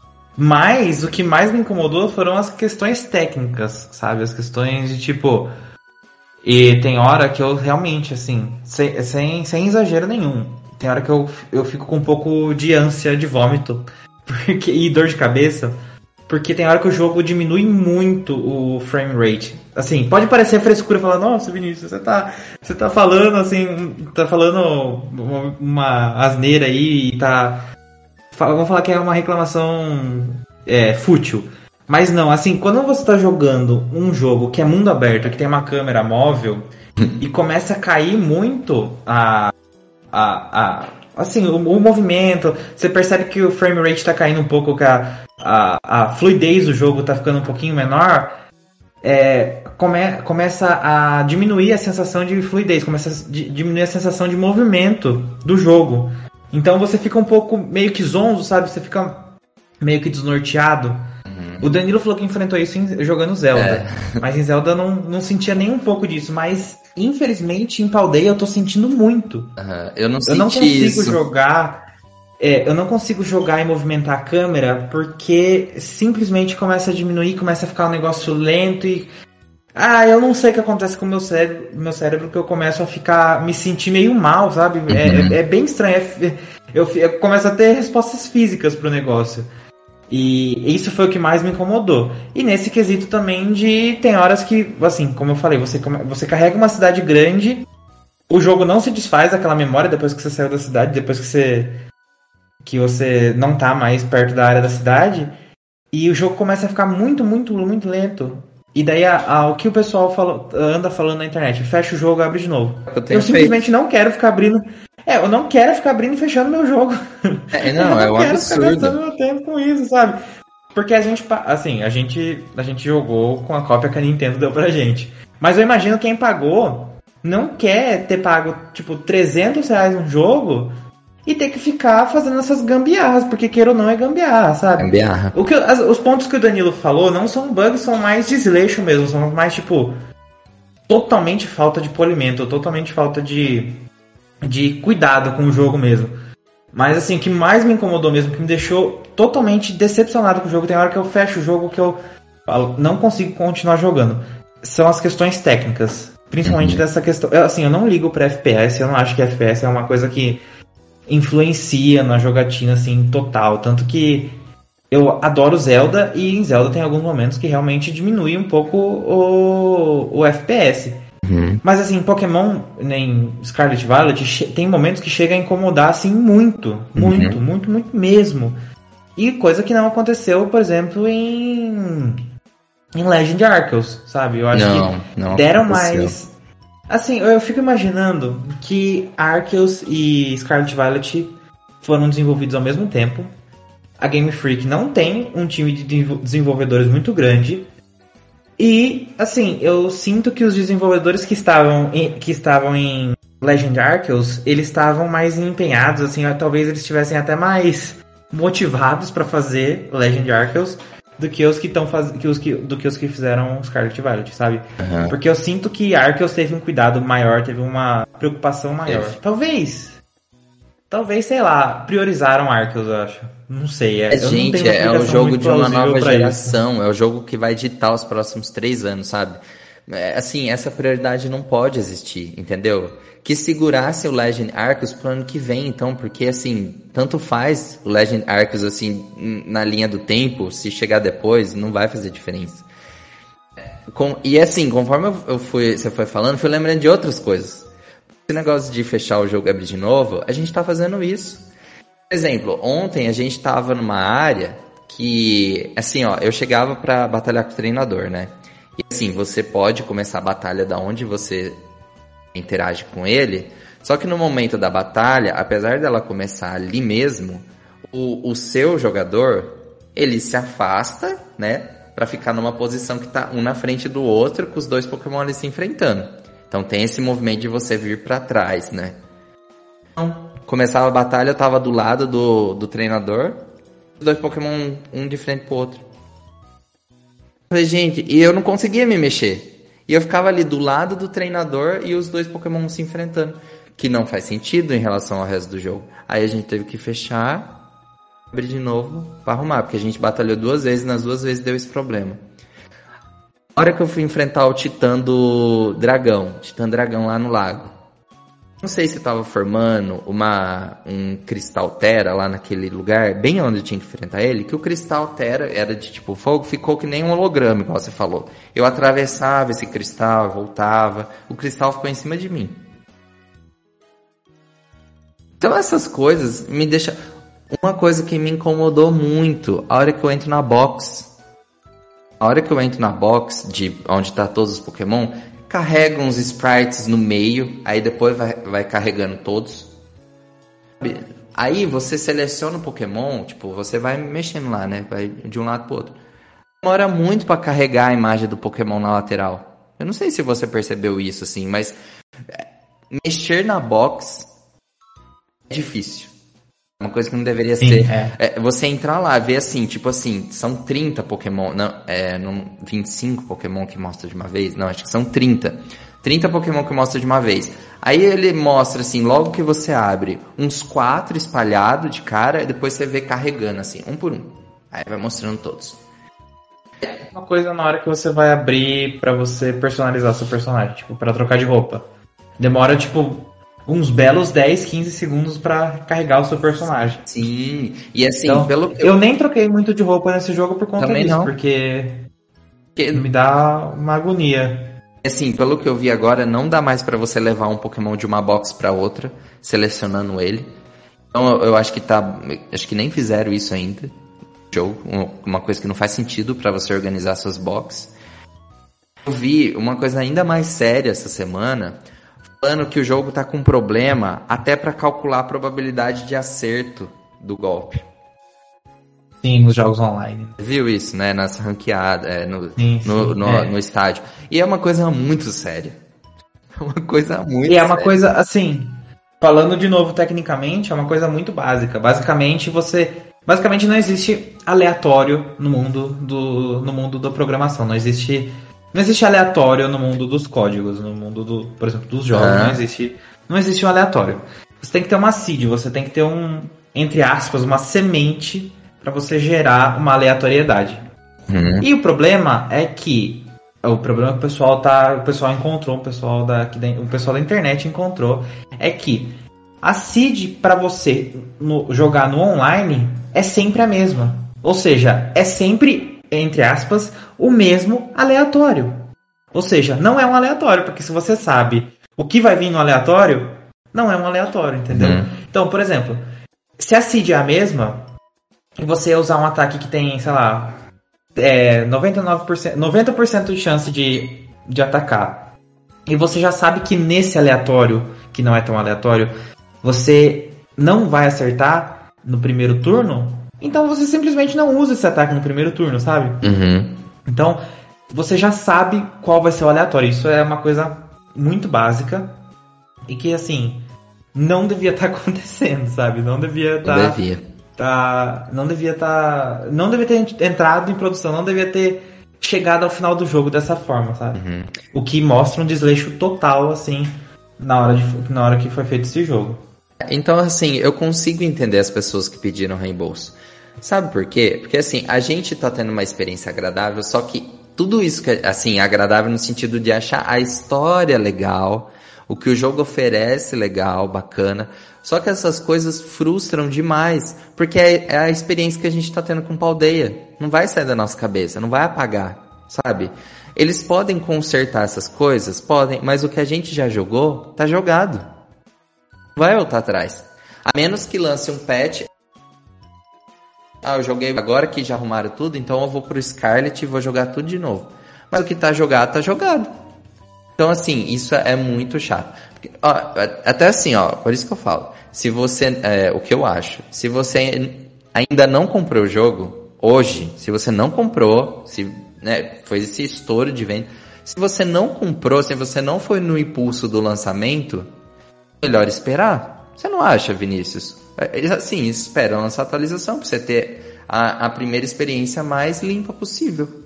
Mas o que mais me incomodou foram as questões técnicas, sabe? As questões de tipo... E tem hora que eu realmente, assim, sem, sem, sem exagero nenhum, tem hora que eu, eu fico com um pouco de ânsia de vômito porque, e dor de cabeça, porque tem hora que o jogo diminui muito o frame rate. Assim, pode parecer frescura falar, nossa, Vinícius, você tá, você tá falando assim, tá falando uma, uma asneira aí e tá... Vamos falar que é uma reclamação é, fútil. Mas não, assim, quando você tá jogando um jogo que é mundo aberto, que tem uma câmera móvel, e começa a cair muito a... a, a assim, o, o movimento, você percebe que o frame rate tá caindo um pouco, que a, a, a fluidez do jogo tá ficando um pouquinho menor, é, come, começa a diminuir a sensação de fluidez, começa a di, diminuir a sensação de movimento do jogo. Então você fica um pouco meio que zonzo, sabe? Você fica meio que desnorteado. O Danilo falou que enfrentou isso em, jogando Zelda, é. Mas em Zelda não, não sentia nem um pouco disso, mas infelizmente em Paldea eu tô sentindo muito. Uhum. Eu não, eu não consigo isso. jogar, é, eu não consigo jogar e movimentar a câmera porque simplesmente começa a diminuir, começa a ficar um negócio lento e... Ah, eu não sei o que acontece com o meu cérebro, meu cérebro que eu começo a ficar, me sentir meio mal, sabe? Uhum. É, é, é bem estranho, é, eu, eu começo a ter respostas físicas pro negócio. E isso foi o que mais me incomodou. E nesse quesito também de... Tem horas que, assim, como eu falei, você, você carrega uma cidade grande, o jogo não se desfaz daquela memória depois que você saiu da cidade, depois que você, que você não tá mais perto da área da cidade, e o jogo começa a ficar muito, muito, muito lento. E daí a, a, o que o pessoal fala, anda falando na internet, fecha o jogo e abre de novo. Eu, eu simplesmente não quero ficar abrindo... É, eu não quero ficar abrindo e fechando meu jogo. É, não, eu não é um quero absurdo. Ficar gastando meu tempo com isso, sabe? Porque a gente, assim, a gente, a gente jogou com a cópia que a Nintendo deu pra gente. Mas eu imagino quem pagou não quer ter pago, tipo, trezentos reais no jogo e ter que ficar fazendo essas gambiarras, porque queira ou não é gambiarra, sabe? Gambiarra. O que, as, os pontos que o Danilo falou não são bugs, são mais desleixo mesmo, são mais, tipo, totalmente falta de polimento, totalmente falta de... de cuidado com o jogo mesmo. Mas assim, o que mais me incomodou mesmo, que me deixou totalmente decepcionado com o jogo, tem hora que eu fecho o jogo que eu não consigo continuar jogando, são as questões técnicas. Principalmente uhum. dessa questão... Eu, assim, eu não ligo pra F P S, eu não acho que F P S é uma coisa que influencia na jogatina, assim, total. Tanto que eu adoro Zelda, e em Zelda tem alguns momentos que realmente diminui um pouco o, o F P S. Uhum. Mas assim, Pokémon, nem Scarlet Violet, tem momentos que chega a incomodar assim muito, muito, uhum. muito, muito mesmo. E coisa que não aconteceu, por exemplo, em em Legend Arceus, sabe? Eu acho não, que não deram aconteceu. mais... Assim, eu fico imaginando que Arceus e Scarlet Violet foram desenvolvidos ao mesmo tempo. A Game Freak não tem um time de desenvolvedores muito grande. E, assim, eu sinto que os desenvolvedores que estavam em, que estavam em Legend Arceus, eles estavam mais empenhados, assim, talvez eles estivessem até mais motivados para fazer Legend Arceus do que os que estão faz... que os que... do que os que fizeram Scarlet Violet, sabe? Uhum. Porque eu sinto que Arceus teve um cuidado maior, teve uma preocupação maior. É. Talvez, talvez, sei lá, priorizaram Arceus, eu acho. Não sei. É, é gente, é um jogo de uma nova geração. Isso. É o jogo que vai ditar os próximos três anos, sabe? É, assim, essa prioridade não pode existir, entendeu? Que segurasse o Legend Arceus pro ano que vem, então, porque, assim, tanto faz o Legend Arceus, assim, na linha do tempo, se chegar depois, não vai fazer diferença. Com, e, assim, conforme eu fui, você foi falando, fui lembrando de outras coisas. Esse negócio de fechar o jogo e abrir de novo, a gente tá fazendo isso. Por exemplo, ontem a gente tava numa área que, assim, ó, eu chegava pra batalhar com o treinador, né? E assim, você pode começar a batalha da onde você interage com ele, só que no momento da batalha, apesar dela começar ali mesmo, o, o seu jogador, ele se afasta, né, pra ficar numa posição que tá um na frente do outro, com os dois Pokémon ali se enfrentando. Então tem esse movimento de você vir pra trás, né? Então, começava a batalha, eu tava do lado do, do treinador, os dois Pokémon um de frente pro outro. Eu falei, gente, e eu não conseguia me mexer. E eu ficava ali do lado do treinador e os dois Pokémon se enfrentando. Que não faz sentido em relação ao resto do jogo. Aí a gente teve que fechar, abrir de novo pra arrumar. Porque a gente batalhou duas vezes e nas duas vezes deu esse problema. A hora que eu fui enfrentar o Titã do Dragão. Titã Dragão lá no lago. Não sei se tava formando uma, um Cristal Terra lá naquele lugar, bem onde eu tinha que enfrentar ele, que o Cristal Terra era de tipo fogo, ficou que nem um holograma, igual você falou. Eu atravessava esse cristal, voltava, o cristal ficou em cima de mim. Então essas coisas me deixam... Uma coisa que me incomodou muito, a hora que eu entro na box. A hora que eu entro na box, de onde tá todos os Pokémon... Carrega uns sprites no meio, aí depois vai, vai carregando todos. Aí você seleciona o Pokémon, tipo, você vai mexendo lá, né? Vai de um lado pro outro. Demora muito pra carregar a imagem do Pokémon na lateral. Eu não sei se você percebeu isso, assim, mas mexer na box é difícil. Uma coisa que não deveria Sim, ser. É. É, você entrar lá, ver assim, tipo assim, são trinta Pokémon, não, é, não, vinte e cinco Pokémon que mostra de uma vez, não, acho que são trinta. trinta Pokémon que mostra de uma vez. Aí ele mostra assim, logo que você abre, uns quatro espalhados de cara, e depois você vê carregando assim, um por um. Aí vai mostrando todos. Uma coisa na hora que você vai abrir pra você personalizar seu personagem, tipo, pra trocar de roupa. Demora, tipo... uns belos dez, quinze segundos pra carregar o seu personagem. Sim, e assim, então, pelo eu... eu nem troquei muito de roupa nesse jogo por conta Também disso, não. porque que... me dá uma agonia. Assim, pelo que eu vi agora, não dá mais pra você levar um Pokémon de uma box pra outra, selecionando ele. Então eu, eu acho que tá... Acho que nem fizeram isso ainda. Jogo, uma coisa que não faz sentido pra você organizar suas boxes. Eu vi uma coisa ainda mais séria essa semana... falando que o jogo tá com problema até pra calcular a probabilidade de acerto do golpe. Sim, nos jogos online. Viu isso, né? Nas ranqueadas, é, no, sim, sim, no, no, é. no estádio. E é uma coisa muito séria. É uma coisa muito E é séria. uma coisa, assim, falando de novo tecnicamente, é uma coisa muito básica. Basicamente, você... Basicamente não existe aleatório no mundo do, no mundo da programação. Não existe... Não existe aleatório no mundo dos códigos, no mundo, do, por exemplo, dos jogos. Ah. Não existe, não existe um aleatório. Você tem que ter uma seed, você tem que ter um, entre aspas, uma semente para você gerar uma aleatoriedade. Uhum. E o problema é que o problema que o pessoal tá, o pessoal encontrou, o pessoal da, o pessoal da internet encontrou, é que a seed para você no, jogar no online é sempre a mesma. Ou seja, é sempre, entre aspas, o mesmo aleatório. Ou seja, não é um aleatório, porque se você sabe o que vai vir no aleatório, não é um aleatório, entendeu? Uhum. Então, por exemplo, se a seed é a mesma, e você usar um ataque que tem, sei lá, é, noventa e nove por cento, noventa por cento de chance de, de atacar, e você já sabe que nesse aleatório, que não é tão aleatório, você não vai acertar no primeiro turno, então você simplesmente não usa esse ataque no primeiro turno, sabe? Uhum. Então, você já sabe qual vai ser o aleatório. Isso é uma coisa muito básica e que, assim, não devia estar tá acontecendo, sabe? Não devia estar... Tá, não devia. Tá, não devia estar... Tá, não devia ter entrado em produção, não devia ter chegado ao final do jogo dessa forma, sabe? Uhum. O que mostra um desleixo total, assim, na hora, de, na hora que foi feito esse jogo. Então, assim, eu consigo entender as pessoas que pediram reembolso. Sabe por quê? Porque, assim, a gente tá tendo uma experiência agradável, só que tudo isso, que assim, agradável no sentido de achar a história legal, o que o jogo oferece legal, bacana, só que essas coisas frustram demais, porque é a experiência que a gente tá tendo com Paldea. Não vai sair da nossa cabeça, não vai apagar, sabe? Eles podem consertar essas coisas? Podem, mas o que a gente já jogou, tá jogado. Não vai voltar atrás. A menos que lance um patch... ah, eu joguei agora que já arrumaram tudo, então eu vou pro Scarlet e vou jogar tudo de novo. Mas o que tá jogado, tá jogado. Então, assim, isso é muito chato. Porque, ó, até assim, ó, por isso que eu falo. Se você, é, o que eu acho, se você ainda não comprou o jogo, hoje, se você não comprou, se, né, foi esse estouro de venda, se você não comprou, se você não foi no impulso do lançamento, melhor esperar. Você não acha, Vinícius? Assim, espera lançar a atualização pra você ter a, a primeira experiência mais limpa possível.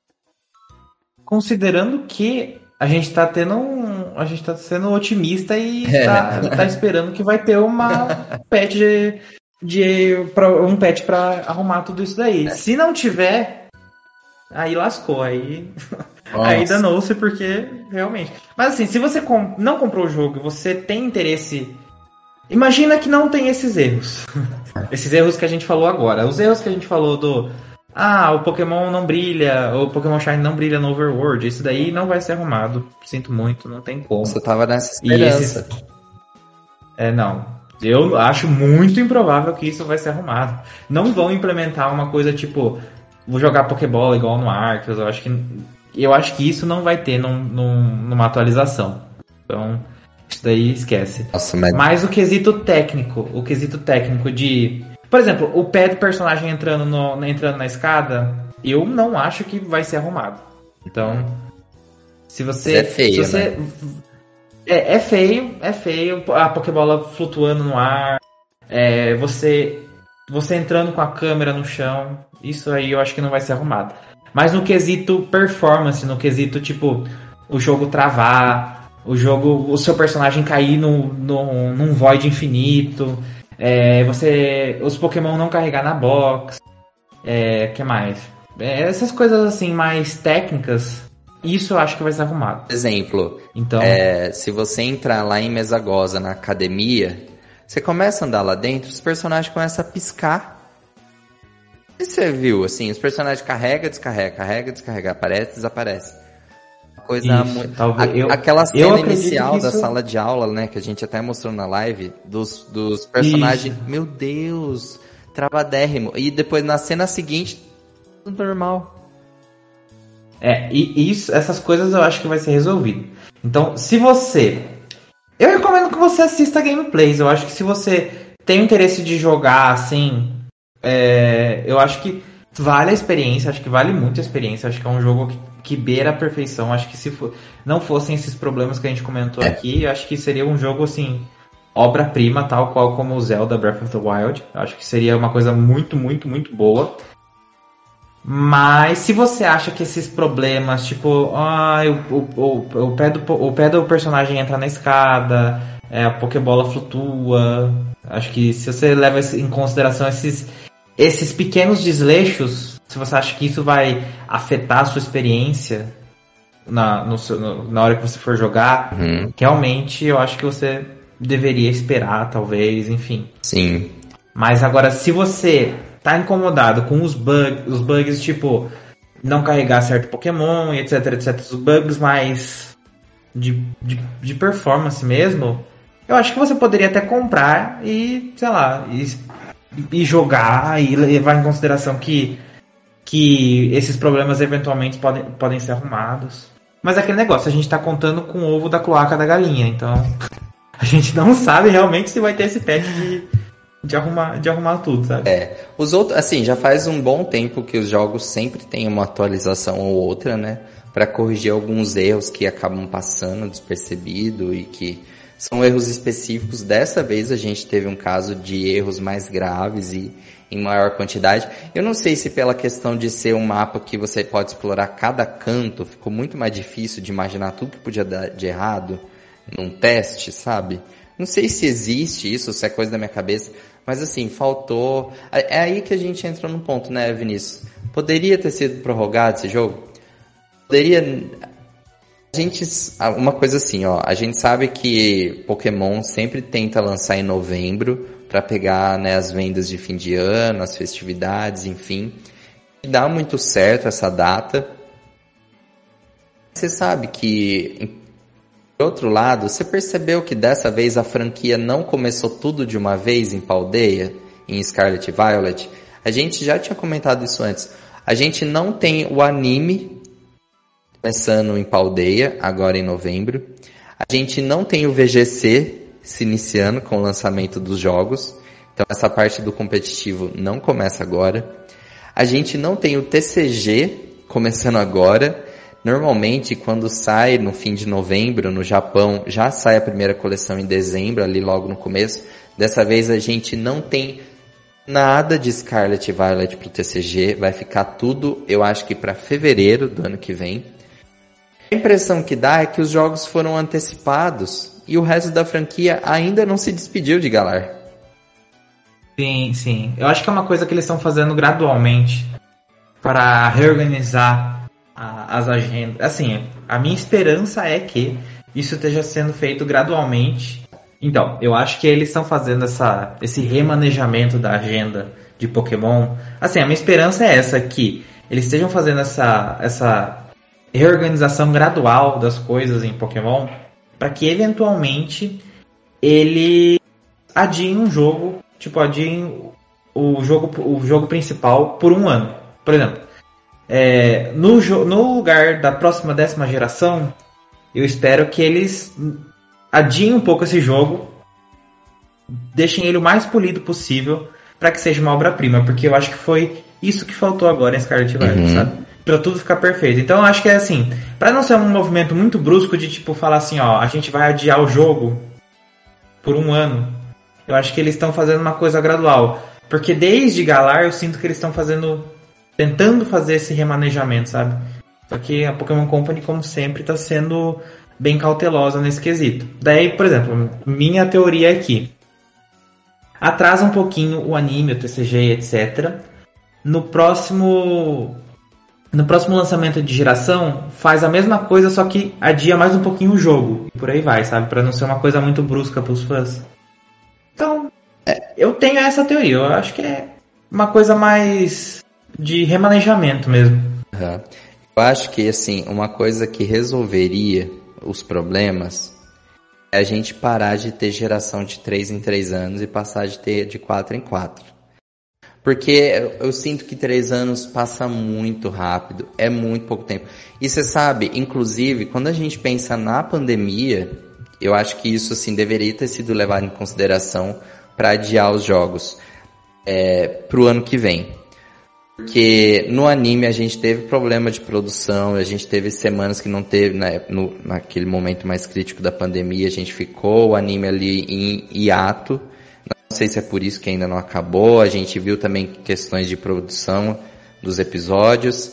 Considerando que a gente tá tendo um. A gente tá sendo otimista e é. tá, tá esperando que vai ter uma patch de. de pra, um patch pra arrumar tudo isso daí. É. Se não tiver, aí lascou. Aí. Aí danou-se porque realmente. Mas assim, se você com, não comprou o jogo e você tem interesse. Imagina que não tem esses erros. Esses erros que a gente falou agora. Os erros que a gente falou do. Ah, o Pokémon não brilha, o Pokémon Shine não brilha no Overworld. Isso daí não vai ser arrumado. Sinto muito, não tem como. Você tava nessa esperança. Esses... É, não. Eu acho muito improvável que isso vai ser arrumado. Não vão implementar uma coisa tipo, vou jogar Pokébola igual no Arceus. Eu acho que, eu acho que isso não vai ter num, num, numa atualização. Então, isso daí esquece. Nossa, mas... mas o quesito técnico, o quesito técnico de... Por exemplo, o pé do personagem entrando, no, entrando na escada, eu não acho que vai ser arrumado. Então, se você... Isso é feio, se você, né? É, é feio, é feio. A Pokébola flutuando no ar. É, você, você entrando com a câmera no chão. Isso aí eu acho que não vai ser arrumado. Mas no quesito performance, no quesito, tipo, o jogo travar, o jogo, o seu personagem cair no, no, num void infinito... É, você, os Pokémon não carregar na box, é, que mais? É, essas coisas assim mais técnicas, isso eu acho que vai ser arrumado. Exemplo, então, é, se você entrar lá em Mesagoza na academia, você começa a andar lá dentro, os personagens começam a piscar. E você viu, assim, os personagens carrega, descarrega, carrega, descarrega, aparece, desaparece. Coisa isso, muito... talvez, a, eu, aquela cena inicial isso... da sala de aula, né, que a gente até mostrou na live, dos, dos personagens, isso. Meu Deus, travadérrimo. E depois na cena seguinte, tudo normal. É, e isso, essas coisas eu acho que vai ser resolvido. Então, se você... Eu recomendo que você assista gameplays. Eu acho que se você tem interesse de jogar, assim, é, eu acho que vale a experiência, acho que vale muito a experiência. Acho que é um jogo que que beira a perfeição. Acho que se for, não fossem esses problemas que a gente comentou é. aqui, acho que seria um jogo, assim, obra-prima, tal qual como o Zelda Breath of the Wild. Acho que seria uma coisa muito, muito, muito boa. Mas se você acha que esses problemas, tipo, ah, o, o, o, o, pé, do, o pé do personagem entra na escada, é, a Pokébola flutua, acho que se você leva em consideração esses, esses pequenos desleixos, se você acha que isso vai afetar a sua experiência na, no seu, no, na hora que você for jogar, uhum. realmente eu acho que você deveria esperar, talvez, enfim. Sim. Mas agora, se você tá incomodado com os bugs, os bugs tipo não carregar certo Pokémon e etc, etc, os bugs mais de, de, de performance mesmo, eu acho que você poderia até comprar e, sei lá, e, e jogar e levar em consideração que que esses problemas eventualmente podem, podem ser arrumados. Mas é aquele negócio, a gente tá contando com o ovo da cloaca da galinha, então a gente não sabe realmente se vai ter esse patch de, de, arrumar, de arrumar tudo, sabe? É, os outros, assim, já faz um bom tempo que os jogos sempre têm uma atualização ou outra, né? Pra corrigir alguns erros que acabam passando despercebido e que são erros específicos. Dessa vez a gente teve um caso de erros mais graves e em maior quantidade. Eu não sei se pela questão de ser um mapa que você pode explorar cada canto, ficou muito mais difícil de imaginar tudo que podia dar de errado num teste, sabe? Não sei se existe isso, se é coisa da minha cabeça, mas assim, faltou... É aí que a gente entra num ponto, né, Vinícius? Poderia ter sido prorrogado esse jogo? Poderia... A gente... Uma coisa assim, ó, a gente sabe que Pokémon sempre tenta lançar em novembro, para pegar, né, as vendas de fim de ano, as festividades, enfim. E dá muito certo essa data. Você sabe que, por outro lado, você percebeu que dessa vez a franquia não começou tudo de uma vez em Paldea, em Scarlet e Violet? A gente já tinha comentado isso antes. A gente não tem o anime começando em Paldea, agora em novembro. A gente não tem o V G C se iniciando com o lançamento dos jogos. Então essa parte do competitivo não começa agora. A gente não tem o T C G começando agora. Normalmente quando sai no fim de novembro no Japão, já sai a primeira coleção em dezembro, ali logo no começo. Dessa vez a gente não tem nada de Scarlet Violet pro T C G. Vai ficar tudo, eu acho que para fevereiro do ano que vem. A impressão que dá é que os jogos foram antecipados e o resto da franquia ainda não se despediu de Galar. Sim, sim. Eu acho que é uma coisa que eles estão fazendo gradualmente para reorganizar a, as agendas. Assim, a minha esperança é que isso esteja sendo feito gradualmente. Então, eu acho que eles estão fazendo essa, esse remanejamento da agenda de Pokémon. Assim, a minha esperança é essa, que eles estejam fazendo essa, essa reorganização gradual das coisas em Pokémon para que, eventualmente, ele adiem um jogo, tipo, adiem o jogo, o jogo principal por um ano. Por exemplo, é, no, no lugar da próxima décima geração, eu espero que eles adiem um pouco esse jogo, deixem ele o mais polido possível para que seja uma obra-prima, porque eu acho que foi isso que faltou agora em Scarlet Violet, uhum. sabe? Pra tudo ficar perfeito. Então eu acho que é assim, pra não ser um movimento muito brusco de tipo falar assim, ó, a gente vai adiar o jogo por um ano, eu acho que eles estão fazendo uma coisa gradual. Porque desde Galar eu sinto que eles estão fazendo, tentando fazer esse remanejamento, sabe? Só que a Pokémon Company, como sempre, tá sendo bem cautelosa nesse quesito. Daí, por exemplo, minha teoria é que atrasa um pouquinho o anime, o T C G, etcétera. No próximo... No próximo lançamento de geração, faz a mesma coisa, só que adia mais um pouquinho o jogo. E por aí vai, sabe? Pra não ser uma coisa muito brusca pros fãs. Então, é, eu tenho essa teoria. Eu acho que é uma coisa mais de remanejamento mesmo. Uhum. Eu acho que, assim, uma coisa que resolveria os problemas é a gente parar de ter geração de três em três anos e passar de ter de quatro em quatro. Porque eu sinto que três anos passa muito rápido, é muito pouco tempo. E você sabe, inclusive, quando a gente pensa na pandemia, eu acho que isso assim deveria ter sido levado em consideração para adiar os jogos é, para o ano que vem. Porque no anime a gente teve problema de produção, a gente teve semanas que não teve, né, no, naquele momento mais crítico da pandemia, a gente ficou o anime ali em hiato. Não sei se é por isso que ainda não acabou. A gente viu também questões de produção dos episódios.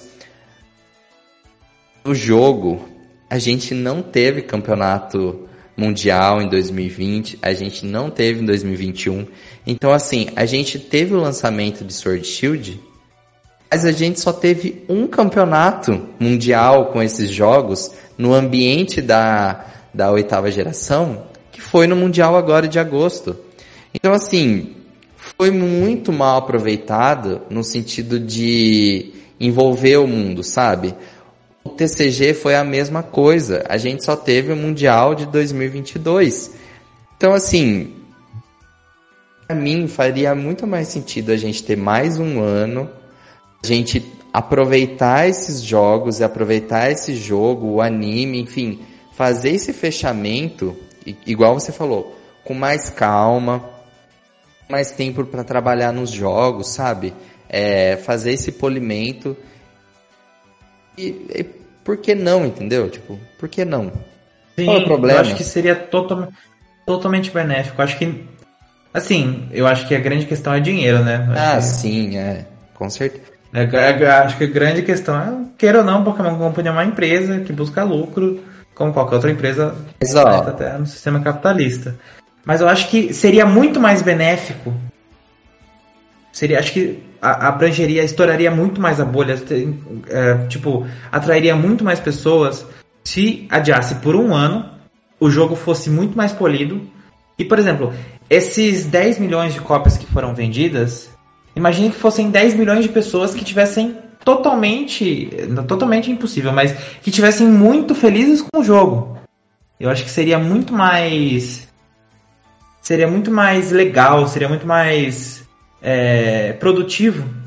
No jogo, a gente não teve campeonato mundial em dois mil e vinte. A gente não teve em dois mil e vinte e um. Então, assim, a gente teve o lançamento de Sword Shield, mas a gente só teve um campeonato mundial com esses jogos no ambiente da, da oitava geração, que foi no Mundial agora de agosto. Então, assim, foi muito mal aproveitado no sentido de envolver o mundo, sabe? O T C G foi a mesma coisa. A gente só teve o Mundial de dois mil e vinte e dois. Então, assim, pra mim faria muito mais sentido a gente ter mais um ano, a gente aproveitar esses jogos e aproveitar esse jogo, o anime, enfim, fazer esse fechamento, igual você falou, com mais calma, mais tempo para trabalhar nos jogos, sabe? É, fazer esse polimento. E, e por que não, entendeu? Tipo, por que não? Sim, qual é o problema? Eu acho que seria total, totalmente benéfico. Eu acho que, assim, eu acho que a grande questão é dinheiro, né? Eu ah, que, sim, é. Com certeza. É, acho que a grande questão é, queira ou não, Pokémon Company é uma empresa que busca lucro, como qualquer outra empresa até no sistema capitalista. Mas eu acho que seria muito mais benéfico. Seria, acho que a, abrangeria, estouraria muito mais a bolha, é, tipo, atrairia muito mais pessoas se adiasse por um ano, o jogo fosse muito mais polido. E, por exemplo, esses dez milhões de cópias que foram vendidas, imagine que fossem dez milhões de pessoas que tivessem totalmente, totalmente impossível, mas que tivessem muito felizes com o jogo. Eu acho que seria muito mais... Seria muito mais legal, seria muito mais é, produtivo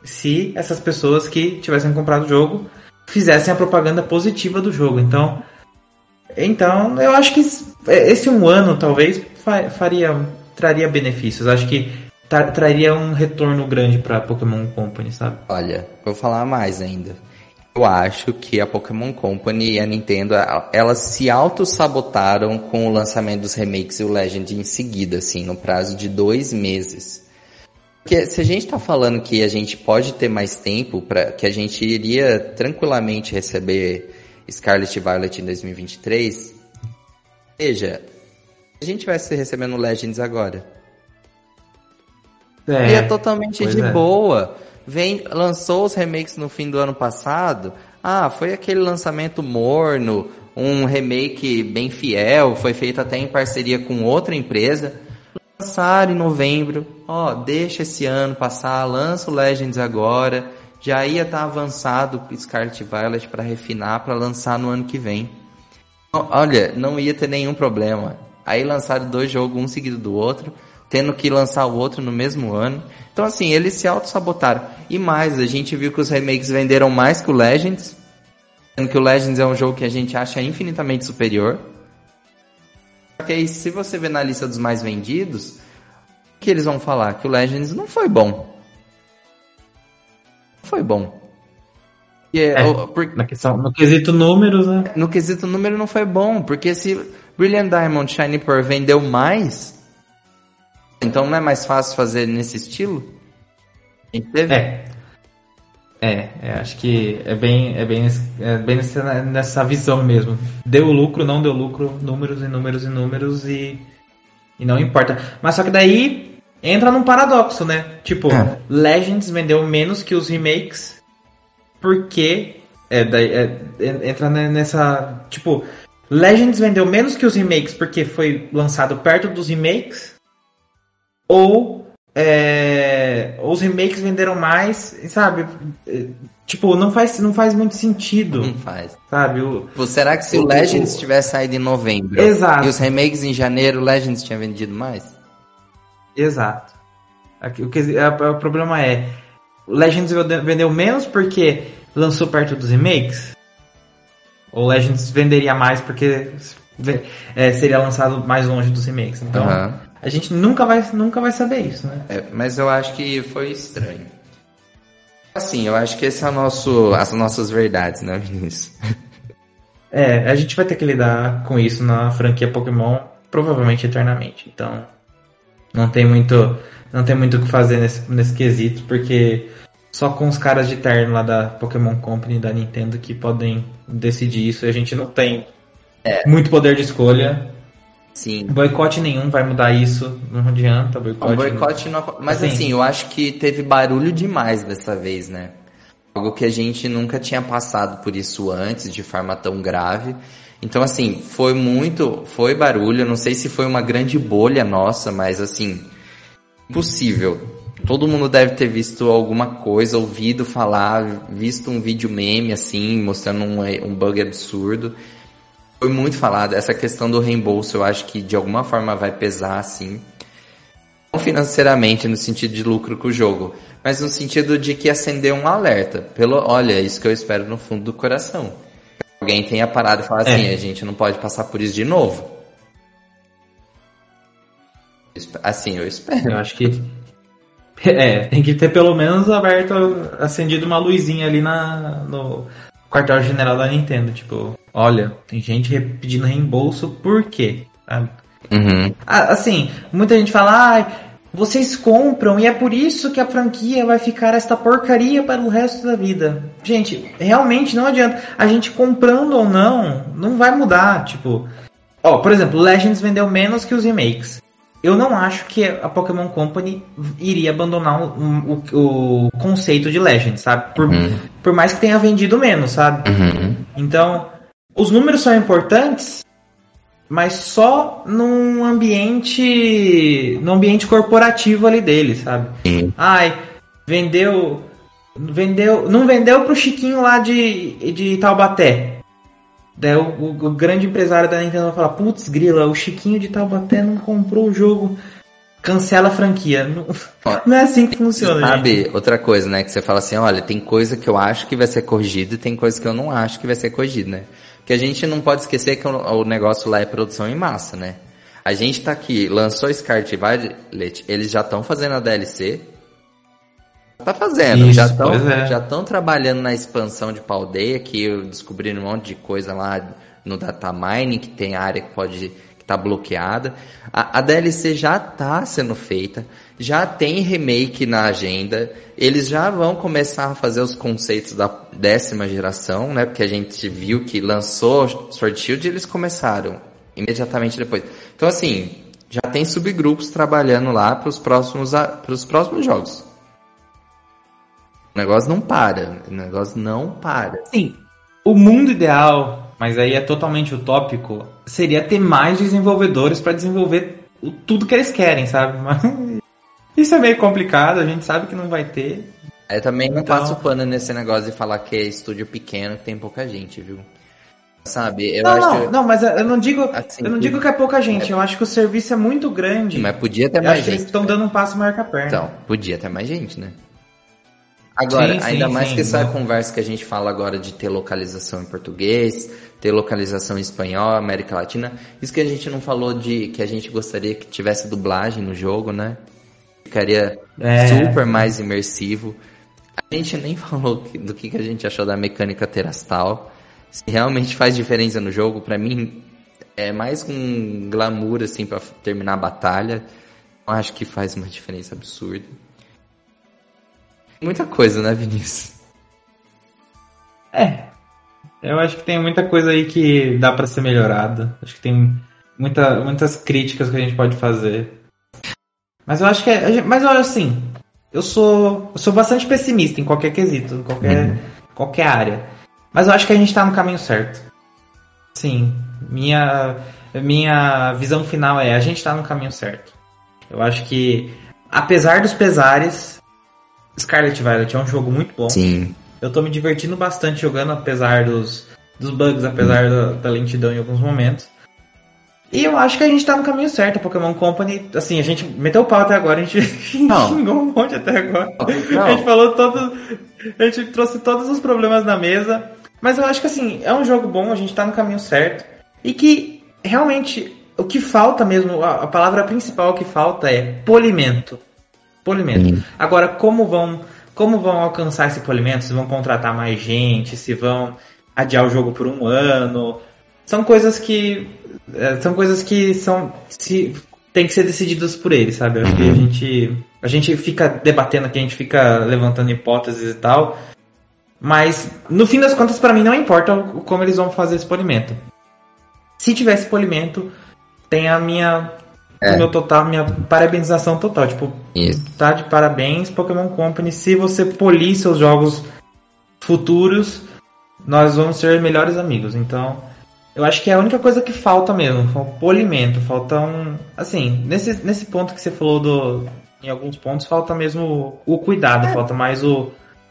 se essas pessoas que tivessem comprado o jogo fizessem a propaganda positiva do jogo. Então, então eu acho que esse um ano talvez faria, traria benefícios. Acho que tra- traria um retorno grande para Pokémon Company, sabe? Olha, vou falar mais ainda. Eu acho que a Pokémon Company e a Nintendo, elas se auto-sabotaram com o lançamento dos remakes e o Legend em seguida, assim, no prazo de dois meses. Porque se a gente tá falando que a gente pode ter mais tempo, pra, que a gente iria tranquilamente receber Scarlet e Violet em dois mil e vinte e três, veja, se a gente tivesse recebendo Legends agora, É, ia totalmente de é. boa. Vem, lançou os remakes no fim do ano passado. Ah, foi aquele lançamento morno, um remake bem fiel, foi feito até em parceria com outra empresa. Lançaram em novembro. Ó, deixa esse ano passar, lança o Legends agora. Já ia estar avançado o Scarlet Violet para refinar, para lançar no ano que vem. Olha, não ia ter nenhum problema. Aí lançaram dois jogos, um seguido do outro, tendo que lançar o outro no mesmo ano. Então, assim, eles se auto-sabotaram. E mais, a gente viu que os remakes venderam mais que o Legends, sendo que o Legends é um jogo que a gente acha infinitamente superior. Porque aí, se você ver na lista dos mais vendidos, o que eles vão falar? Que o Legends não foi bom. Não foi bom. E, É, o, por, na questão, no quesito números, né? No quesito número não foi bom, porque se Brilliant Diamond Shiny Pearl vendeu mais, então não é mais fácil fazer nesse estilo? Entendeu? É. É, é, acho que é bem, é bem, é bem nessa, nessa visão mesmo. Deu lucro, não deu lucro, números e números e números e, e não importa. Mas só que daí entra num paradoxo, né? Tipo, É. Legends vendeu menos que os remakes porque é, daí, é, entra nessa, tipo, Legends vendeu menos que os remakes porque foi lançado perto dos remakes, ou é, os remakes venderam mais, sabe? Tipo, não faz, não faz muito sentido. Não faz. Sabe? O, Pô, será que se o, o Legends o... tivesse saído em novembro Exato. e os remakes em janeiro, o Legends tinha vendido mais? Exato. Aqui, o, que, a, o problema é, o Legends vendeu menos porque lançou perto dos remakes? Ou Legends venderia mais porque é, seria lançado mais longe dos remakes? Então, uhum. a gente nunca vai, nunca vai saber isso, né? É, mas eu acho que foi estranho. Assim, eu acho que esse é o nosso, as nossas verdades, né, Vinícius? É, a gente vai ter que lidar com isso na franquia Pokémon, provavelmente eternamente. Então, não tem muito, não tem muito o que fazer nesse, nesse quesito, porque só com os caras de terno lá da Pokémon Company, da Nintendo, que podem decidir isso. A gente não tem é. muito poder de escolha. Sim. Boicote nenhum vai mudar isso, não adianta. Boicote, não, boicote não... não... Mas assim, assim, eu acho que teve barulho demais dessa vez, né? Algo que a gente nunca tinha passado por isso antes, de forma tão grave. Então, assim, foi muito... Foi barulho, eu não sei se foi uma grande bolha nossa, mas assim... Impossível. Todo mundo deve ter visto alguma coisa, ouvido falar, visto um vídeo meme, assim, mostrando um, um bug absurdo. Foi muito falado. Essa questão do reembolso, eu acho que de alguma forma vai pesar, assim. Não financeiramente, no sentido de lucro com o jogo, mas no sentido de que acendeu um alerta. Pelo, olha, isso que eu espero no fundo do coração. Alguém tenha parado e falado é. assim, a gente não pode passar por isso de novo. Assim, eu espero. Eu acho que... É, tem que ter pelo menos aberto, acendido uma luzinha ali na, no quartel-general da Nintendo. Tipo, olha, tem gente pedindo reembolso, por quê? Uhum. Assim, muita gente fala, ah, vocês compram e é por isso que a franquia vai ficar esta porcaria para o resto da vida. Gente, realmente não adianta. A gente comprando ou não, não vai mudar. Tipo, ó, por exemplo, Legends vendeu menos que os remakes. Eu não acho que a Pokémon Company iria abandonar o, o, o conceito de Legends, sabe? Por, uhum. por mais que tenha vendido menos, sabe? Uhum. Então, os números são importantes, mas só num ambiente, num ambiente corporativo ali dele, sabe? Uhum. Ai, vendeu, vendeu, não vendeu pro Chiquinho lá de, de Taubaté. Daí o, o, o grande empresário da Nintendo vai falar, putz, grila, o Chiquinho de Taubaté não comprou o jogo. cancela a franquia. Não, não é assim que funciona, Sabe, gente. outra coisa, né? Que você fala assim, olha, tem coisa que eu acho que vai ser corrigida e tem coisa que eu não acho que vai ser corrigida, né? Porque a gente não pode esquecer que o, o negócio lá é produção em massa, né? A gente tá aqui, lançou Scarlet Violet, eles já estão fazendo a D L C. Tá fazendo, Isso, já estão pois é. já estão trabalhando na expansão de Paldeia, que eu descobri um monte de coisa lá no Datamine, que tem área que pode que tá bloqueada. A, a D L C já tá sendo feita, já tem remake na agenda, eles já vão começar a fazer os conceitos da décima geração, né? Porque a gente viu que lançou Sword Shield e eles começaram imediatamente depois. Então assim, já tem subgrupos trabalhando lá para os próximos para os próximos jogos. O negócio não para. O negócio não para. Sim, o mundo ideal, mas aí é totalmente utópico, seria ter mais desenvolvedores para desenvolver o- tudo que eles querem, sabe? Mas isso é meio complicado, a gente sabe que não vai ter. Eu também não Então- passo pano nesse negócio de falar que é estúdio pequeno, que tem pouca gente, viu? Sabe, eu não, acho não, não, mas eu não digo, Assim, eu não digo que é pouca gente, eu acho que o serviço é muito grande. Mas podia ter Eu mais acho que eles gente. estão dando um passo maior que a perna. Então, podia ter mais gente, né? Agora, Sim, sim, ainda mais sim, que essa não. conversa que a gente fala agora de ter localização em português, ter localização em espanhol, América Latina, isso que a gente não falou de que a gente gostaria que tivesse dublagem no jogo, né? Ficaria É. super mais imersivo. A gente nem falou que- do que que a gente achou da mecânica terastal. Se realmente faz diferença no jogo, pra mim é mais um glamour assim pra terminar a batalha. Eu acho que faz uma diferença absurda. Muita coisa, né, Vinícius? É, eu acho que tem muita coisa aí que dá pra ser melhorada. Acho que tem muita, muitas críticas que a gente pode fazer. Mas eu acho que é, mas eu assim, eu sou, eu sou bastante pessimista em qualquer quesito, em qualquer, qualquer área. Mas eu acho que a gente tá no caminho certo. Sim, minha, minha visão final é, a gente tá no caminho certo. Eu acho que, apesar dos pesares, Scarlet Violet é um jogo muito bom. Sim. Eu tô me divertindo bastante jogando, apesar dos, dos bugs, apesar da, da lentidão em alguns momentos. E eu acho que a gente tá no caminho certo. A Pokémon Company, assim, a gente meteu o pau até agora, a gente Não. xingou um monte até agora. Não. A gente falou todos. A gente trouxe todos os problemas na mesa. Mas eu acho que assim, é um jogo bom, a gente tá no caminho certo. E que realmente o que falta mesmo, a, a palavra principal que falta é polimento. Polimento. Sim. Agora, como vão, como vão alcançar esse polimento? Se vão contratar mais gente, se vão adiar o jogo por um ano. São coisas que. é, São coisas que são. Se, tem que ser decididas por eles, sabe? Eu acho que a gente. A gente fica debatendo aqui, a gente fica levantando hipóteses e tal. Mas, no fim das contas, pra mim não importa o- como eles vão fazer esse polimento. Se tivesse polimento, tem a minha. É. O meu total, minha parabenização total. Tipo, Isso. tá de parabéns, Pokémon Company. Se você polir seus jogos futuros, nós vamos ser melhores amigos. Então, eu acho que é a única coisa que falta mesmo. Falta polimento. Falta um. Assim, nesse, nesse ponto que você falou do. Em alguns pontos, falta mesmo o, o cuidado. Falta mais o.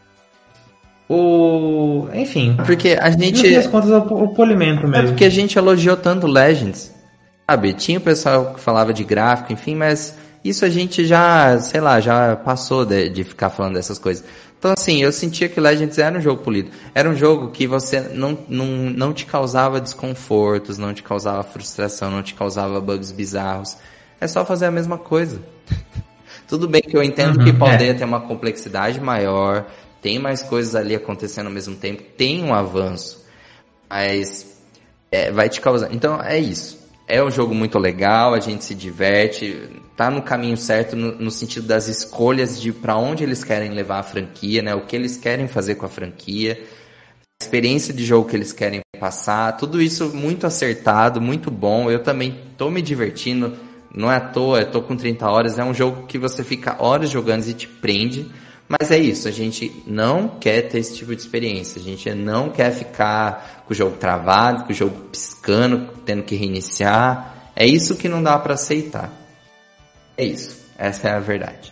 O. Enfim. Porque a No fim gente. das contas, é o, o polimento É mesmo. porque a gente elogiou tanto Legends. Sabe, tinha o pessoal que falava de gráfico, enfim, mas isso a gente já, sei lá, já passou de, de ficar falando dessas coisas. Então, assim, eu sentia que Legends era um jogo polido. Era um jogo que você não, não, não te causava desconfortos, não te causava frustração, não te causava bugs bizarros. É só fazer a mesma coisa. Tudo bem que eu entendo Uhum, que Paldeia é. tem uma complexidade maior, tem mais coisas ali acontecendo ao mesmo tempo, tem um avanço, mas é, vai te causar. Então, é isso. É um jogo muito legal, a gente se diverte, tá no caminho certo no, no sentido das escolhas de para onde eles querem levar a franquia, né? O que eles querem fazer com a franquia, a experiência de jogo que eles querem passar, tudo isso muito acertado, muito bom. Eu também tô me divertindo, não é à toa, eu tô com trinta horas, é um jogo que você fica horas jogando e te prende. Mas é isso, a gente não quer ter esse tipo de experiência, a gente não quer ficar com o jogo travado, com o jogo piscando, tendo que reiniciar. É isso que não dá pra aceitar. É isso, essa é a verdade.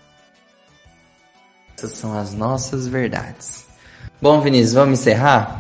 Essas são as nossas verdades. Bom, Vinícius, vamos encerrar?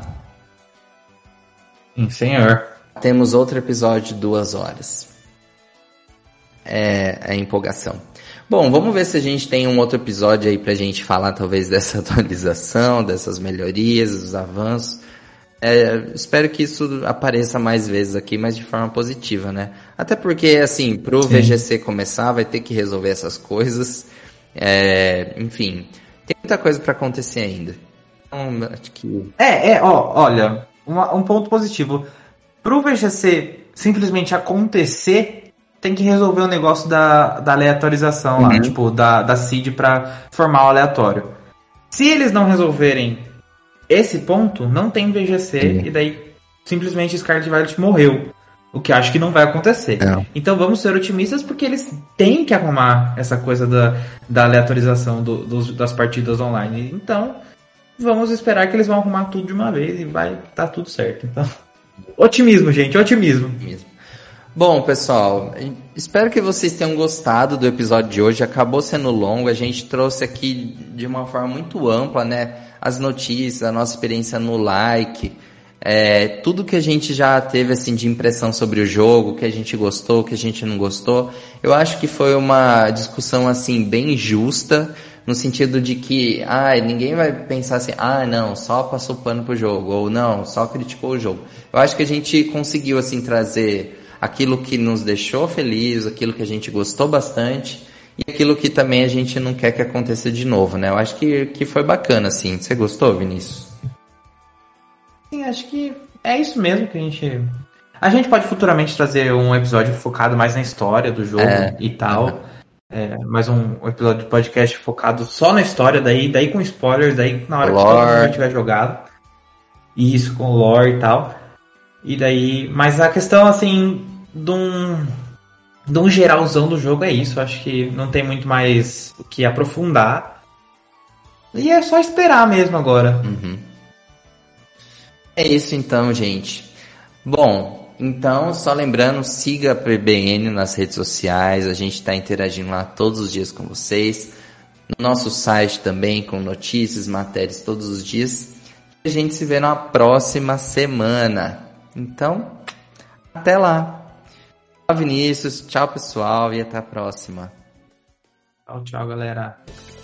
Sim, senhor. Temos outro episódio de duas horas. é a empolgação. Bom, vamos ver se a gente tem um outro episódio aí pra gente falar talvez dessa atualização, dessas melhorias, dos avanços. É, espero que isso apareça mais vezes aqui, mas de forma positiva, né? Até porque, assim, pro Sim. V G C começar, vai ter que resolver essas coisas. É, enfim, tem muita coisa pra acontecer ainda. Então, acho que... É, é, ó, olha, uma, um ponto positivo. Pro V G C simplesmente acontecer... tem que resolver o negócio da, da aleatorização uhum. lá, tipo, da, da seed pra formar o aleatório. Se eles não resolverem esse ponto, não tem V G C uhum. e daí simplesmente Scarlet Violet morreu. O que acho que não vai acontecer. É. Então vamos ser otimistas porque eles têm que arrumar essa coisa da, da aleatorização do, dos, das partidas online. Então vamos esperar que eles vão arrumar tudo de uma vez e vai tá tudo certo. Então, otimismo, gente, otimismo. Otimismo. Bom, pessoal, espero que vocês tenham gostado do episódio de hoje. Acabou sendo longo, a gente trouxe aqui de uma forma muito ampla, né? As notícias, a nossa experiência no like, é, tudo que a gente já teve assim de impressão sobre o jogo, que a gente gostou, que a gente não gostou. Eu acho que foi uma discussão assim bem justa, no sentido de que ah, ninguém vai pensar assim, ah, não, só passou pano pro jogo, ou não, só criticou o jogo. Eu acho que a gente conseguiu assim trazer aquilo que nos deixou feliz, aquilo que a gente gostou bastante e aquilo que também a gente não quer que aconteça de novo, né? Eu acho que, que foi bacana, assim. Você gostou, Vinícius? Sim, acho que é isso mesmo que a gente... A gente pode futuramente trazer um episódio focado mais na história do jogo é, e tal. Uhum. É, mais um episódio de podcast focado só na história, daí, daí com spoilers, daí na hora lore. Que todo mundo tiver jogado. Isso, com lore e tal. E daí... Mas a questão, assim... De um, de um geralzão do jogo é isso. Acho que não tem muito mais o que aprofundar. E é só esperar mesmo agora. Uhum. É isso então, gente. Bom, então, só lembrando, siga a P B N nas redes sociais. A gente está interagindo lá todos os dias com vocês. No nosso site também, com notícias, matérias todos os dias. A gente se vê na próxima semana. Então, até lá. Tchau, Vinícius. Tchau, pessoal. E até a próxima. Tchau, tchau, galera.